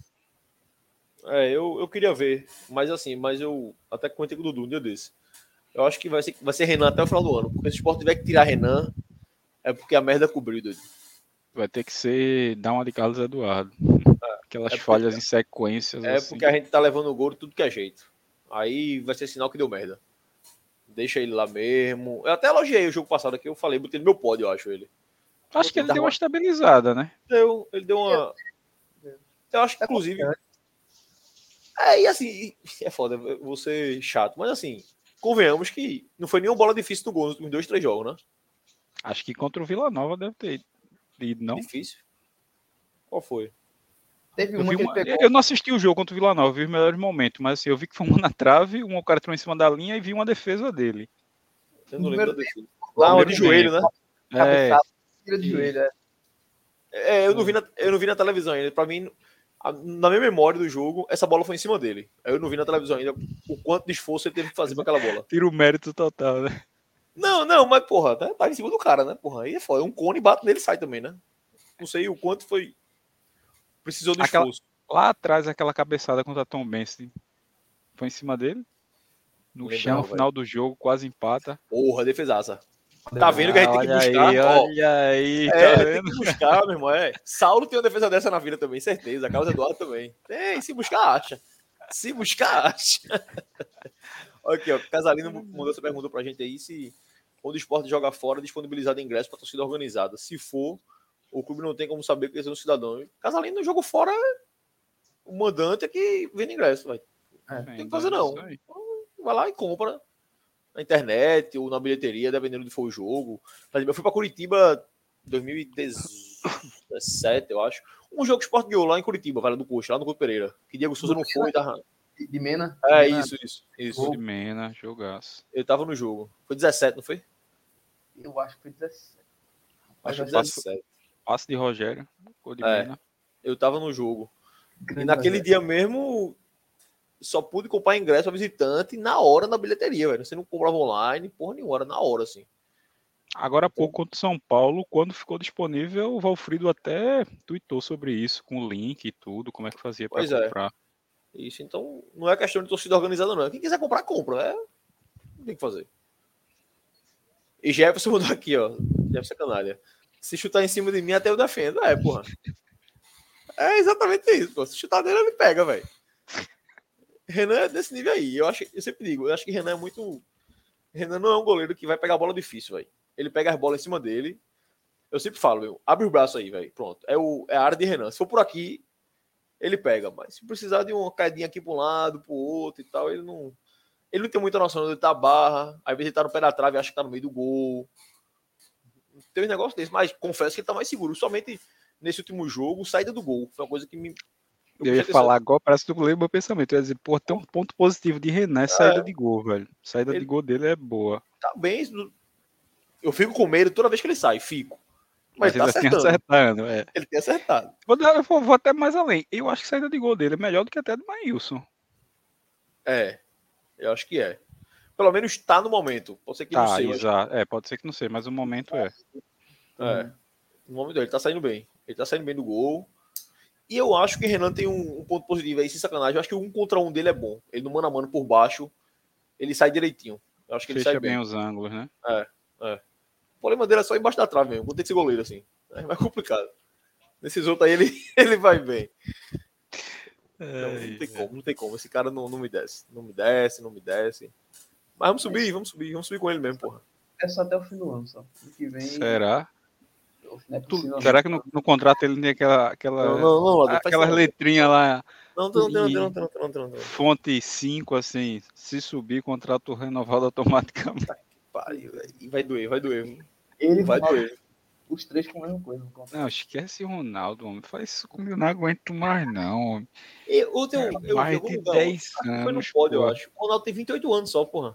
Eu queria ver, mas assim, mas eu até comentei com o Dudu um dia desse. Eu acho que vai ser Renan até o final do ano. Porque se o Sport tiver que tirar Renan, é porque a merda cobriu, doido. Vai ter que ser dar uma de Carlos Eduardo. Aquelas porque, falhas em sequências, é assim. porque a gente tá levando o gol de tudo que é jeito. Aí vai ser sinal que deu merda. Deixa ele lá mesmo. Eu até elogiei o jogo passado aqui, eu falei, botei no meu pódio, eu acho ele. Acho que ele deu uma estabilizada, né? Ele deu uma. Eu acho que, inclusive. E assim, é foda, vou ser chato, mas assim, convenhamos que não foi nenhuma bola difícil do gol nos últimos 2, 3 jogos, né? Acho que contra o Vila Nova deve ter ido, não? Difícil. Qual foi? Teve Eu, uma vi que ele uma, pegou. eu não assisti o jogo contra o Vila Nova, eu vi os melhores momentos, mas assim, eu vi que foi uma na trave, um cara entrou em cima da linha e vi uma defesa dele. Eu não lembro da Primeiro defesa. Lá, uma de Primeiro joelho, tempo. né? Cabeçada, tira de E- joelho. Eu não vi na televisão ainda. Pra mim, na minha memória do jogo, essa bola foi em cima dele. Eu não vi na televisão ainda o quanto de esforço ele teve que fazer pra aquela bola. Tira o mérito total, né? Não, mas porra, tá em cima do cara, né? Porra, aí é foda. Um cone bate nele e sai também, né? Não sei o quanto foi. Precisou do esforço. Lá atrás, aquela cabeçada contra Tom Benson foi em cima dele. No Lembro chão, não, no final do jogo, quase empata. Porra, defesaça. Tá vendo que a gente tem que buscar? Olha aí, tá Tem vendo? que buscar, meu irmão. Saulo tem uma defesa dessa na vida também, certeza. Carlos Eduardo também. Tem, se buscar, acha. Se buscar, acha. Aqui, ó. Casalino mandou essa pergunta pra gente aí se quando o esporte joga fora, disponibilizado ingresso pra torcida organizada. Se for, o clube não tem como saber que é um cidadão. Casalino no jogo fora, o mandante é que vende ingresso, vai. Não tem que fazer, não. Vai lá e compra na internet ou na bilheteria, dependendo do que for o jogo. Eu fui pra Curitiba em 2017, eu acho. Um jogo que o Sport ganhou lá em Curitiba, Vale do Coxa, lá no Couto Pereira. Que Diego Souza não foi. De Mena. É, Mena, isso. De Mena, jogaço. Eu tava no jogo. Foi 17, não foi? Eu acho que foi 17. Acho que foi 17. Passe de Rogério, gol de Mena. Eu tava no jogo. Grande E naquele Rogério. dia mesmo, só pude comprar ingresso para visitante na hora na bilheteria, velho. Você não comprava online, porra nenhuma, era na hora, assim. Agora há pouco contra o São Paulo, quando ficou disponível, o Valfrido até tweetou sobre isso, com o link e tudo, como é que fazia para comprar. Isso, então, não é questão de torcida organizada, não. Quem quiser comprar, compra. Não tem que fazer. E Jefferson mandou aqui, ó. Jefferson Canária. Se chutar em cima de mim, até eu defendo. Porra. É exatamente isso, pô. Se chutar dele, ele pega, velho. Renan é desse nível aí. Eu sempre digo, eu acho que Renan é muito. Renan não é um goleiro que vai pegar a bola difícil, velho. Ele pega as bolas em cima dele. Eu sempre falo, meu, abre o braço aí, velho. Pronto. É a área de Renan. Se for por aqui, ele pega. Mas se precisar de uma caidinha aqui para um lado, pro outro e tal, ele não tem muita noção de onde tá a barra. Às vezes ele tá no pé da trave e acha que tá no meio do gol. Tem um negócio desse, mas confesso que ele tá mais seguro. Somente nesse último jogo, saída do gol. Foi uma coisa que me. Eu ia falar agora, parece que tu leu meu pensamento. Eu ia dizer, pô, tem um ponto positivo de Renan, é saída de gol, velho. Saída de gol dele é boa. Tá bem. Eu fico com medo toda vez que ele sai, fico. Mas ele tá acertando. É. Ele tem acertado. Vou até mais além. Eu acho que a saída de gol dele é melhor do que até do Maílson. Eu acho que é. Pelo menos tá no momento. Pode ser que não seja. Exato. Pode ser que não seja, mas o momento é. No momento ele tá saindo bem. Ele tá saindo bem do gol. E eu acho que o Renan tem um ponto positivo aí, sem sacanagem. Eu acho que o 1 contra 1 dele é bom. Ele no mano a mano por baixo, ele sai direitinho. Eu acho que ele sai bem. Fecha bem os ângulos, né? O problema dele é só embaixo da trave mesmo. Quando tem que ser goleiro assim. É mais complicado. Nesses outros aí ele vai bem. Não tem como. Esse cara não me desce. Não me desce. Mas vamos subir com ele mesmo, porra. É só até o fim do ano, só. Ano que vem. Será? Será que no contrato ele tem aquelas letrinhas lá? Não. Fonte 5, assim, se subir, contrato renovado automaticamente. E vai doer. Ele vai doer. Os três com a mesma coisa. Não, esquece Ronaldo, homem. Faz isso comigo, não aguento mais, não, homem. Mais de 10 anos. Foi no pódio, eu acho. O Ronaldo tem 28 anos só, porra.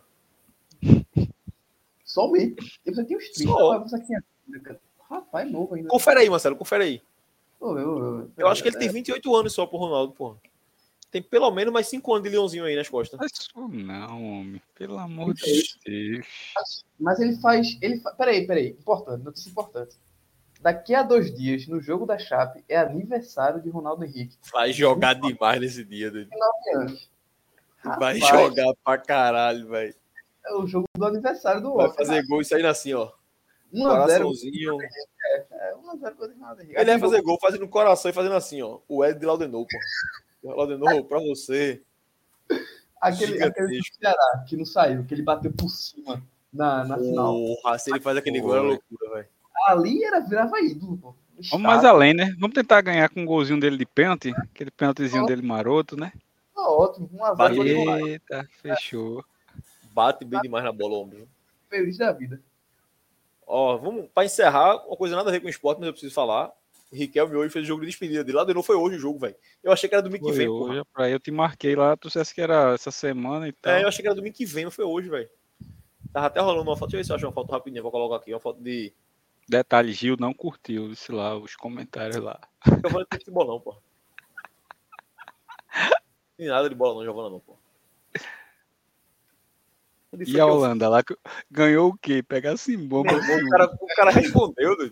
Só mesmo. Você tem os 30, mas você tinha. Rapaz, novo ainda. Confere aí, Marcelo, confere aí. Eu acho que ele tem 28 anos só pro Ronaldo, porra. Tem pelo menos mais 5 anos de leãozinho aí nas costas. Isso não, homem. Pelo amor de Deus. Mas ele faz. Peraí. Importante, notícia importante. Daqui a 2 dias, no jogo da Chape, é aniversário de Ronaldo Henrique. Vai jogar demais nesse dia, doido. 9 anos. Vai jogar pra caralho, velho. É o jogo do aniversário do Vai fazer gol e sair assim, ó. 1x0. 1x0 coisa de nada. Ele vai fazer gol fazendo coração e fazendo assim, ó. O Ed de Laudenor, pô. Laudenor, pra você. Aquele do Ceará, que não saiu, que ele bateu por cima na final. Porra, se ele faz aquele gol, é loucura, velho. Ali virava ídolo, pô. Vamos mais além, né? Vamos tentar ganhar com um golzinho dele de pênalti. Aquele pênaltizinho dele maroto, né? Ótimo, 1x0. Eita, fechou. Bate bem demais na bola, homem. Feliz da vida. Ó, vamos, pra encerrar, uma coisa nada a ver com o esporte, mas eu preciso falar. Riquelme hoje fez o jogo de despedida dele. Lá de novo foi hoje o jogo, velho. Eu achei que era domingo que vem, hoje, porra. Eu te marquei lá, tu dissesse que era essa semana e tal. Eu achei que era domingo que vem, não foi hoje, velho. Tava até rolando uma foto. Deixa eu ver se eu acho uma foto rapidinha, vou colocar aqui. Uma foto de... Detalhe, Gil não curtiu, sei lá, os comentários lá. Eu falei de futebol não, pô. Não tem nada de bola não, Giovana não, pô. E a Holanda lá, ganhou o quê? Pegasse em bomba. O cara respondeu, doido.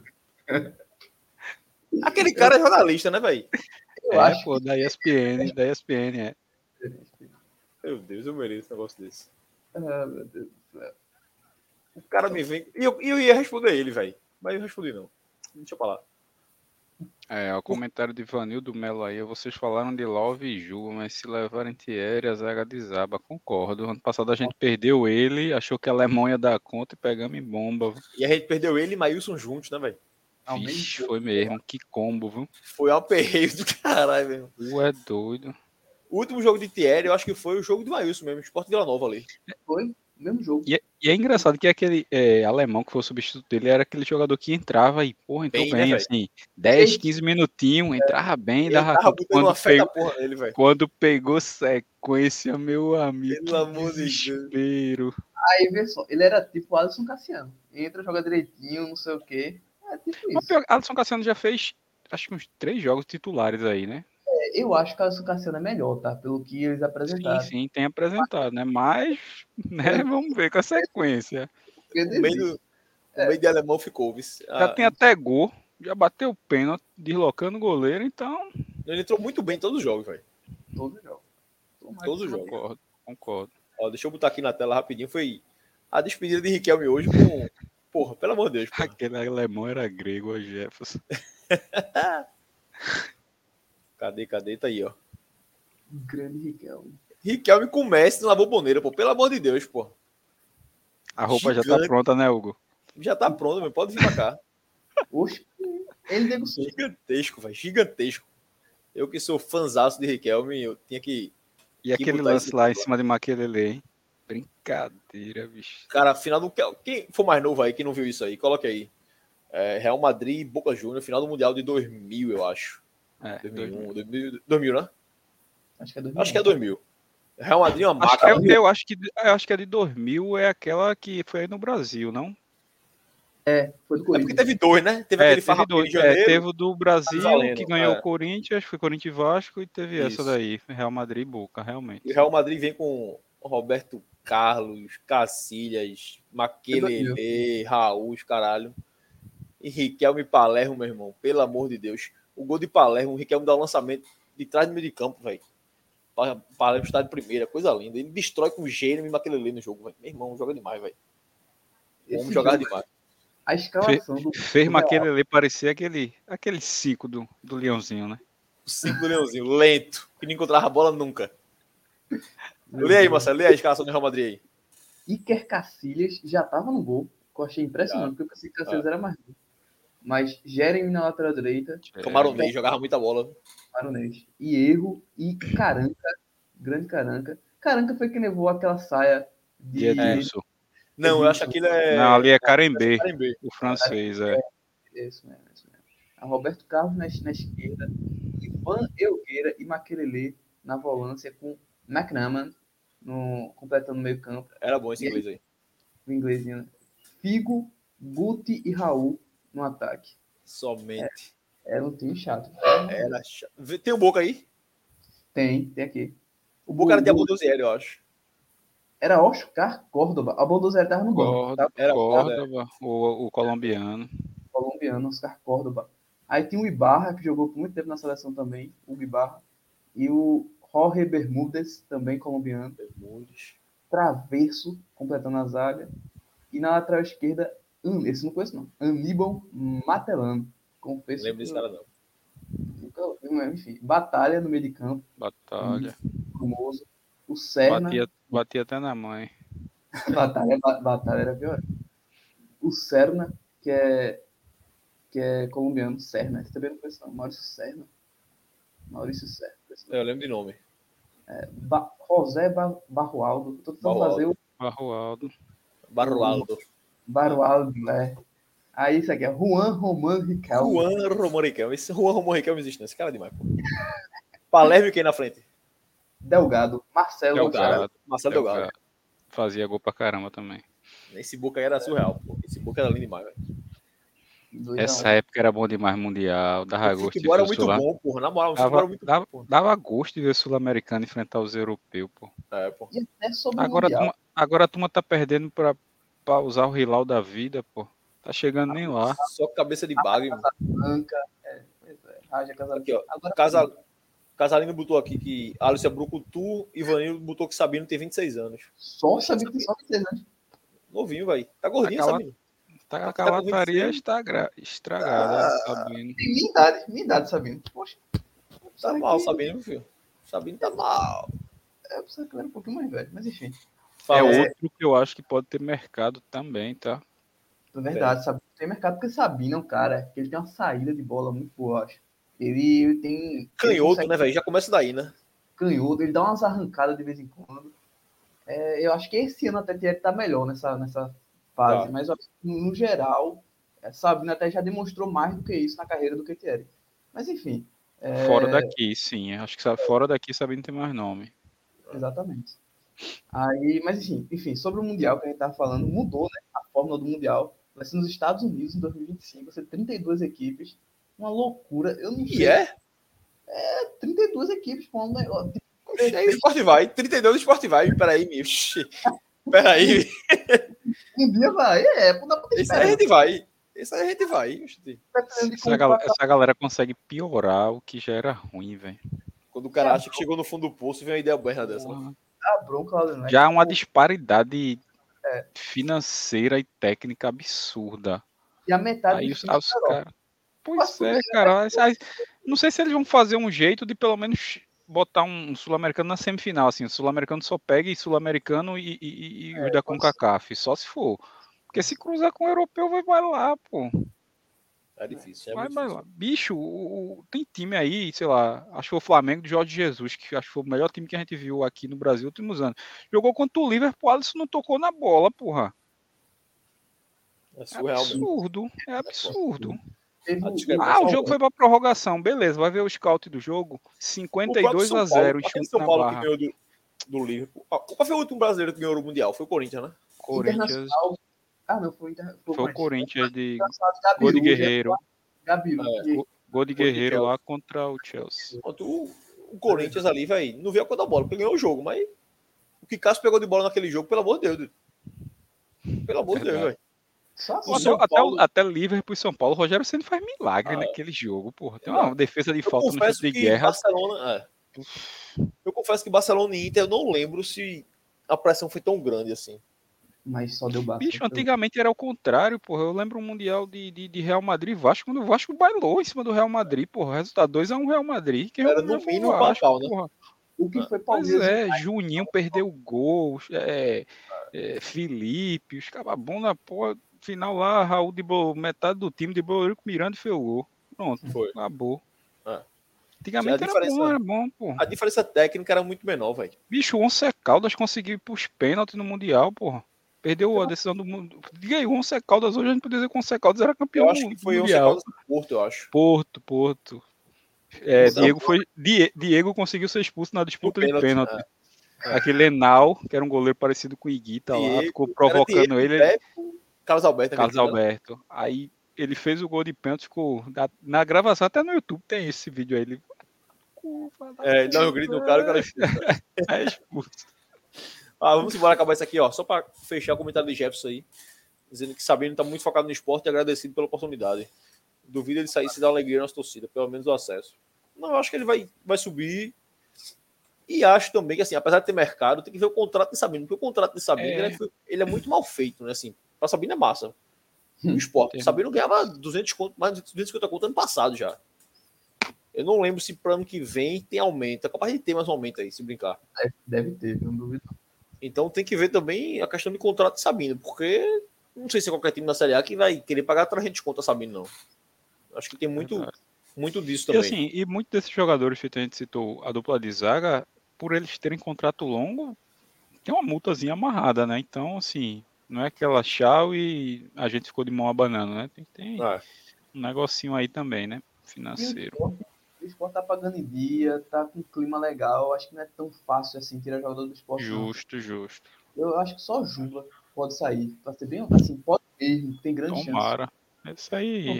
Aquele cara é jornalista, né, velho? Eu acho pô, da ESPN, é. Meu Deus, eu mereço um negócio desse. Meu Deus do céu. O cara me vem... E eu ia responder ele, velho. Mas eu respondi não. Deixa eu falar. O comentário de Vanildo Melo aí. Vocês falaram de Love e Ju, mas se levarem Thierry, a zaga desaba. Concordo. Ano passado a gente perdeu ele, achou que a Alemão ia dar conta e pegamos em bomba. E a gente perdeu ele e Maílson juntos, né, velho? Vixe, foi mesmo. Que combo, viu? Foi um aperreio do caralho, mesmo. Tu é doido. O último jogo de Thierry, eu acho que foi o jogo de Maílson mesmo, Sport Vila Nova ali. Foi. Mesmo jogo. E é engraçado que aquele alemão que foi o substituto dele era aquele jogador que entrava e, porra, entrou bem, né, assim, 10, 15 minutinhos, entrava bem, dava quando pegou sequência, meu amigo, pelo amor de desespero. Aí, vê só, ele era tipo o Alisson Cassiano. Entra, joga direitinho, não sei o quê. É tipo isso. Mas, Alisson Cassiano já fez, acho que uns 3 jogos titulares aí, né? Eu acho que o Alisson Cassiano é melhor, tá? Pelo que eles apresentaram. Sim, tem apresentado, né? Mas, né, vamos ver com a sequência. O meio de alemão ficou, viu? Já tem até gol, já bateu o pênalti, deslocando o goleiro, então... Ele entrou muito bem em todos os jogos, velho. Todos os jogos. Todos os jogos. Concordo. Ó, deixa eu botar aqui na tela rapidinho. Foi a despedida de Riquelme hoje com... Porra, pelo amor de Deus. Porra. Aquele alemão era grego, o Jefferson. Cadê? Tá aí, ó. Grande Riquelme. Riquelme com Messi na boboneira, pô. Pelo amor de Deus, pô. A roupa já tá Gigante. pronta, né, Hugo? Já tá pronto, meu. Pode vir pra cá. Oxe, ele negociou. Gigantesco, velho. Gigantesco. Eu que sou fanzaço de Riquelme, eu tinha que... E aquele botar lance esse lá em cara. cima de Makelele, hein? Brincadeira, bicho. Cara, final do... Quem for mais novo aí, que não viu isso aí, coloque aí. Real Madrid e Boca Juniors, final do Mundial de 2000, eu acho. 2001, 2000, né? Acho que é 2000. Acho que é 2000. Real Madrid é uma máquina. Eu acho que a de 2000 é aquela que foi aí no Brasil, não? Foi do É porque Corinthians. teve dois, né? Teve aquele farrapo em janeiro. Teve o do Brasil, valendo, que ganhou o Corinthians, foi Corinthians e Vasco, e teve Isso. essa daí, Real Madrid e Boca, realmente. E o Real Madrid vem com Roberto Carlos, Cacilhas, Makelele, Raul, os caralho. E Riquelme e Palermo, meu irmão. Pelo amor de Deus. O gol de Palermo, o Riquelme dá o lançamento de trás do meio de campo, velho. Palermo está de primeira, coisa linda. Ele destrói com o Gênero e Makelele no jogo, velho. Meu irmão, joga demais, velho. Vamos jogar demais. A escalação do... Fez Makelele parecer aquele 5 do Leãozinho, né? O 5 do Leãozinho, lento, que não encontrava a bola nunca. Lê aí, Marcelo, lê a escalação do Real Madrid aí. Iker Casillas já tava no gol, que eu achei impressionante, porque eu pensei que Casillas era mais novo. Mas Jeremy na lateral direita, Camaronês, jogava muita bola. Maronês, e Erro e Caranca, grande Caranca. Caranca foi quem levou aquela saia De Edilson. Não, eu acho que aquilo é... Não, ali é Carembê, Carembê. o francês, Isso mesmo. A Roberto Carlos na esquerda, Ivan Elgueira e Makelele na volância com McNaman completando o meio campo. Era bom esse inglês aí. O inglesinho, né? Figo, Guti e Raul no ataque. Somente. Era um time chato. Era chato. Tem o Boca aí? Tem aqui. O Boca era de Abondozieri, eu acho. Era Oscar Córdoba. A Abondozieri tava no banco. Era Córdoba, o colombiano. Colombiano, Oscar Córdoba. Aí tinha o Ibarra, que jogou por muito tempo na seleção também, o Ibarra. E o Jorge Bermúdez, também colombiano. Traverso, completando a zaga. E na lateral esquerda, esse não conheço não, Aníbal Matelano. Confesso. Não lembro desse cara não. Enfim, Batalha no meio de campo. Batalha. Famoso. O Serna. Batia até na mãe. Batalha era pior. O Serna, que é colombiano. Serna, você também não conhece não. Maurício Serna. Eu lembro de nome. José Barroaldo. Tô tentando fazer o... Barroaldo, né? Aí isso aqui é Juan Román Riquelme. Juan Román Riquelme. Esse Juan Román Riquelme existe, não. Esse cara é demais, pô. Palermo e quem na frente? Delgado. Marcelo Delgado. Fazia gol pra caramba também. Esse Boca aí era surreal, pô. Esse Boca era lindo demais, velho. Essa época era bom demais, Mundial. Dava gosto de ver era muito bom, porra. Na moral, era muito bom. Dava gosto de ver o sul-americano enfrentar os europeus, pô. Pô. E até sobre o Mundial. Agora a turma tá perdendo pra usar o Hilal da vida, pô. Tá chegando nem lá. Só cabeça de bagre. Branca. Raja Casalino. Aqui, ó. Casalino botou aqui que Alisson é Brucutu, Ivanildo botou que Sabino tem 26 anos. Só Sabino tem 26 anos. Novinho, velho. Tá gordinho, Sabino. Tá com a lataria estragada, Sabino. Tem minha idade, Sabino. Poxa. Tá mal, Sabino, filho. Sabino tá mal. Eu pensava que ele era um pouquinho mais velho, mas enfim. Outro que eu acho que pode ter mercado também, tá? É verdade, Sabino tem mercado porque Sabino é um cara que ele tem uma saída de bola muito boa, eu acho. Ele tem... Canhoto, né, velho? Já começa daí, né? Canhoto, ele dá umas arrancadas de vez em quando. Eu acho que esse ano até ele tá melhor nessa fase, mas no geral, Sabino até já demonstrou mais do que isso na carreira do que Thierry. Mas enfim. Fora daqui, sim. Acho que fora daqui Sabino tem mais nome. Exatamente. Mas enfim, sobre o Mundial que a gente tava falando, mudou, né? A fórmula do Mundial. Vai ser nos Estados Unidos em 2025, vai ser 32 equipes. Uma loucura. Eu não sei. E 32 equipes, pô, um negócio. Sport vai. 32 do Sport vai. Peraí, meu. Peraí. Um dia vai. Dá pra ter Esse aí a gente vai. Essa galera consegue piorar o que já era ruim, velho. Quando o cara acha que chegou no fundo do poço, vem uma ideia berra dessa. Né? A bronca lá, né? Já é uma disparidade financeira e técnica absurda. E a metade aí os caras. Pois é, cara. Não sei se eles vão fazer um jeito de pelo menos botar um sul-americano na semifinal, assim, o sul-americano só pega e sul-americano e os da CONCACAF, só se for. Porque se cruzar com o europeu, vai lá, pô. É difícil, é Vai muito lá. difícil. Bicho, tem time aí, sei lá, acho que foi o Flamengo de Jorge Jesus, que acho que foi o melhor time que a gente viu aqui no Brasil nos últimos anos. Jogou contra o Liverpool, Alisson não tocou na bola, porra. É É surreal mesmo. absurdo, é absurdo. Teve A o- discrepância O jogo foi pra prorrogação, beleza, vai ver o scout do jogo, O próprio 52 São a Paulo, 0 aquele chute São na Paulo que barra. ganhou do Liverpool. Qual foi o último brasileiro que ganhou o Mundial? Foi o Corinthians, né? Corinthians, Internacional. Ah, não, foi foi o Corinthians de Internacional gol de Gabiru, Guerreiro, Gabiru. É. que- gol de Gol de Guerreiro Chelsea. lá contra o Chelsea. Pronto, o Corinthians ali, velho, não viu a cor da bola, porque ganhou o jogo, mas o que Cássio pegou de bola naquele jogo, pelo amor de Deus. Pelo amor de Deus, Verdade. velho. Só O assim, São Paulo- Até Liverpool e São Paulo, o Rogério Ceni faz milagre naquele jogo, porra. Tem uma defesa de Eu falta no chute confesso de que guerra. Barcelona. Eu confesso que Barcelona e Inter, eu não lembro se a pressão foi tão grande assim. mas só deu Barça. Bicho, antigamente era o contrário, porra. Eu lembro um Mundial de Real Madrid e Vasco, quando o Vasco bailou em cima do Real Madrid, porra. Resultado 2-1 Real Madrid. Quem Era jogou no foi o mínimo um Vasco, pau, né? porra. O que foi Pois Palmeiras? é, Juninho perdeu gol, Felipe, os caras bons na porra. Final lá, Raul metade do time de Eurico Miranda fez o gol. Pronto, Foi. acabou. É. Antigamente era bom, porra. A diferença técnica era muito menor, velho. Bicho, o Once Caldas conseguiu ir pros pênaltis no Mundial, porra. Perdeu a decisão do mundo. Diga aí, o Once Caldas hoje a gente podia dizer que o Once Caldas era campeão Eu acho que foi o mundial. Porto, eu acho. Porto. Diego conseguiu ser expulso na disputa de pênalti. Aquele Enal, que era um goleiro parecido com o Iguita lá, ficou provocando ele. Carlos Alberto. Carlos Alberto. Aí ele fez o gol de pênalti, ficou na gravação, até no YouTube tem esse vídeo aí. Ele... Dá um grito no cara e o cara expulsa. É expulso. Vamos embora acabar isso aqui, ó. Só para fechar o comentário de Jefferson aí, dizendo que Sabino está muito focado no esporte e agradecido pela oportunidade. Duvido ele sair se dar alegria à nossa torcida, pelo menos o acesso. Não, eu acho que ele vai subir. E acho também que, assim, apesar de ter mercado, tem que ver o contrato de Sabino, porque o contrato de Sabino ele é muito mal feito, né? Assim, para Sabino é massa. O esporte. Sabino ganhava 200 conto, mais de 250 conto ano passado já. Eu não lembro se para ano que vem tem aumento. É capaz de ter mais um aumento aí, se brincar. Deve ter, não duvido. Então tem que ver também a questão de contrato de Sabino, porque não sei se é qualquer time na Série A que vai querer pagar 300 conto a Sabino, não. Acho que tem muito disso também. E assim, e muitos desses jogadores que a gente citou, a dupla de zaga, por eles terem contrato longo, tem uma multazinha amarrada, né? Então, assim, não é aquela tchau e a gente ficou de mão abanando, né? Tem um negocinho aí também, né? Financeiro. O esporte tá pagando em dia, tá com um clima legal. Acho que não é tão fácil assim tirar jogador do esporte. Justo. Eu acho que só Juba pode sair. Pra ser bem assim, pode mesmo, tem grande chance. Tomara. Isso aí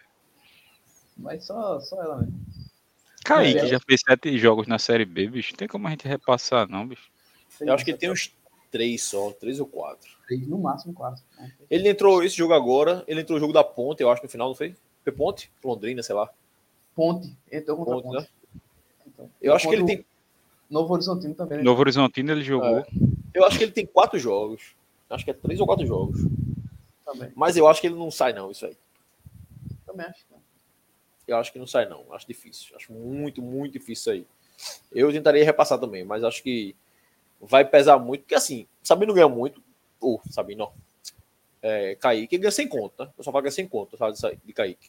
Mas só ela mesmo. Kaique já fez 7 jogos na Série B, bicho. Não tem como a gente repassar, não, bicho. Eu acho que ele tem uns 3 só, 3 ou 4. 3, no máximo 4. Ele entrou esse jogo agora, ele entrou no jogo da Ponte, eu acho, no final, não foi? Foi Ponte? Londrina, sei lá. Ponte, entrou contra Ponte, Ponte. né? Então, eu acho que ele tem... Novo Horizontino também. Né? Novo Horizontino ele jogou. Eu acho que ele tem 4 jogos. Acho que é 3 ou 4 jogos. Também. Mas eu acho que ele não sai, não, isso aí. Também acho que não. Eu acho que não sai, não. Acho difícil. Acho muito, muito difícil isso aí. Eu tentaria repassar também, mas acho que vai pesar muito, porque assim, Sabino ganha muito. Sabino, ó. Kaique ganha 100 conto, né? Eu só pago 100 conto, sabe, de Kaique.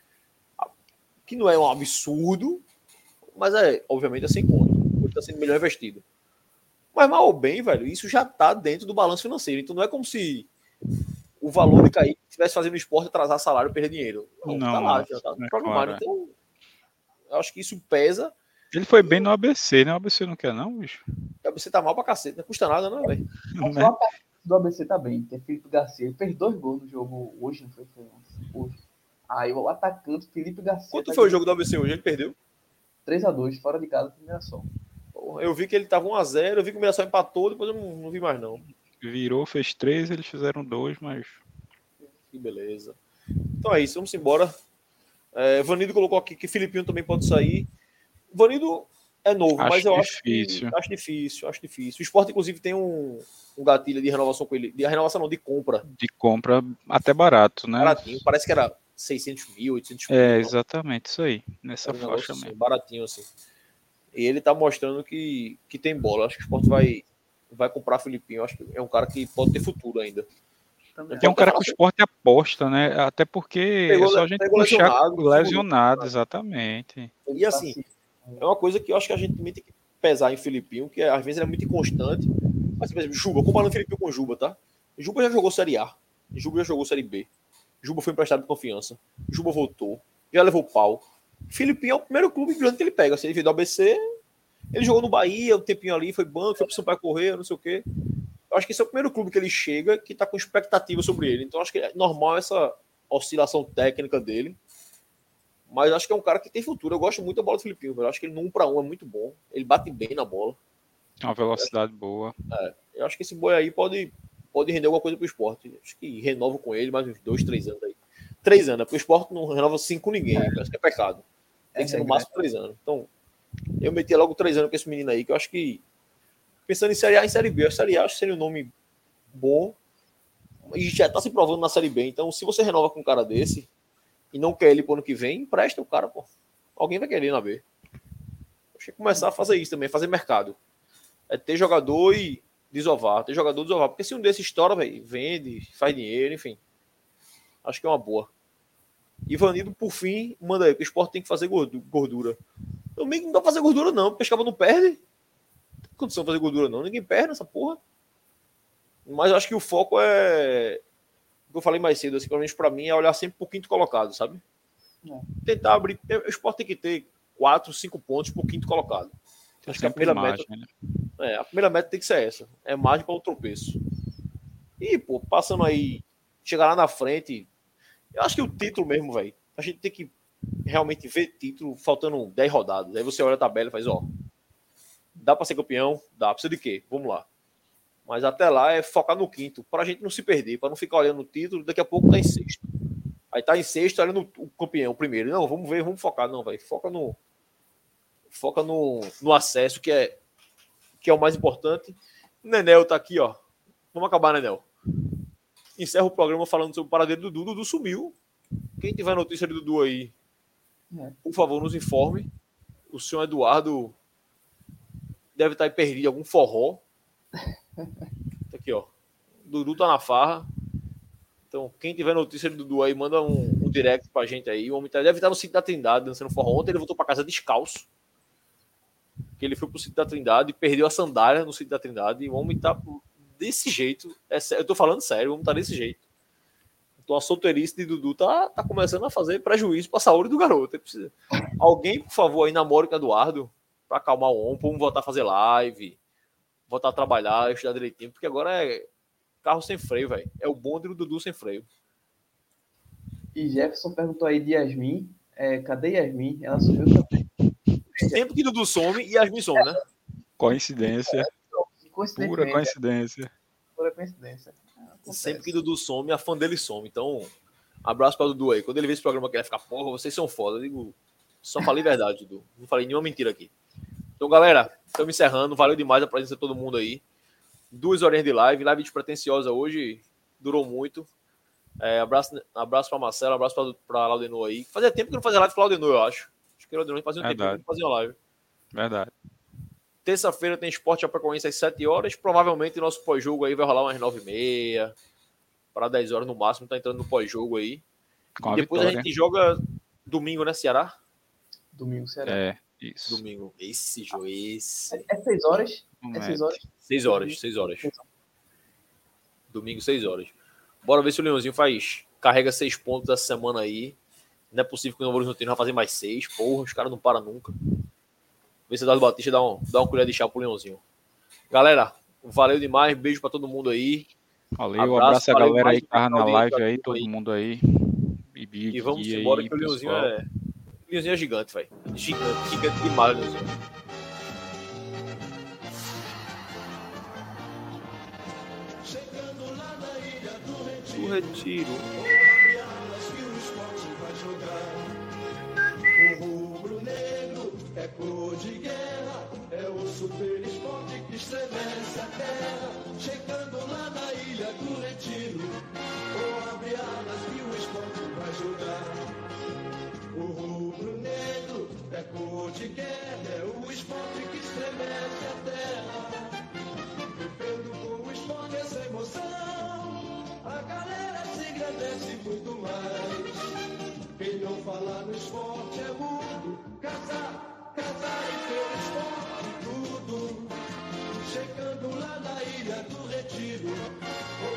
Que não é um absurdo, mas obviamente é 100 conto. Ele está sendo melhor investido. Mas mal ou bem, velho, isso já está dentro do balanço financeiro. Então não é como se o valor de Kaique estivesse fazendo esporte atrasar salário e perder dinheiro. Não, tá lá, já tá programado. Claro. Então, eu acho que isso pesa. Ele foi bem no ABC, né? O ABC não quer, não, bicho? O ABC tá mal pra cacete, não custa nada, não, velho. O do ABC tá bem, que é Felipe Garcia. Ele fez 2 gols no jogo hoje, não foi? Hoje. Aí o atacante Felipe Garcia. Quanto foi o jogo do ABC hoje? Ele perdeu? 3-2, fora de casa, pro Mirassol. Eu vi que ele tava 1-0, eu vi que o Mirassol empatou, depois eu não vi mais, não. Virou, fez 3, eles fizeram 2, mas... Que beleza. Então é isso, vamos embora. Vanido colocou aqui que Filipinho também pode sair. Vanido é novo, mas eu acho difícil. O Sport, inclusive, tem um gatilho de renovação com ele. De renovação não, de compra. De compra até barato, né? Baratinho. Parece que era 600 mil, 800 mil. É, exatamente, isso aí. Nessa Era um faixa negócio assim, mesmo. baratinho assim. E ele tá mostrando que tem bola. Acho que o Sport vai comprar Filipinho. Acho que é um cara que pode ter futuro ainda. Também É um cara que o Sport aposta, né? Até porque é só a gente pegou puxar lesionado, lesionado, exatamente. E assim, é uma coisa que eu acho que a gente também tem que pesar em Filipinho, que às vezes ele é muito inconstante. Mas, por exemplo, Juba, comparando o Filipinho com o Juba, tá? Juba já jogou Série A. Juba já jogou Série B. Juba foi emprestado de confiança. Juba voltou. Já levou pau. Filipinho é o primeiro clube grande que ele pega. Se ele veio do ABC, ele jogou no Bahia um tempinho ali, foi banco, foi pro Sampaio Corrêa, não sei o quê. Eu acho que esse é o primeiro clube que ele chega que tá com expectativa sobre ele. Então acho que é normal essa oscilação técnica dele. Mas acho que é um cara que tem futuro. Eu gosto muito da bola do Filipinho. Eu acho que ele no 1-1 é muito bom. Ele bate bem na bola. Tem uma velocidade boa. Eu acho que esse boi aí pode render alguma coisa pro esporte. Acho que renovo com ele mais uns 2, 3 anos aí. 3 anos, porque o esporte não renova 5 com ninguém. Acho que é pecado. Tem que ser no máximo 3 anos. Então, eu metia logo 3 anos com esse menino aí, que eu acho que, pensando em Série A e em Série B, a Série A acho que seria um nome bom e já tá se provando na Série B. Então, se você renova com um cara desse e não quer ele pro ano que vem, empresta o cara, pô. Alguém vai querer na B. Acho que começar a fazer isso também, fazer mercado. É ter jogador e desovar, ter jogador desovar. Porque se um desses estoura, véio, vende, faz dinheiro, enfim. Acho que é uma boa. Ivanildo, por fim, manda aí, que o Sport tem que fazer gordura. Domingo não dá pra fazer gordura, não, porque os caras não perdem. Não tem condição de fazer gordura, não. Ninguém perde nessa porra. Mas eu acho que o foco é. O que eu falei mais cedo, assim, pelo menos pra mim, é olhar sempre pro quinto colocado, sabe? Tentar abrir. O Sport tem que ter 4, 5 pontos pro quinto colocado. Acho que a primeira meta. Né? A primeira meta tem que ser essa. É margem para o tropeço. E, pô, passando aí, chegar lá na frente. Eu acho que o título mesmo, velho. A gente tem que realmente ver título faltando 10 rodadas. Aí você olha a tabela e faz, ó. Dá para ser campeão? Dá. Precisa de quê? Vamos lá. Mas até lá é focar no quinto. Pra gente não se perder. Pra não ficar olhando o título. Daqui a pouco tá em sexto. Aí tá em sexto, olhando o campeão primeiro. Não, vamos ver, vamos focar. Não, velho. Foca no acesso, que é o mais importante. O Nenel tá aqui, ó. Vamos acabar, Nenel. Encerra o programa falando sobre o paradeiro do Dudu. Dudu sumiu. Quem tiver notícia do Dudu aí, por favor, nos informe. O senhor Eduardo deve estar aí perdido em algum forró. Tá aqui, ó. O Dudu tá na farra. Então, quem tiver notícia do Dudu aí, manda um direct pra gente aí. O homem deve estar no sítio da Trindade, dançando forró. Ontem ele voltou pra casa descalço. Que ele foi pro sítio da Trindade e perdeu a sandália no sítio da Trindade. E o homem tá desse jeito. Eu tô falando sério, o homem tá desse jeito. Então a solteirice de Dudu tá começando a fazer prejuízo pra saúde do garoto. Precisa... Alguém, por favor, aí namore com o Eduardo pra acalmar o homem, vamos voltar a fazer live, voltar a trabalhar, estudar direitinho, porque agora é carro sem freio, velho. É o bonde do Dudu sem freio. E Jefferson perguntou aí de Yasmin. Cadê Yasmin? Ela sumiu também. Sempre que Dudu some, Yasmin some, né? Coincidência. Pura coincidência. Pura coincidência. Sempre que Dudu some, a fã dele some. Então, abraço pra Dudu aí. Quando ele vê esse programa aqui, ele vai ficar, porra, vocês são foda. Eu digo, só falei verdade, Dudu. Não falei nenhuma mentira aqui. Então, galera, estamos encerrando. Valeu demais a presença de todo mundo aí. 2 horinhas de live despretensiosa hoje. Durou muito. Abraço pra Marcelo, abraço pra Laudenor aí. Fazia tempo que não fazia live com Laudenor, eu acho. Acho que Laudenor fazia um tempo que não fazia uma live. Verdade. Terça-feira tem Sport Chapecoense às 7 horas. Provavelmente nosso pós-jogo aí vai rolar umas 9h30 para 10 horas no máximo. Tá entrando no pós-jogo aí. E depois vitória. A gente joga domingo, né, Ceará? Domingo, Ceará. É, isso. Domingo. Esse jogo, esse. É 6 horas? É 6 horas? 6 horas, 6 horas. Domingo, 6 horas. Bora ver se o Leãozinho carrega 6 pontos essa semana aí. Não é possível que o Novo Horizontino vai fazer mais 6. Porra, os caras não param nunca. Vê se o Eduardo Batista dá uma colher de chá pro Leãozinho. Galera, valeu demais. Beijo pra todo mundo aí. Valeu, abraço a galera aí que tava na live aí, todo mundo aí. E vamos embora aí, que o Leãozinho é gigante, velho. Gigante demais, Leãozinho. Chegando lá na ilha do Retiro. É cor de guerra, é o super esporte que estremece a terra. Chegando lá na ilha do Retiro, ou abre alas que o esporte vai jogar. muito mais. Quem não fala no esporte é